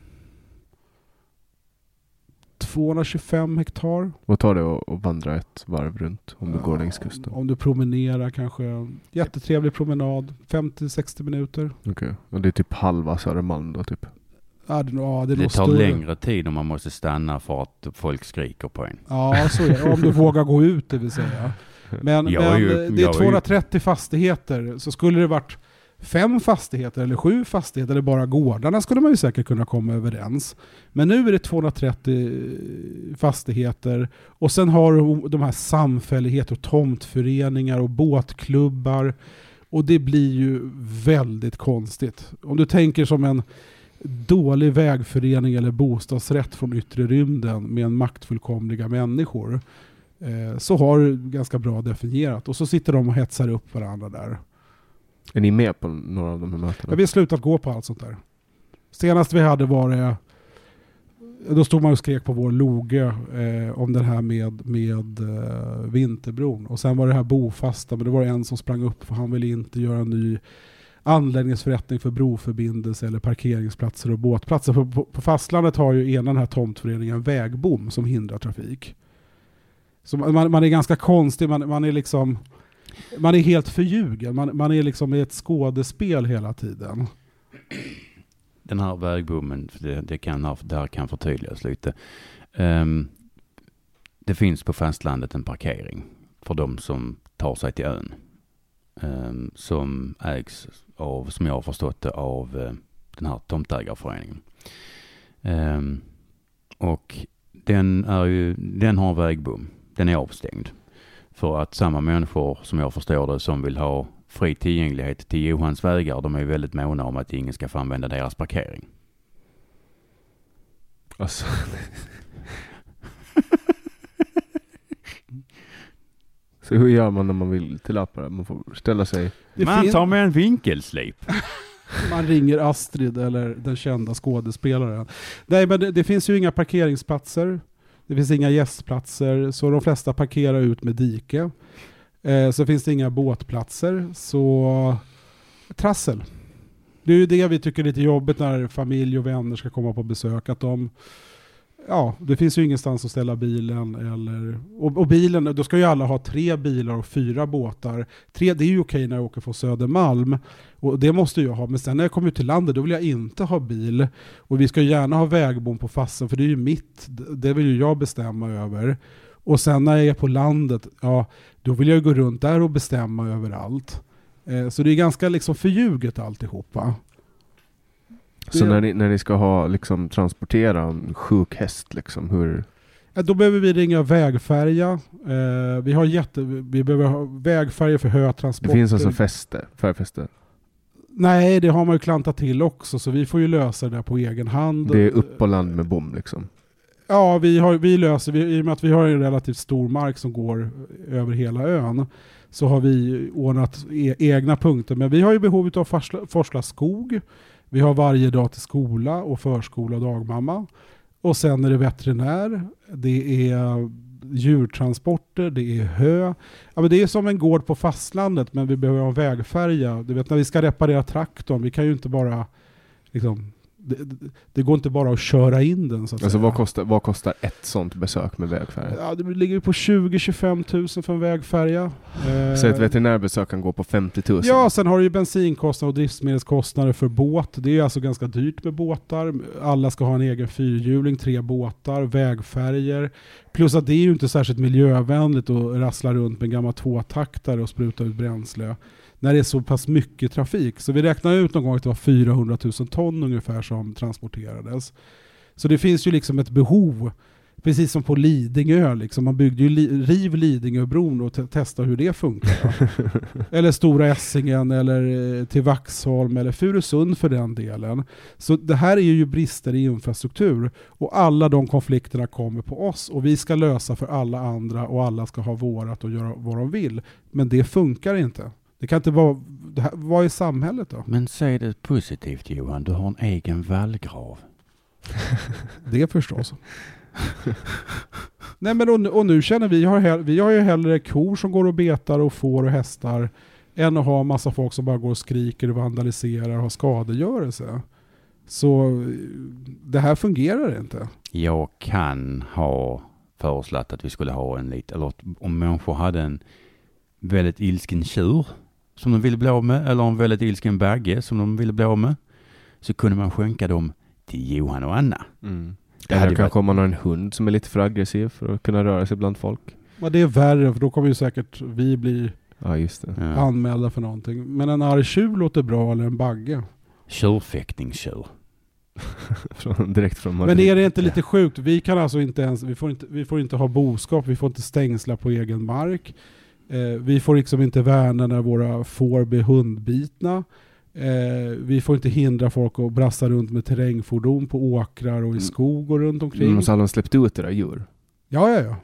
tvåhundratjugofem hektar. Vad tar det att, att vandra ett varv runt om du ja, går längs kusten? Om du promenerar kanske. Jättetrevlig promenad. femtio till sextio minuter. Okej. Okay. Och det är typ halva Södermalm då typ? Ja, det, ja, det, det tar större. längre tid om man måste stanna för att folk skriker på en. Ja, så är det. Om du vågar gå ut det vill säga. Men, men ju, det är tvåhundratrettio ju. Fastigheter. Så skulle det varit fem fastigheter eller sju fastigheter eller bara gårdarna skulle man ju säkert kunna komma överens. Men nu är det tvåhundratrettio fastigheter och sen har du de här samfälligheter och tomtföreningar och båtklubbar och det blir ju väldigt konstigt. Om du tänker som en dålig vägförening eller bostadsrätt från yttre rymden med en maktfullkomliga människor eh, så har du ganska bra definierat och så sitter de och hetsar upp varandra där. Är ni med på några av de här mötena? Ja, vi har slutat gå på allt sånt där. Senast vi hade var det, då stod man och skrek på vår loge eh, om den här med, med eh, vinterbron. Och sen var det här bofasta, men det var en som sprang upp för han ville inte göra en ny anläggningsförrättning för broförbindelse eller parkeringsplatser och båtplatser. För på, på fastlandet har ju ena den här tomtföreningen vägbom som hindrar trafik. Så man, man är ganska konstig, man, man är liksom... Man är helt förljugen. Man, man är liksom i ett skådespel hela tiden. Den här vägbommen, det, det, kan, det här kan förtydligas lite. Um, det finns på fastlandet en parkering för de som tar sig till ön. Um, som ägs av, som jag har förstått det, av uh, den här tomtägarföreningen. Um, Och den, är ju, den har vägbom. Den är avstängd. För att samma människor, som jag förstår det, som vill ha fri tillgänglighet till Johans vägar, de är väldigt måna om att ingen ska få använda deras parkering. Alltså. Så hur gör man när man vill till Lappara? Man får ställa sig... Det man tar med en vinkelslip. Man ringer Astrid eller den kända skådespelaren. Nej, men det, det finns ju inga parkeringsplatser. Det finns inga gästplatser. Så de flesta parkerar ut med dike. Eh, så finns det inga båtplatser. Så trassel. Det är ju det vi tycker är lite jobbigt när familj och vänner ska komma på besök. Att de... Ja, det finns ju ingenstans att ställa bilen. Eller, och, och bilen, då ska ju alla ha tre bilar och fyra båtar. Tre, det är ju okej när jag åker från Södermalm. Och det måste jag ha. Men sen när jag kommer till landet, då vill jag inte ha bil. Och vi ska gärna ha vägbom på Fassen, för det är ju mitt. Det vill ju jag bestämma över. Och sen när jag är på landet, ja, då vill jag gå runt där och bestämma över allt. Eh, så det är ganska liksom förljuget alltihopa. Så när ni, när ni ska ha liksom transportera en sjuk häst liksom, hur... Ja, då behöver vi ringa vägfärja. Eh, vi har jätte vi behöver ha vägfärja för hötransporter. Det finns alltså fäste, färfärfäste? Nej, det har man ju klantat till också, så vi får ju lösa det där på egen hand. Det är upp på land med bom liksom? Ja, vi, har, vi löser, vi, i och med att vi har en relativt stor mark som går över hela ön, så har vi ordnat e- egna punkter. Men vi har ju behov av forsla, forsla skog. Vi har varje dag till skola och förskola och dagmamma. Och sen är det veterinär, det är djurtransporter, det är hö. Ja, men det är som en gård på fastlandet, men vi behöver ha vägfärja. Du vet, när vi ska reparera traktorn, vi kan ju inte bara... Liksom, det, det går inte bara att köra in den. Så att alltså säga. Vad, kostar, vad kostar ett sånt besök med vägfärja? Ja, det ligger på tjugo till tjugofem tusen för en vägfärja. Så ett veterinärbesök kan gå på femtio tusen? Ja, sen har du ju bensinkostnader och driftsmedelskostnader för båt. Det är alltså ganska dyrt med båtar. Alla ska ha en egen fyrhjuling, tre båtar, vägfärger. Plus att det är ju inte särskilt miljövänligt att rassla runt med gamla tvåtaktare och spruta ut bränsle när det är så pass mycket trafik. Så vi räknar ut någon gång att det var fyrahundratusen ton ungefär som transporterades. Så det finns ju liksom ett behov, precis som på Lidingö. Liksom. Man byggde ju li- riv Lidingöbron och te- testa hur det funkar. Eller Stora Essingen, eller till Vaxholm, eller Furusund för den delen. Så det här är ju brister i infrastruktur. Och alla de konflikterna kommer på oss. Och vi ska lösa för alla andra, och alla ska ha vårat och göra vad de vill. Men det funkar inte. Det kan inte vara... Det här, vad är samhället då? Men säg det positivt, Johan. Du har en egen vallgrav. Det förstås. Nej, men och, och nu känner vi, har, vi har ju hellre kor som går och betar och får och hästar än att ha massa folk som bara går och skriker och vandaliserar och har skadegörelse. Så det här fungerar inte. Jag kan ha föreslagit att vi skulle ha en lite... Eller om människor hade en väldigt ilsken tjur som de ville bli av med, eller en väldigt ilsken bagge som de ville bli av med, så kunde man skänka dem till Johan och Anna. Mm. Det här kanske varit... man har en hund som är lite för aggressiv för att kunna röra sig bland folk. Ja, det är värre, för då kommer ju säkert vi bli ja, just det. Ja. anmälda för någonting. Men en arg tjur låter bra, eller en bagge. Tjurfäktningstjur. från, direkt från Madrid. Men är det inte lite sjukt? Vi kan alltså inte ens, vi får inte, vi får inte ha boskap, vi får inte stängsla på egen mark. Eh, vi får liksom inte värna när våra får blir hundbitna. Eh, vi får inte hindra folk att brassa runt med terrängfordon på åkrar och i skog och runt omkring. Mm, så har de släppt ut det där djur? Ja, ja, ja.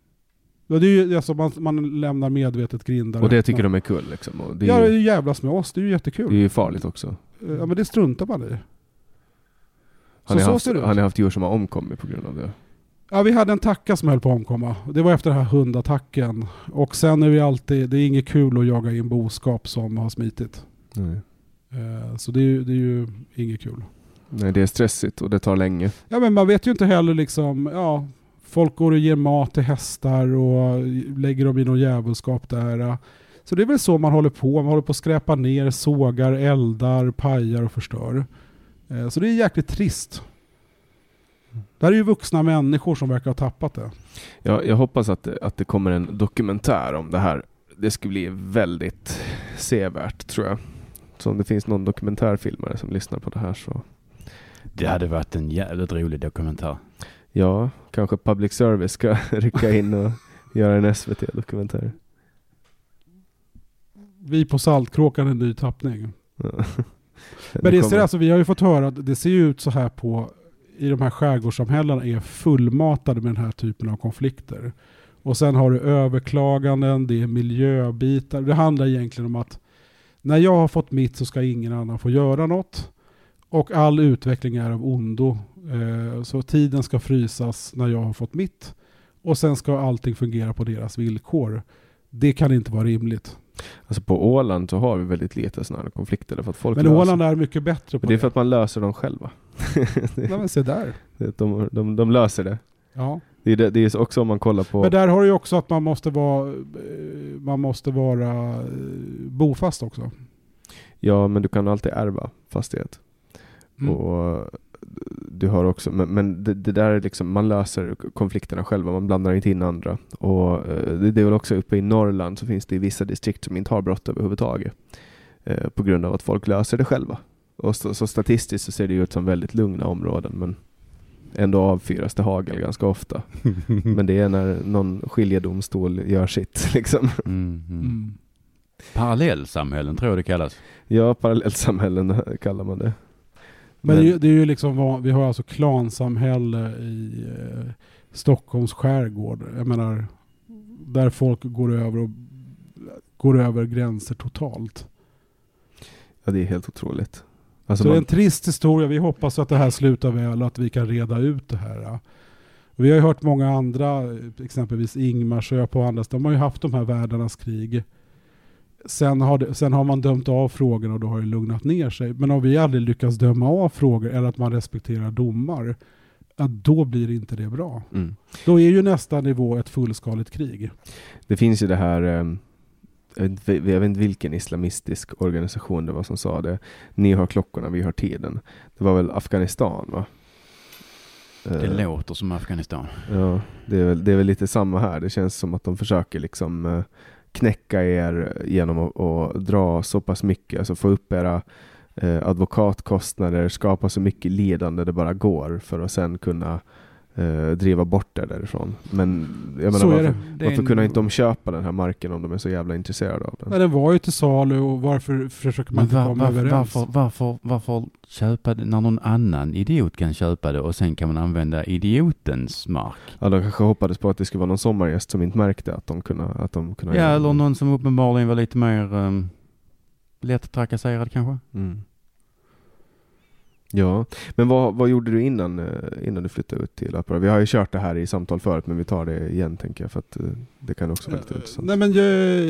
ja det är ju, alltså man, man lämnar medvetet grindar. Och det tycker de är kul liksom? Och det är ja, ju, det är ju jävlas med oss. Det är ju jättekul. Det är ju farligt också. Ja, men det struntar man i. Har ni, så, haft, så har ni haft djur som har omkommit på grund av det? Ja, vi hade en tacka som höll på att omkomma. Det var efter den här hundattacken. Och sen är vi alltid, det är inget kul att jaga in boskap som har smitit. Nej. Så det är, ju, det är ju inget kul. Nej, det är stressigt och det tar länge. Ja, men man vet ju inte heller liksom, ja, folk går och ger mat till hästar och lägger dem i någon djävulskap där. Så det är väl så man håller på. Man håller på att skräpa ner, sågar, eldar, pajar och förstör. Så det är jäkligt trist. Det här är ju vuxna människor som verkar ha tappat det. Ja, jag hoppas att det, att det kommer en dokumentär om det här. Det skulle bli väldigt sevärt, tror jag. Så om det finns någon dokumentärfilmare som lyssnar på det här så... Det hade varit en jävligt rolig dokumentär. Ja, kanske public service ska rycka in och göra en S V T-dokumentär. Vi på Saltkråkan en ny tappning. Ja. Men det ser alltså, vi har ju fått höra att det ser ju ut så här på i de här skärgårdssamhällena är fullmatade med den här typen av konflikter. Och sen har du överklaganden, det är miljöbitar. Det handlar egentligen om att när jag har fått mitt så ska ingen annan få göra något. Och all utveckling är av ondo. Eh, så tiden ska frysas när jag har fått mitt. Och sen ska allting fungera på deras villkor. Det kan inte vara rimligt. Alltså på Åland så har vi väldigt lite sådana här konflikter. För att folk men löser. Åland är mycket bättre på det. Det är det. för att man löser dem själva. Nej, men se där. De, de, de löser det. Ja. Det är, det, det är också om man kollar på... Men där har du ju också att man måste vara man måste vara bofast också. Ja, men du kan alltid ärva fastighet. Mm. Och du har också, men, men det, det där är liksom, man löser konflikterna själva, man blandar inte in andra. Och det, det är väl också uppe i Norrland så finns det i vissa distrikt som inte har brott överhuvudtaget. Eh, på grund av att folk löser det själva. Och så, så statistiskt så ser det ut som väldigt lugna områden, men ändå avfyras det hagel ganska ofta. Men det är när någon skiljedomstol gör sitt liksom. Mm, mm. Mm. Parallellsamhällen tror jag det kallas. Ja, parallellsamhällen kallar man det. Men, Men det är ju liksom, vi har alltså klansamhälle i eh, Stockholms skärgård. Jag menar, där folk går över och går över gränser totalt. Ja, det är helt otroligt. Alltså så man... det är en trist historia. Vi hoppas att det här slutar väl och att vi kan reda ut det här. Ja. Vi har ju hört många andra, exempelvis Ingmarsö på andra, de har ju haft de här världarnas krig. Sen har, det, sen har man dömt av frågorna och då har det lugnat ner sig. Men om vi aldrig lyckas döma av frågor eller att man respekterar domar, ja, då blir inte det bra. Mm. Då är ju nästa nivå ett fullskaligt krig. Det finns ju det här, jag vet, jag vet inte vilken islamistisk organisation det var som sa det. Ni har klockorna, vi har tiden. Det var väl Afghanistan, va? Det uh, låter som Afghanistan. Ja, det är, väl, det är väl lite samma här. Det känns som att de försöker liksom... Uh, knäcka er genom att, att dra så pass mycket, alltså få upp era eh, advokatkostnader, skapa så mycket lidande det bara går för att sen kunna eh, driva bort det därifrån. Men jag menar, varför, det. varför en... kunna inte de köpa den här marken om de är så jävla intresserade av den? Men den var ju till salu och varför försöker man inte var, komma var, överens? Varför, varför, varför köpa det när någon annan idiot kan köpa det och sen kan man använda idiotens mark? Ja, de kanske hoppades på att det skulle vara någon sommargäst som inte märkte att de kunde, att de kunde ja, eller någon som uppenbarligen var lite mer um, lätt trakasserad kanske. Mm. Ja, men vad, vad gjorde du innan, innan du flyttade ut till Lappara? Vi har ju kört det här i samtal förut, men vi tar det igen tänker jag, för att det kan också vara lite uh, intressant. Nej, men jag,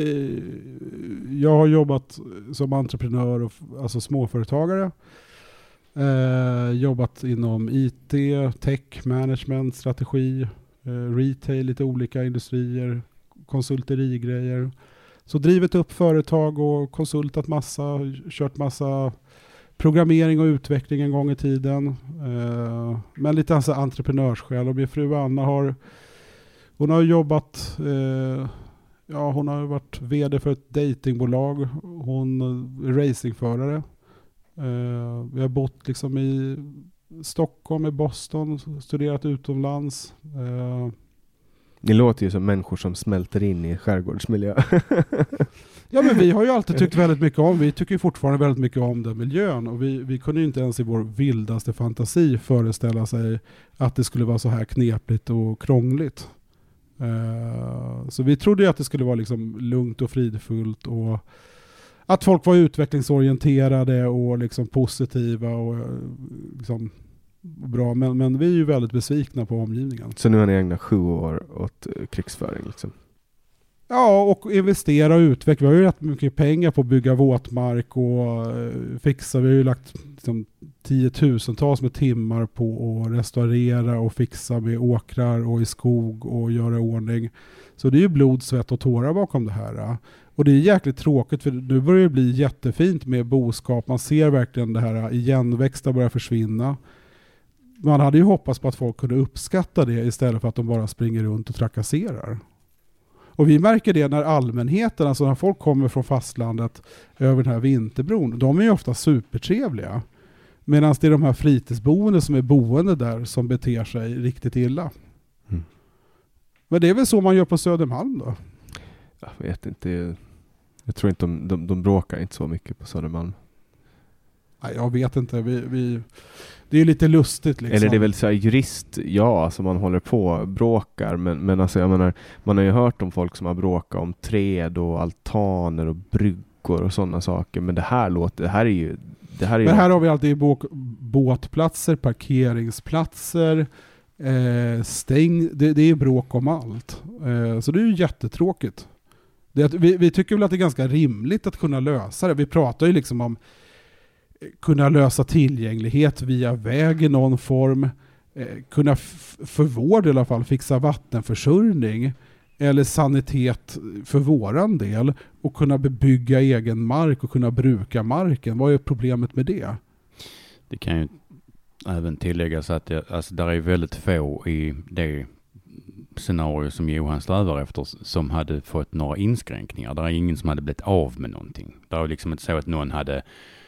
jag har jobbat som entreprenör och alltså småföretagare. Uh, jobbat inom I T, tech, management, strategi, uh, retail, lite olika industrier, konsulterigrejer. Så drivit upp företag och konsultat massa, kört massa programmering och utveckling en gång i tiden. Uh, men lite alltså entreprenörssjäl. Och min fru Anna har hon har jobbat uh, ja, hon har varit vd för ett datingbolag. Hon är racingförare. Uh, vi har bott liksom i Stockholm, i Boston, studerat utomlands. Uh, Ni låter ju som människor som smälter in i skärgårdsmiljö. Ja, men vi har ju alltid tyckt väldigt mycket om, vi tycker fortfarande väldigt mycket om den miljön och vi, vi kunde ju inte ens i vår vildaste fantasi föreställa sig att det skulle vara så här knepligt och krångligt. Uh, så vi trodde ju att det skulle vara liksom lugnt och fridfullt och att folk var utvecklingsorienterade och liksom positiva och liksom bra, men, men vi är ju väldigt besvikna på omgivningen. Så nu har ni ägnat sju år åt krigsföring liksom? Ja, och investera och utveckla. Vi har ju rätt mycket pengar på att bygga våtmark och uh, fixa. Vi har ju lagt liksom, tiotusentals med timmar på att restaurera och fixa med åkrar och i skog och göra ordning. Så det är ju blod, svett och tårar bakom det här. Uh. Och det är jäkligt tråkigt för nu börjar det bli jättefint med boskap. Man ser verkligen det här igenväxta börjar försvinna. Man hade ju hoppats på att folk kunde uppskatta det istället för att de bara springer runt och trakasserar. Och vi märker det när allmänheten, alltså när folk kommer från fastlandet över den här vinterbron, de är ju ofta supertrevliga. Medan det är de här fritidsboende som är boende där som beter sig riktigt illa. Mm. Men det är väl så man gör på Södermalm då? Jag vet inte. Jag tror inte de, de, de bråkar inte så mycket på Södermalm. Nej, jag vet inte. Vi, vi, det är lite lustigt liksom. Eller det är väl så här jurist, ja, som man håller på bråkar. Men, men alltså jag menar, man har ju hört om folk som har bråkat om träd och altaner och bryggor och sådana saker. Men det här låter, det här är ju... Det här är men ju här har vi alltid bå- båtplatser, parkeringsplatser, eh, stäng. Det, det är bråk om allt. Eh, så det är ju jättetråkigt. Det att, vi, vi tycker väl att det är ganska rimligt att kunna lösa det. Vi pratar ju liksom om kunna lösa tillgänglighet via väg i någon form. Eh, kunna f- för vår i alla fall fixa vattenförsörjning eller sanitet för våran del och kunna bebygga egen mark och kunna bruka marken. Vad är problemet med det? Det kan ju även tilläggas att det, alltså, där är väldigt få i det scenario som Johan strävar efter som hade fått några inskränkningar. Det är ingen som hade blivit av med någonting. Det är liksom inte så att någon hade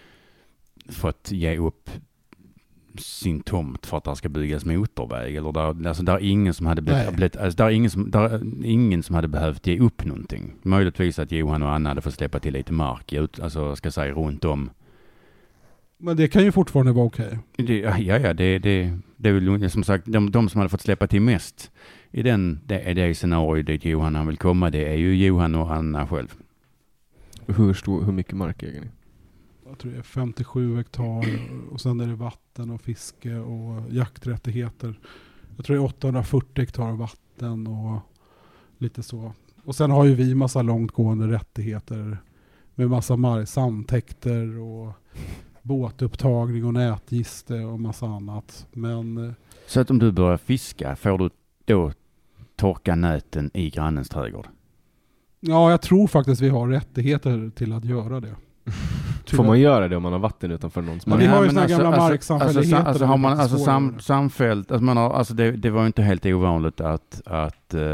fått ge upp sin tomt för att det ska byggas motorväg eller där, alltså där är ingen som hade blivit, blivit alltså där är ingen som där är ingen som hade behövt ge upp någonting. Möjligtvis att Johan och Anna hade fått släppa till lite mark ut, alltså ska säga runt om. Men det kan ju fortfarande vara okej. Det, ja ja det det det är väl som sagt de, de som hade fått släppa till mest i den det är det scenario dit Johan han vill komma, det är ju Johan och Anna själv. Hur stor, hur mycket mark äger ni? Jag tror det är femtiosju hektar och sen är det vatten och fiske och jakträttigheter. Jag tror det är åttahundrafyrtio hektar vatten och lite så. Och sen har ju vi massa långtgående rättigheter med massa mark, samtäkter och båtupptagning och nätgiste och massa annat. Men så att om du börjar fiska får du då torka näten i grannens trädgård? Ja, jag tror faktiskt vi har rättigheter till att göra det. Får man göra det om man har vatten utanför någons mark? Ja, vi har ju ja, såna alltså, gamla alltså, marksamfälligheter. Alltså, alltså, har man alltså sam, samfällt, alltså, man har, alltså det, det var inte helt ovanligt att, att äh,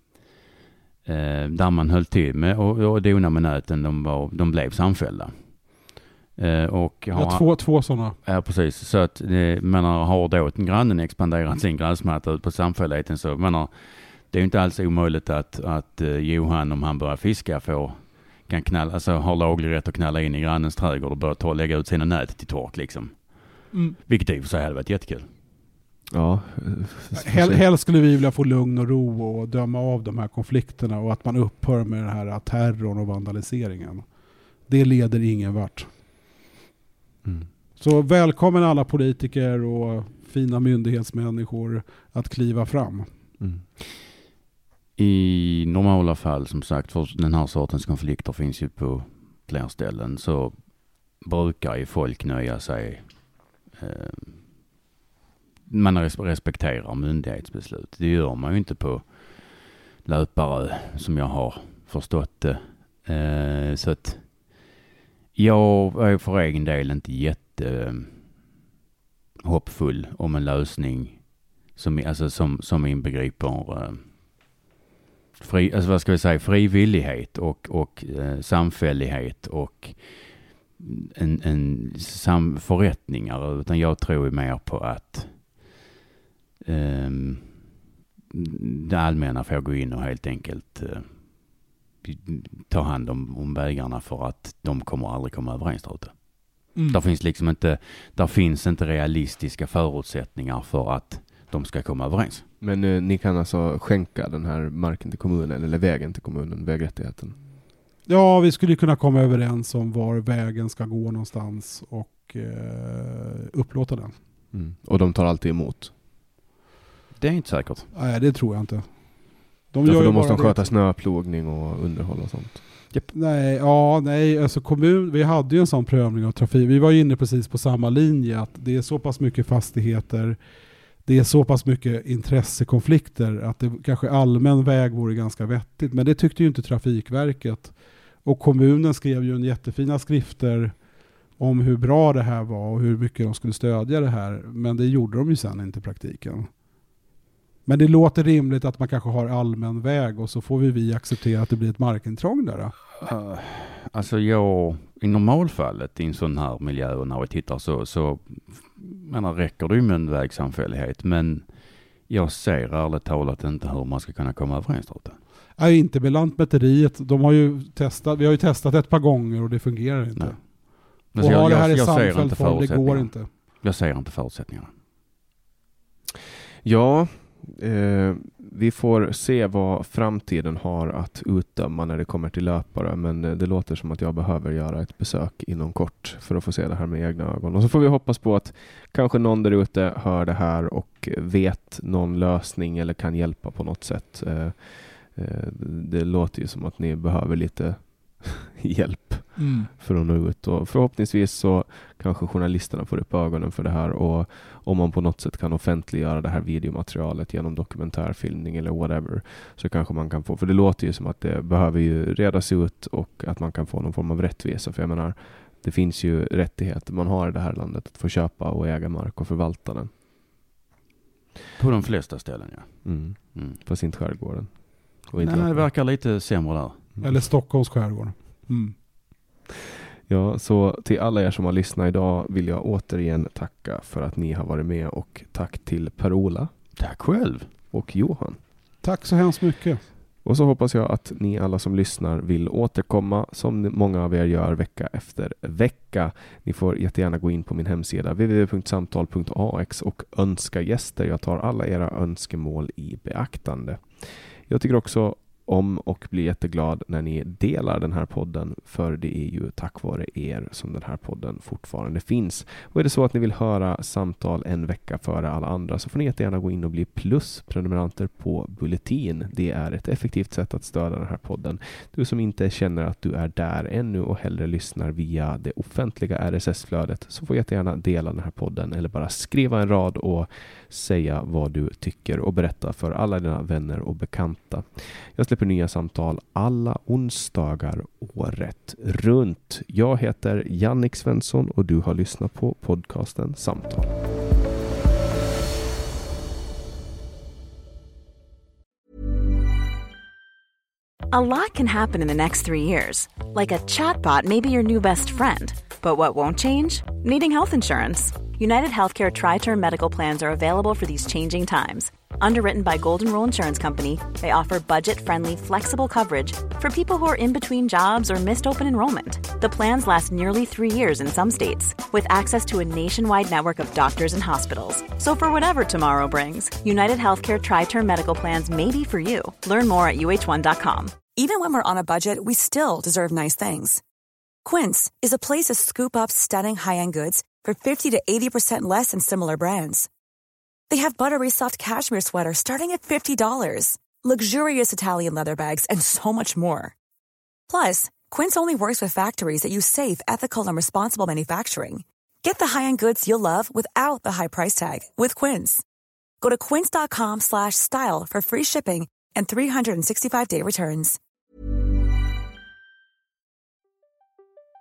äh, där man höll till med och, och dona med näten, de, var, de blev samfällda. Äh, och ja, har, två, två sådana. Ja, precis. Så att äh, man har då grannen expanderat sin gräsmatta ut på samfälligheten så man har, det är ju inte alls omöjligt att, att uh, Johan om han börjar fiska får kan knalla, alltså har laglig rätt att knalla in i grannens trädgård och börja ta och lägga ut sina nät till tork liksom. Mm. Vilket i och för sig hade varit jättekul. Ja. Hel, helst skulle vi vilja få lugn och ro och döma av de här konflikterna och att man upphör med den här terrorn och vandaliseringen. Det leder ingen vart. Mm. Så välkommen alla politiker och fina myndighetsmänniskor att kliva fram. Mm. I normala fall, som sagt, för den här sortens konflikter finns ju på fler ställen, så brukar ju folk nöja sig. Eh, man respekterar myndighetsbeslut. Det gör man ju inte på löpare, som jag har förstått det. Eh, så att jag är för egen del inte jätte eh, hoppfull om en lösning som, alltså, som, som inbegriper eh, Fri, alltså vad ska vi säga, frivillighet och, och eh, samfällighet och en, en sam, förrättningar, utan jag tror mer på att eh, det allmänna får gå in och helt enkelt eh, ta hand om, om vägarna för att de kommer aldrig komma överens där ute. Mm. Där finns liksom inte, där finns inte realistiska förutsättningar för att de ska komma överens. Men eh, ni kan alltså skänka den här marken till kommunen eller vägen till kommunen, vägrättigheten? Ja, vi skulle kunna komma överens om var vägen ska gå någonstans och eh, upplåta den. Mm. Och de tar alltid emot? Det är inte säkert. Nej, det tror jag inte. De gör ja, för då måste de sköta det. Snöplogning och underhåll och sånt. Yep. Nej, ja, nej, alltså kommun, vi hade ju en sån prövning av trafik. Vi var inne precis på samma linje, att det är så pass mycket fastigheter, det är så pass mycket intressekonflikter att det kanske allmän väg vore ganska vettigt. Men det tyckte ju inte Trafikverket. Och kommunen skrev ju en jättefina skrifter om hur bra det här var och hur mycket de skulle stödja det här. Men det gjorde de ju sen inte i praktiken. Men det låter rimligt att man kanske har allmän väg och så får vi, vi acceptera att det blir ett markintrång där då. Uh, alltså jag, i normalfallet i en sån här miljö och när vi tittar så, så menar, räcker det ju med en vägsamfällighet. Men jag ser ärligt talat inte hur man ska kunna komma överens åt det. Nej, inte med Lantmäteriet. De har ju testat, vi har ju testat ett par gånger och det fungerar inte. Nej. Och Alltså ha jag, det här jag, i jag ser samfälld inte form, det går förutsättningarna. inte. Jag ser inte förutsättningarna. Ja, eh, vi får se vad framtiden har att utdöma när det kommer till löpare, men det låter som att jag behöver göra ett besök inom kort för att få se det här med egna ögon. Och så får vi hoppas på att kanske någon där ute hör det här och vet någon lösning eller kan hjälpa på något sätt. Eh, eh, det låter ju som att ni behöver lite hjälp Mm. för att nå ut, och förhoppningsvis så kanske journalisterna får upp ögonen för det här, och om man på något sätt kan offentliggöra det här videomaterialet genom dokumentärfilmning eller whatever, så kanske man kan få, för det låter ju som att det behöver ju redas ut och att man kan få någon form av rättvisa, för jag menar, det finns ju rättigheter man har i det här landet att få köpa och äga mark och förvalta den. På de flesta ställen, ja. Mm. Mm. Fast inte skärgården. Och inte Nej, det Lappland. verkar lite sämre där. Eller Stockholms skärgård. Mm. Ja, så till alla er som har lyssnat idag vill jag återigen tacka för att ni har varit med, och tack till Per-Ola Tack själv. och Johan. Tack så hemskt mycket. Och så hoppas jag att ni alla som lyssnar vill återkomma som många av er gör vecka efter vecka. Ni får jättegärna gå in på min hemsida w w w punkt samtal punkt a x och önska gäster. Jag tar alla era önskemål i beaktande. Jag tycker också om och blir jätteglad när ni delar den här podden, för det är ju tack vare er som den här podden fortfarande finns. Och är det så att ni vill höra samtal en vecka före alla andra, så får ni jättegärna gå in och bli plus-prenumeranter på Bulletin. Det är ett effektivt sätt att stödja den här podden. Du som inte känner att du är där ännu och hellre lyssnar via det offentliga R S S-flödet, så får jättegärna dela den här podden eller bara skriva en rad och säga vad du tycker och berätta för alla dina vänner och bekanta. Jag släpper nya samtal alla onsdagar året runt. Jag heter Jannik Svensson och du har lyssnat på podcasten Samtal. A lot can happen in the next three years. Like a chatbot may be your new best friend. But what won't change? Needing health insurance. United Healthcare Tri-Term Medical Plans are available for these changing times. Underwritten by Golden Rule Insurance Company, they offer budget-friendly, flexible coverage for people who are in between jobs or missed open enrollment. The plans last nearly three years in some states, with access to a nationwide network of doctors and hospitals. So for whatever tomorrow brings, United Healthcare Tri-Term Medical Plans may be for you. Learn more at u h one dot com. Even when we're on a budget, we still deserve nice things. Quince is a place to scoop up stunning high-end goods for fifty to eighty percent less than similar brands. They have buttery soft cashmere sweaters starting at fifty dollars, luxurious Italian leather bags, and so much more. Plus, Quince only works with factories that use safe, ethical, and responsible manufacturing. Get the high-end goods you'll love without the high price tag with Quince. Go to quince dot com slash style for free shipping and three hundred sixty-five day returns.